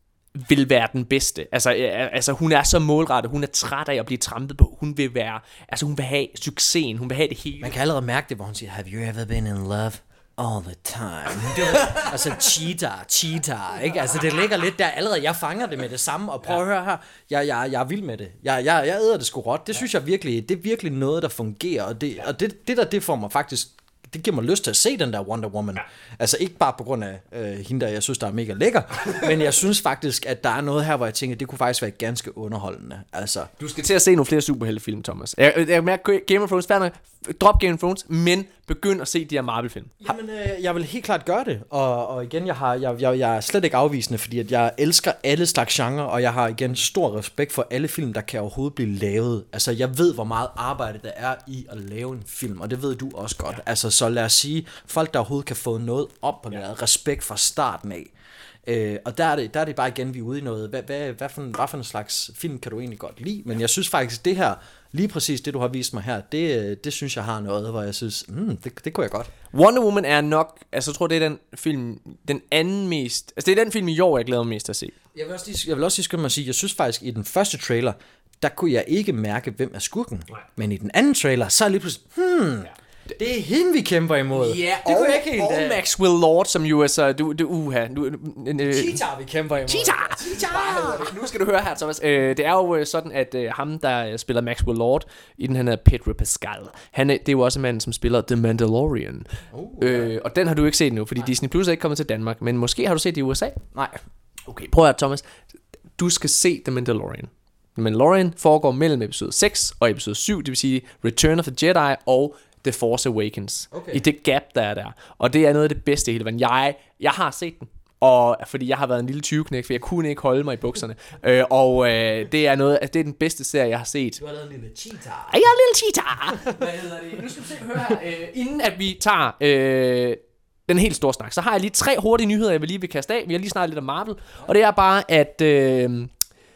vil være den bedste. Altså, altså hun er så målrettet. Hun er træt af at blive trampet på. Hun vil være, altså hun vil have succesen. Hun vil have det hele. Man kan allerede mærke det, hvor hun siger, have you ever been in love? All the time. Altså cheetah, cheetah, ikke? Altså det ligger lidt der allerede. Jeg fanger det med det samme. Og prøv ja. at høre her. Jeg, jeg, jeg er vild med det. Jeg, jeg, jeg æder det sgu råt. Det ja. synes jeg virkelig, det er virkelig noget, der fungerer. Og det, og det, det der, det får mig faktisk, det giver mig lyst til at se den der Wonder Woman. Ja. Altså ikke bare på grund af øh, hende, der jeg synes, der er mega lækker, men jeg synes faktisk, at der er noget her, hvor jeg tænker, det kunne faktisk være ganske underholdende. Altså. Du skal til at se nogle flere superheltefilm, Thomas. Jeg, jeg mærker Game of Thrones, færdig, drop Game of Thrones, men begynd at se de her Marvel-film. Jamen, øh, jeg vil helt klart gøre det, og, og igen, jeg, har, jeg, jeg, jeg er slet ikke afvisende, fordi at jeg elsker alle slags genre, og jeg har igen stor respekt for alle film, der kan overhovedet blive lavet. Altså, jeg ved, hvor meget arbejde der er i at lave en film, og det ved du også godt. Ja. Altså, så lad os sige, folk der overhovedet kan få noget op på ja. det, respekt fra starten af. Øh, og der er, det, der er det bare igen, vi er ude i noget. Hvad, hvad, hvad, for en, hvad for en slags film kan du egentlig godt lide? Men jeg synes faktisk, det her, lige præcis det, du har vist mig her, det, det synes jeg har noget, hvor jeg synes, mm, det, det kunne jeg godt. Wonder Woman er nok, altså jeg tror, det er den film, den anden mest, altså det er den film i år, jeg glæder mig mest at se. Jeg vil også lige, jeg vil også lige skynde mig at sige, jeg synes faktisk, i den første trailer, der kunne jeg ikke mærke, hvem er skurken. Nej. Men i den anden trailer, så er lige pludselig, hmm... Ja. Det er hende, vi kæmper imod. Ja, det og, kunne jeg ikke helt og af. Maxwell Lord, som jo er så... Du, du, uha, du, øh, Cheetah, vi kæmper imod. Cheetah! Cheetah! Nu skal du høre her, Thomas. Øh, det er jo sådan, at øh, ham, der spiller Maxwell Lord, i den her hedder Pedro Pascal, han er, det er jo også manden, som spiller The Mandalorian. Uh, øh, og den har du ikke set nu, fordi Nej. Disney Plus er ikke kommet til Danmark. Men måske har du set det i U S A? Nej. Okay, prøv at høre, Thomas. Du skal se The Mandalorian. The Mandalorian foregår mellem episode seks og episode syv, det vil sige Return of the Jedi og The Force Awakens. Okay. I det gap, der er der. Og det er noget af det bedste i hele verden. Jeg, jeg har set den. Og fordi jeg har været en lille tyveknæk, for jeg kunne ikke holde mig i bukserne. øh, Og øh, det er noget, altså, det er den bedste serie, jeg har set. Du har lavet en lille cheetah. Jeg er en lille cheetah. Hvad hedder det? Nu skal vi se, høre her. Øh, inden at vi tager øh, den helt store snak, så har jeg lige tre hurtige nyheder, jeg vil lige vil kaste af. Vi har lige snakket lidt om Marvel. Og det er bare, at... Øh,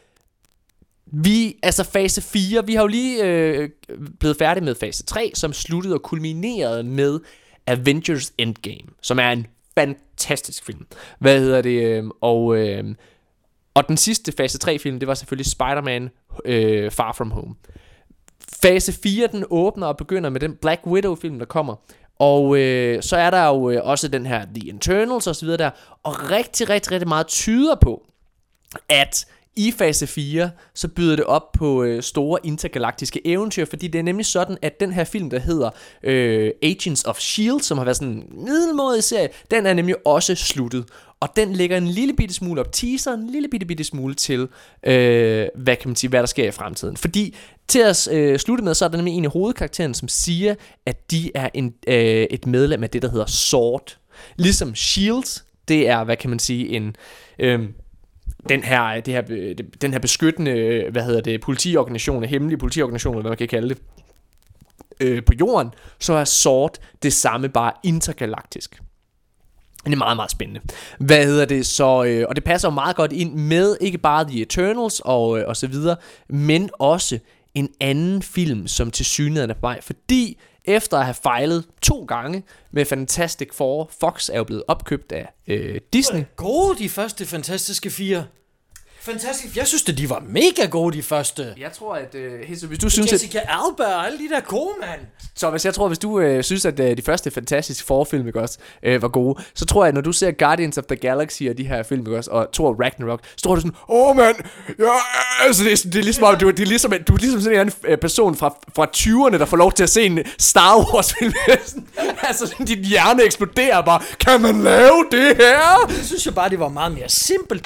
Vi, altså fase fire, vi har jo lige øh, blevet færdige med fase tre, som sluttede og kulminerede med Avengers Endgame, som er en fantastisk film. Hvad hedder det? Og øh, Og den sidste fase tre film, det var selvfølgelig Spider-Man øh, Far From Home. Fase fire, den åbner og begynder med den Black Widow film, der kommer. Og øh, så er der jo øh, også den her The Internals og så videre der. Og rigtig, rigtig, rigtig meget tyder på, at i fase fire, så byder det op på øh, store intergalaktiske eventyr, fordi det er nemlig sådan, at den her film, der hedder øh, Agents of S H I E L D, som har været sådan en middelmådig serie, den er nemlig også sluttet. Og den lægger en lille bitte smule op teaser, en lille bitte bitte smule til, øh, hvad kan man sige, hvad der sker i fremtiden. Fordi til at øh, slutte med, så er der nemlig en af hovedkaraktererne, som siger, at de er en, øh, et medlem af det, der hedder S W O R D. Ligesom S H I E L D, det er, hvad kan man sige, en... Øh, Den her, det her, den her beskyttende, hvad hedder det, politiorganisation, hemmelige politiorganisation, eller hvad man kan kalde det, øh, på jorden, så er S W O R D det samme, bare intergalaktisk. Det er meget, meget spændende. Hvad hedder det så? Øh, og det passer jo meget godt ind med ikke bare The Eternals og, øh, og så videre, men også en anden film, som til synligheden er på vej, fordi efter at have fejlet to gange med Fantastic Four, Fox er jo blevet opkøbt af øh, Disney. Gode de første Fantastiske fire. Fantastisk. Jeg synes, at de var mega gode, de første. Jeg tror, at øh, Hesse, hvis du synes, Jessica Alba og alle de der gode, mand. Så hvis jeg tror, hvis du øh, synes, at øh, de første Fantastic Four-film, ikke også, øh, var gode, så tror jeg, at når du ser Guardians of the Galaxy og de her film, ikke også, og Thor Ragnarok, så tror du sådan, åh oh, mand, ja, altså det, er, det er ligesom, du, det er ligesom, du er ligesom sådan en anden øh, person fra, fra tyverne, der får lov til at se en Star Wars-film. Altså sådan, din hjerne eksploderer bare, kan man lave det her? Jeg synes jo bare, det var meget mere simpelt.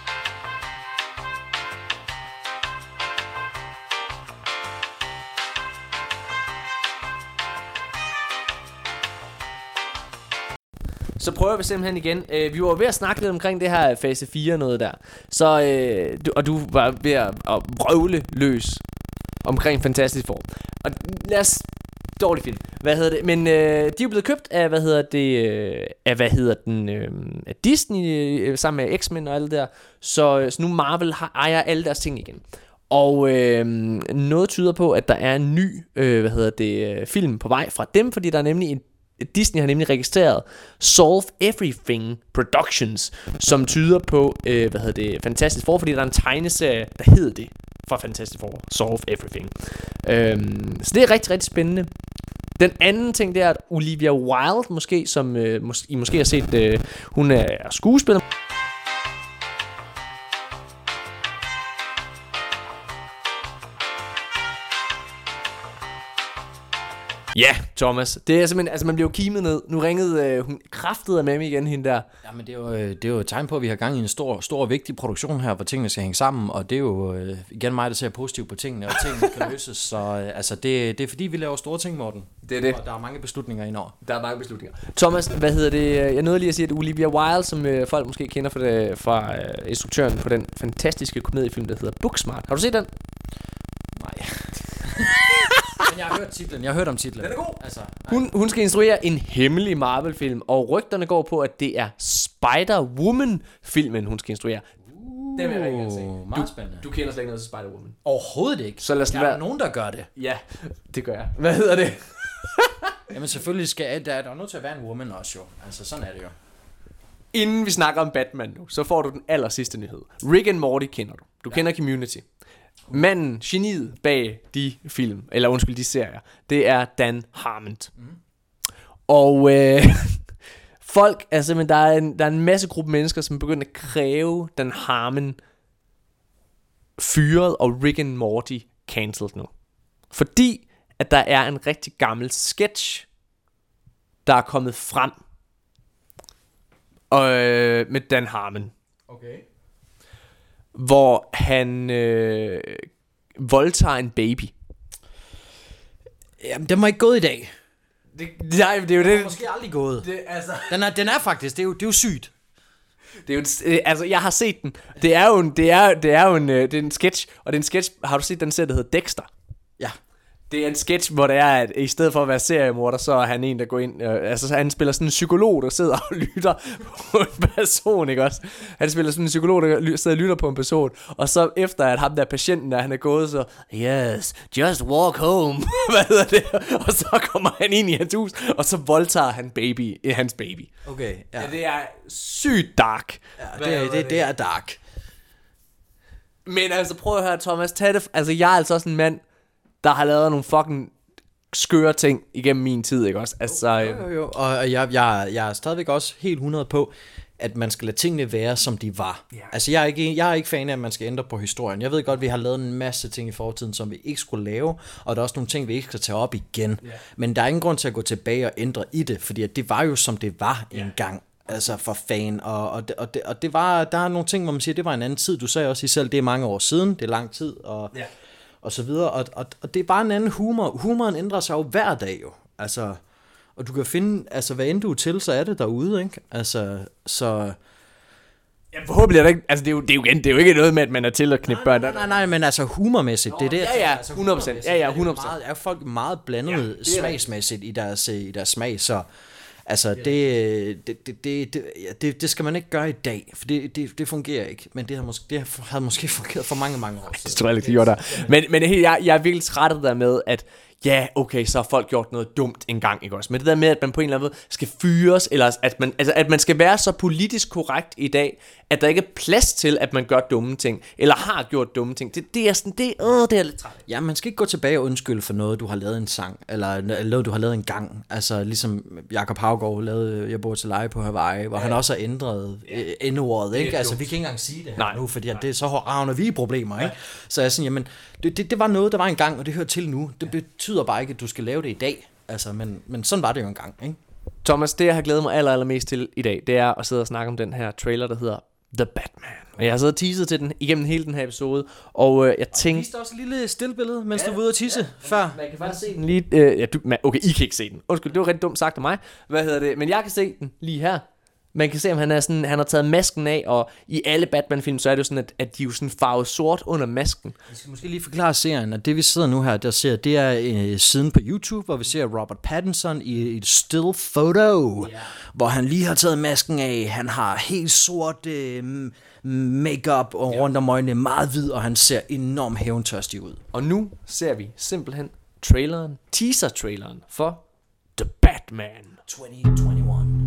Så prøver vi simpelthen igen. Øh, vi var ved at snakke lidt omkring det her fase fire noget der. Så, øh, du, og du var ved at, at vrøvle løs omkring Fantastic Four. Og lad os... Dårlig film. Hvad hedder det? Men øh, de er jo blevet købt af, hvad hedder det, øh, af, hvad hedder den, øh, af Disney, øh, sammen med X-Men og alt det der. Så, så nu Marvel har, ejer alle deres ting igen. Og øh, noget tyder på, at der er en ny, øh, hvad hedder det, film på vej fra dem, fordi der er nemlig en Disney har nemlig registreret Solve Everything Productions, som tyder på, øh, hvad hedder det, Fantastic Four, fordi der er en tegneserie, der hedder det, fra Fantastic Four, Solve Everything. Øhm, så det er rigtig, rigtig spændende. Den anden ting, det er, at Olivia Wilde, måske, som øh, mås- I måske har set, øh, hun er skuespiller. Ja, Thomas. Det er simpelthen, altså man bliver jo kimet ned. Nu ringede øh, hun kraftede med mig igen, hende der. Ja, men det er jo, det er jo et tegn på, at vi har gang i en stor, stor og vigtig produktion her, hvor tingene skal hænge sammen, og det er jo øh, igen mig, der ser positivt på tingene, og tingene kan løses, så øh, altså det, det er fordi, vi laver store ting, Morten. Det er det. Og der er mange beslutninger indover. Der er mange beslutninger. Thomas, hvad hedder det? Jeg nåede lige at sige, at Olivia Wilde, som øh, folk måske kender fra, det, fra øh, instruktøren på den fantastiske komediefilm, der hedder Booksmart. Har du set den? Nej. Men jeg har hørt titlen. Jeg har hørt om titlen. Den er god. Altså, hun, hun skal instruere en hemmelig Marvel-film, og rygterne går på, at det er Spider-Woman-filmen, hun skal instruere. Uh, den vil jeg rigtig gerne se. Meget spændende. Du, du kender slet ikke noget til Spider-Woman. Overhovedet ikke. Så lad os der være... er nogen, der gør det. Ja, det gør jeg. Hvad hedder det? Jamen selvfølgelig skal der, der er nødt til at være en woman også jo. Altså sådan er det jo. Inden vi snakker om Batman nu, så får du den aller sidste nyhed. Rick and Morty kender du. Du ja. kender Community. Manden, geniet bag de film, eller undskyld, de serier, det er Dan Harmon. Mm. Og øh, folk, altså, men der er, en, der er en masse gruppe mennesker, som begynder at kræve Dan Harmon fyret og Rick and Morty cancelled nu. Fordi, at der er en rigtig gammel sketch, der er kommet frem øh, med Dan Harmon. Okay. Hvor han øh, voldtager en baby. Jamen, den var ikke gået i dag. Det, nej, det er jo den det. er måske aldrig gået. Det, altså. den, er, den er faktisk, det er jo, det er jo sygt. Det er jo, øh, altså, jeg har set den. Det er jo en, det er, det er jo en, øh, det er en sketch, og det er en sketch. Har du set den serie, der hedder Dexter? Ja. Det er en sketch, hvor det er, at i stedet for at være seriemorder, så er han en, der går ind, øh, altså han spiller sådan en psykolog, der sidder og lytter på en person, ikke også? Han spiller sådan en psykolog, der sidder og lytter på en person, og så efter at ham der patienten, der han er gået, så, yes, just walk home, hvad hedder det? Og så kommer han ind i hans hus, og så voldtager han baby, hans baby. Okay, ja. Ja, det er sygt dark. Ja, det, det, det, det er dark. Men altså, prøv at høre, Thomas, tag det. Altså, jeg er altså også en mand, der har lavet nogle fucking skøre ting igennem min tid, ikke også? Altså, jo, jo, jo. Og jeg, jeg, jeg er stadigvæk også helt hundrede på, at man skal lade tingene være, som de var. Yeah. Altså, jeg er, ikke, jeg er ikke fan af, at man skal ændre på historien. Jeg ved godt, at vi har lavet en masse ting i fortiden, som vi ikke skulle lave, og der er også nogle ting, vi ikke skal tage op igen. Yeah. Men der er ingen grund til at gå tilbage og ændre i det, fordi det var jo, som det var yeah. engang. Altså for fan, og, og, det, og, det, og det var, der er nogle ting, hvor man siger, det var en anden tid. Du sagde også selv, det er mange år siden, det er lang tid, og, yeah. og så videre. Og, og, og det er bare en anden humor. Humoren ændrer sig jo hver dag jo. Altså, og du kan finde, altså hvad end du er til, så er det derude, ikke? Altså, så... Ja, forhåbentlig er det ikke, altså det er, jo, det, er jo, det er jo ikke noget med, at man er til at knippe børn. Nej, nej, nej, men altså humormæssigt, det er det. Ja, ja, hundrede procent. Ja, ja, hundrede procent. Er, er folk meget blandet ja, smagsmæssigt i deres, i deres smag, så... Altså, det, det, det, det, det, det skal man ikke gøre i dag, for det, det, det fungerer ikke. Men det har måske, det havde måske fungeret for mange, mange år siden. Det tror jeg ikke, det gjorde der. Men, men jeg, jeg er virkelig trættet der med, at ja, okay, så har folk gjort noget dumt engang, ikke også? Men det der med, at man på en eller anden måde skal fyres, eller at man, altså, at man skal være så politisk korrekt i dag, at der ikke er plads til, at man gør dumme ting, eller har gjort dumme ting. Det, det er sådan, det, øh, det er lidt træt. Ja, man skal ikke gå tilbage og undskylde for noget, du har lavet en sang, eller noget, du har lavet en gang. Altså, ligesom Jakob Haugaard lavede Jeg bor til leje på Hawaii, hvor ja. han også har ændret ja. endordet, ikke? Altså, vi kan ikke engang sige det her Nej. nu, fordi at det er så havner vi i problemer, ikke? Ja. Så jeg sådan, jamen, det, det, det var noget, der var engang, og det hører til nu. Det betyder bare ikke, at du skal lave det i dag. Altså, men, men sådan var det jo engang, ikke? Thomas, det jeg har glædet mig aller, allermest til i dag, det er at sidde og snakke om den her trailer, der hedder The Batman. Og jeg har siddet og teaset til den igennem hele den her episode, og øh, jeg tænkte... Og viste også et lille stillbillede, mens ja, du var ude at tisse ja, før. Man kan bare se den lige... Øh, ja, du, man, okay, I kan ikke se den. Undskyld, det var rigtig dumt sagt af mig. Hvad hedder det? Men jeg kan se den lige her. Man kan se, om han er sådan, han har taget masken af, og i alle Batman-film, så er det jo sådan, at, at de er jo sådan farvet sort under masken. Jeg skal måske lige forklare serien, at det vi sidder nu her, der ser, det er øh, siden på YouTube, hvor vi ser Robert Pattinson i et still photo, yeah. hvor han lige har taget masken af, han har helt sort øh, make-up og rundt om øjnene, meget hvid, og han ser enormt hævntørstig ud. Og nu ser vi simpelthen traileren, teaser-traileren for The Batman tyve enogtyve.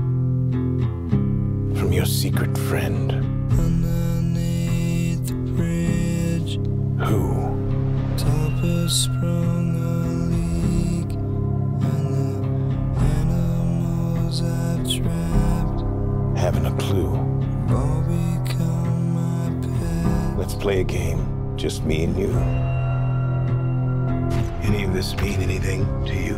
From your secret friend. Underneath the bridge. Who? Topper sprung a leak. And the animals I've trapped. Haven't a clue. All become my pet. Let's play a game. Just me and you. Any of this mean anything to you?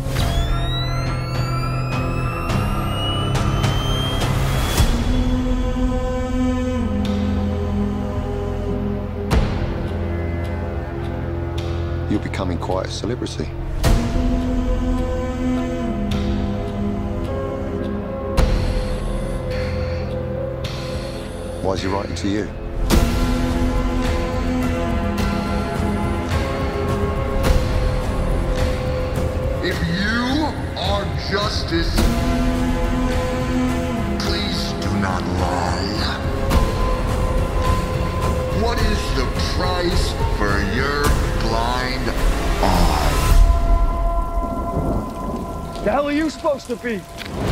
You're becoming quite a celebrity. Why is he writing to you? If you are justice, please do not lie. What is the price for your blind eye? The hell are you supposed to be?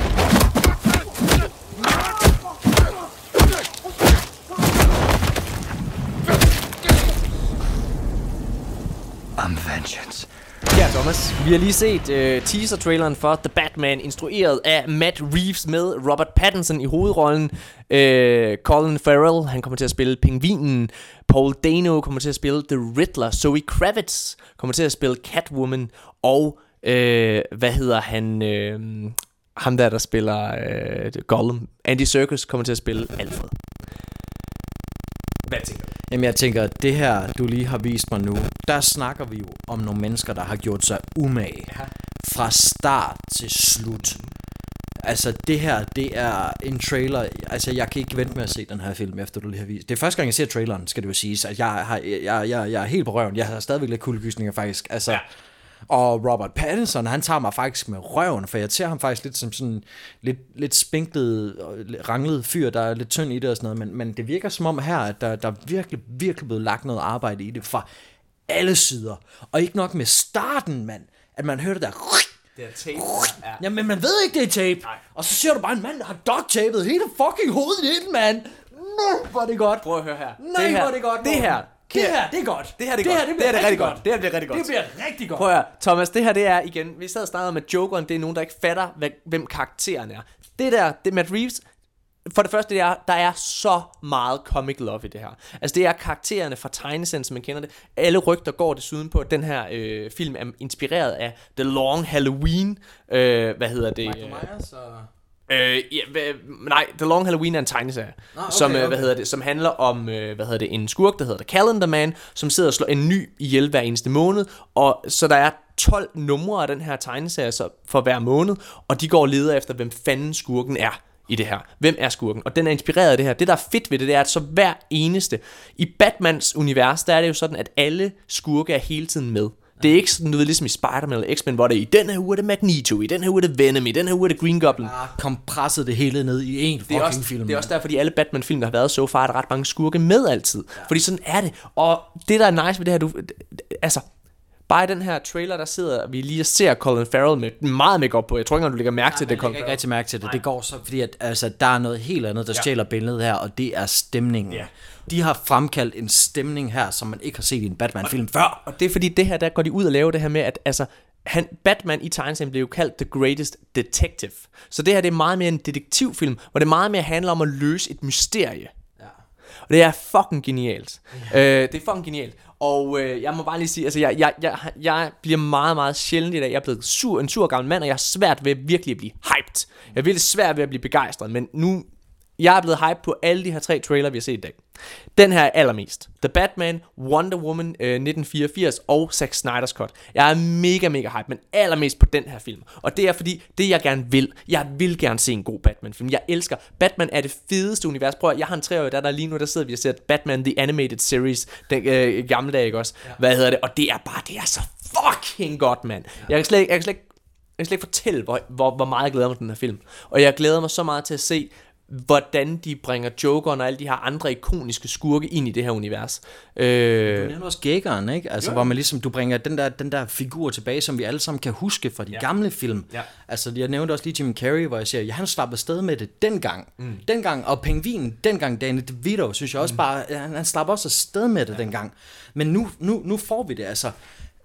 I'm vengeance. Ja, Thomas, vi har lige set uh, teaser-traileren for The Batman, instrueret af Matt Reeves med Robert Pattinson i hovedrollen. Uh, Colin Farrell, han kommer til at spille Pingvinen. Paul Dano kommer til at spille The Riddler. Zoe Kravitz kommer til at spille Catwoman. Og, uh, hvad hedder han... Uh, ham der, der spiller uh, Gollum. Andy Serkis kommer til at spille Alfred. Hvad tænker du? Jamen jeg tænker, at det her, du lige har vist mig nu, der snakker vi jo om nogle mennesker, der har gjort sig umage. Ja. Fra start til slut. Altså det her, det er en trailer. Altså jeg kan ikke vente med at se den her film, efter du lige har vist. Det er første gang, jeg ser traileren, skal det jo siges. Altså, jeg, har, jeg, jeg, jeg er helt på røven. Jeg har stadigvæk lidt kuldegysninger faktisk. Altså... Ja. Og Robert Pattinson, han tager mig faktisk med røven, for jeg ser ham faktisk lidt som sådan lidt, lidt spinklet, ranglet fyr, der er lidt tynd i det og sådan noget, men, men det virker som om her, at der, der er virkelig, virkelig blevet lagt noget arbejde i det fra alle sider. Og ikke nok med starten, mand, at man hører det der... Det er tape. Ja. Jamen, man ved ikke, det er tape. Nej. Og så ser du bare en mand, der har duct-tapet hele fucking hovedet ind, mand. Nej, hvor er det godt. Prøv at høre her. Nej, det her, hvor er det godt. Det her. Det her, det er godt. Det her, det er det godt. Her, det, det her, det er rigtig godt. godt. Det her bliver rigtig godt. Det bliver rigtig godt. Prøv at høre, Thomas, det her, det er igen, vi sad og snakkede med Jokeren, det er nogen, der ikke fatter, hvad, hvem karakteren er. Det der, det er Matt Reeves. For det første, det er, der er så meget comic love i det her. Altså det er karaktererne fra tegneserien, som man kender det. Alle rygter går desuden på, at den her øh, film er inspireret af The Long Halloween. Øh, hvad hedder det? Michael Myers og... Øh, ja, hva- nej, The Long Halloween er en tegneserie, Nå, okay, som, øh, okay. hvad hedder det, som handler om øh, hvad hedder det, en skurk, der hedder The Calendar Man, som sidder og slår en ny ihjel hver eneste måned, og så der er tolv numre af den her tegneserie så, for hver måned, og de går og leder efter, hvem fanden skurken er i det her. Hvem er skurken? Og den er inspireret af det her. Det, der er fedt ved det, det er, at så hver eneste i Batmans univers, der er det jo sådan, at alle skurke er hele tiden med. Det er ikke sådan noget ligesom i Spider-Man eller X-Men, hvor det er i den her uge er det Magneto, i den her uge er det Venom, i den her uge er det Green Goblin. Ah, kompresset det hele ned i en fucking det er også, film. Det er også derfor, de alle Batman-film, der har været så far, er der ret mange skurke med altid. Ja. Fordi sådan er det. Og det, der er nice ved det her, du, altså, bare i den her trailer, der sidder vi lige og ser Colin Farrell med meget make-up på. Jeg tror ikke, du lægger mærke til det, Colin Farrell. Jeg lægger ikke rigtig mærke til det. Nej. Det går så, fordi at, altså, der er noget helt andet, der ja. stjæler billedet her, og det er stemningen. Ja. De har fremkaldt en stemning her, som man ikke har set i en Batman-film før. Og det er fordi, det her, der går de ud og laver det her med, at altså, han, Batman i tegneserien blev jo kaldt The Greatest Detective. Så det her, det er meget mere en detektivfilm, hvor det meget mere handler om at løse et mysterie. Ja. Og det er fucking genialt. Ja. Øh, det er fucking genialt. Og øh, jeg må bare lige sige, altså jeg, jeg, jeg, jeg bliver meget, meget sjældent i dag. Jeg er blevet sur, en sur gammel mand, og jeg har svært ved virkelig at blive hyped. Jeg er virkelig svært ved at blive begejstret, men nu... Jeg er blevet hyped på alle de her tre trailer, vi har set i dag. Den her er allermest. The Batman, Wonder Woman øh, nitten fireogfirs og Zack Snyder's Cut. Jeg er mega, mega hyped, men allermest på den her film. Og det er fordi, det jeg gerne vil, jeg vil gerne se en god Batman-film. Jeg elsker, Batman er det fedeste univers. Prøv at, jeg har en treårig, der der lige nu, der sidder vi og ser Batman The Animated Series, den øh, gamle dag, ikke også? Ja. Hvad hedder det? Og det er bare, det er så fucking godt, mand. Ja. Jeg kan slet ikke, jeg kan slet ikke, jeg kan slet ikke fortælle, hvor, hvor, hvor meget jeg glæder mig til den her film. Og jeg glæder mig så meget til at se, hvordan de bringer Jokeren og alle de her andre ikoniske skurke ind i det her univers. Øh... Du nævner også Gækkeren, ikke? Altså, jo. Hvor man ligesom, du bringer den der, den der figur tilbage, som vi alle sammen kan huske fra de ja. gamle film. Ja. Altså, jeg nævnte også lige Jim Carrey, hvor jeg siger, ja, han slap afsted med det dengang. Mm. Dengang, og Pingvinen, dengang Danny DeVito, synes jeg også mm. bare, han, han slap også afsted med det ja. dengang. Men nu, nu, nu får vi det, altså.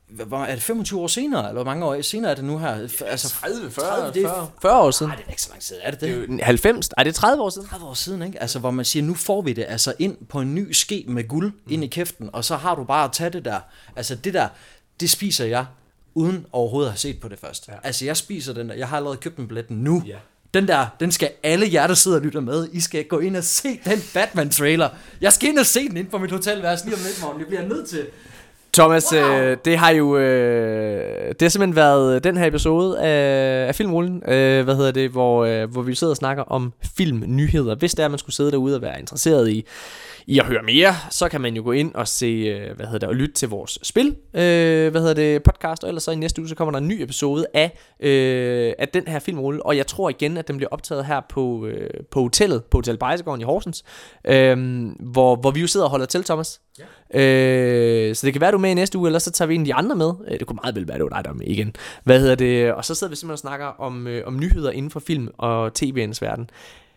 Er det femogtyve år senere, eller hvor mange år senere er det nu her? Altså tredive, fyrre, fyrre år siden. Nej, det er ikke så lang tid, er det det? det er halvfems, er det tredive år siden? tredive år siden, ikke? Altså, hvor man siger, nu får vi det altså ind på en ny ske med guld mm. ind i kæften, og så har du bare at tage det der. Altså, det der, det spiser jeg, uden overhovedet at have set på det først. Ja. Altså, jeg spiser den der. Jeg har allerede købt en billet nu. Ja. Den der, den skal alle jer, der sidder og lytter med. I skal gå ind og se den Batman-trailer. Jeg skal ind og se den ind på mit hotelværelse lige om lidt morgen. Det bliver jeg nødt til. Thomas, wow. øh, det har jo øh, det har simpelthen været den her episode af, af Filmrullen, øh, hvad hedder det, hvor, øh, hvor vi sidder og snakker om filmnyheder. Hvis det er, man skulle sidde derude og være interesseret i, i at høre mere, så kan man jo gå ind og se, øh, hvad hedder det, og lytte til vores spil, øh, hvad hedder det, podcast, og ellers så i næste uge, så kommer der en ny episode af, øh, af den her Filmrulle, og jeg tror igen, at den bliver optaget her på, øh, på hotellet, på Hotel Bejsegården i Horsens, øh, hvor, hvor vi jo sidder og holder til, Thomas. Ja. Øh, så det kan være, du er med i næste uge, eller så tager vi en af de andre med. Det kunne meget vel være, det var dig, der er med igen. Hvad hedder det? Og så sidder vi simpelthen og snakker om, øh, om nyheder inden for film og tv'ens verden.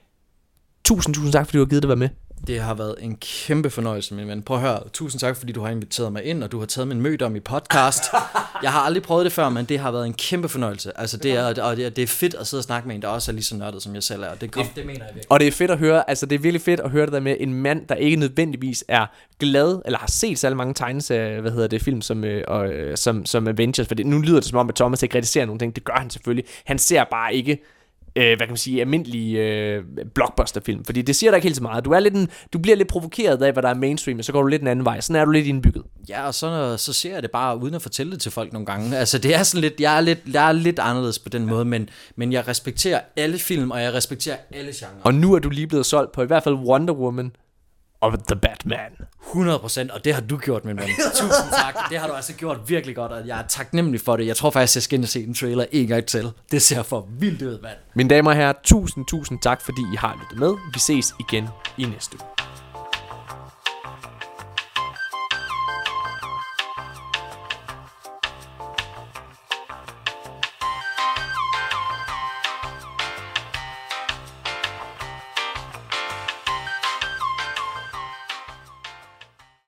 Tusind, tusind tak, fordi du har givet det at være med. Det har været en kæmpe fornøjelse, min ven. Prøv at høre, tusind tak, fordi du har inviteret mig ind, og du har taget min mødom i podcast. Jeg har aldrig prøvet det før, men det har været en kæmpe fornøjelse. Altså, det er, og det er, det er fedt at sidde og snakke med en, der også er lige så nørdet, som jeg selv er. Og det, kom, det, det mener jeg virkelig. Og det er fedt at høre, altså det er virkelig fedt at høre det der med en mand, der ikke nødvendigvis er glad, eller har set så mange tegneserier, hvad hedder det, film som, øh, og, øh, som, som Avengers. For det, nu lyder det som om, at Thomas ikke kritiserer nogen ting. Det gør han selvfølgelig. Han ser bare ikke... Øh, hvad kan man sige, almindelige øh, blockbusterfilm. Fordi det siger der ikke helt så meget. Du, er lidt en, du bliver lidt provokeret af, hvad der er mainstream, og så går du lidt en anden vej. Sådan er du lidt indbygget. Ja, og så, så ser jeg det bare uden at fortælle det til folk nogle gange. Altså det er sådan lidt, jeg er lidt, jeg er lidt anderledes på den måde, men, men jeg respekterer alle film, og jeg respekterer alle genrer. Og nu er du lige blevet solgt på i hvert fald Wonder Woman og The Batman. hundrede procent, og det har du gjort, min ven. Tusind tak. Det har du altså gjort virkelig godt, og jeg er taknemmelig for det. Jeg tror faktisk, jeg skal ind og se den trailer en gang til. Det ser for vildt ud, mand. Mine damer og herrer, tusind, tusind tak, fordi I har lyttet med. Vi ses igen i næste uge.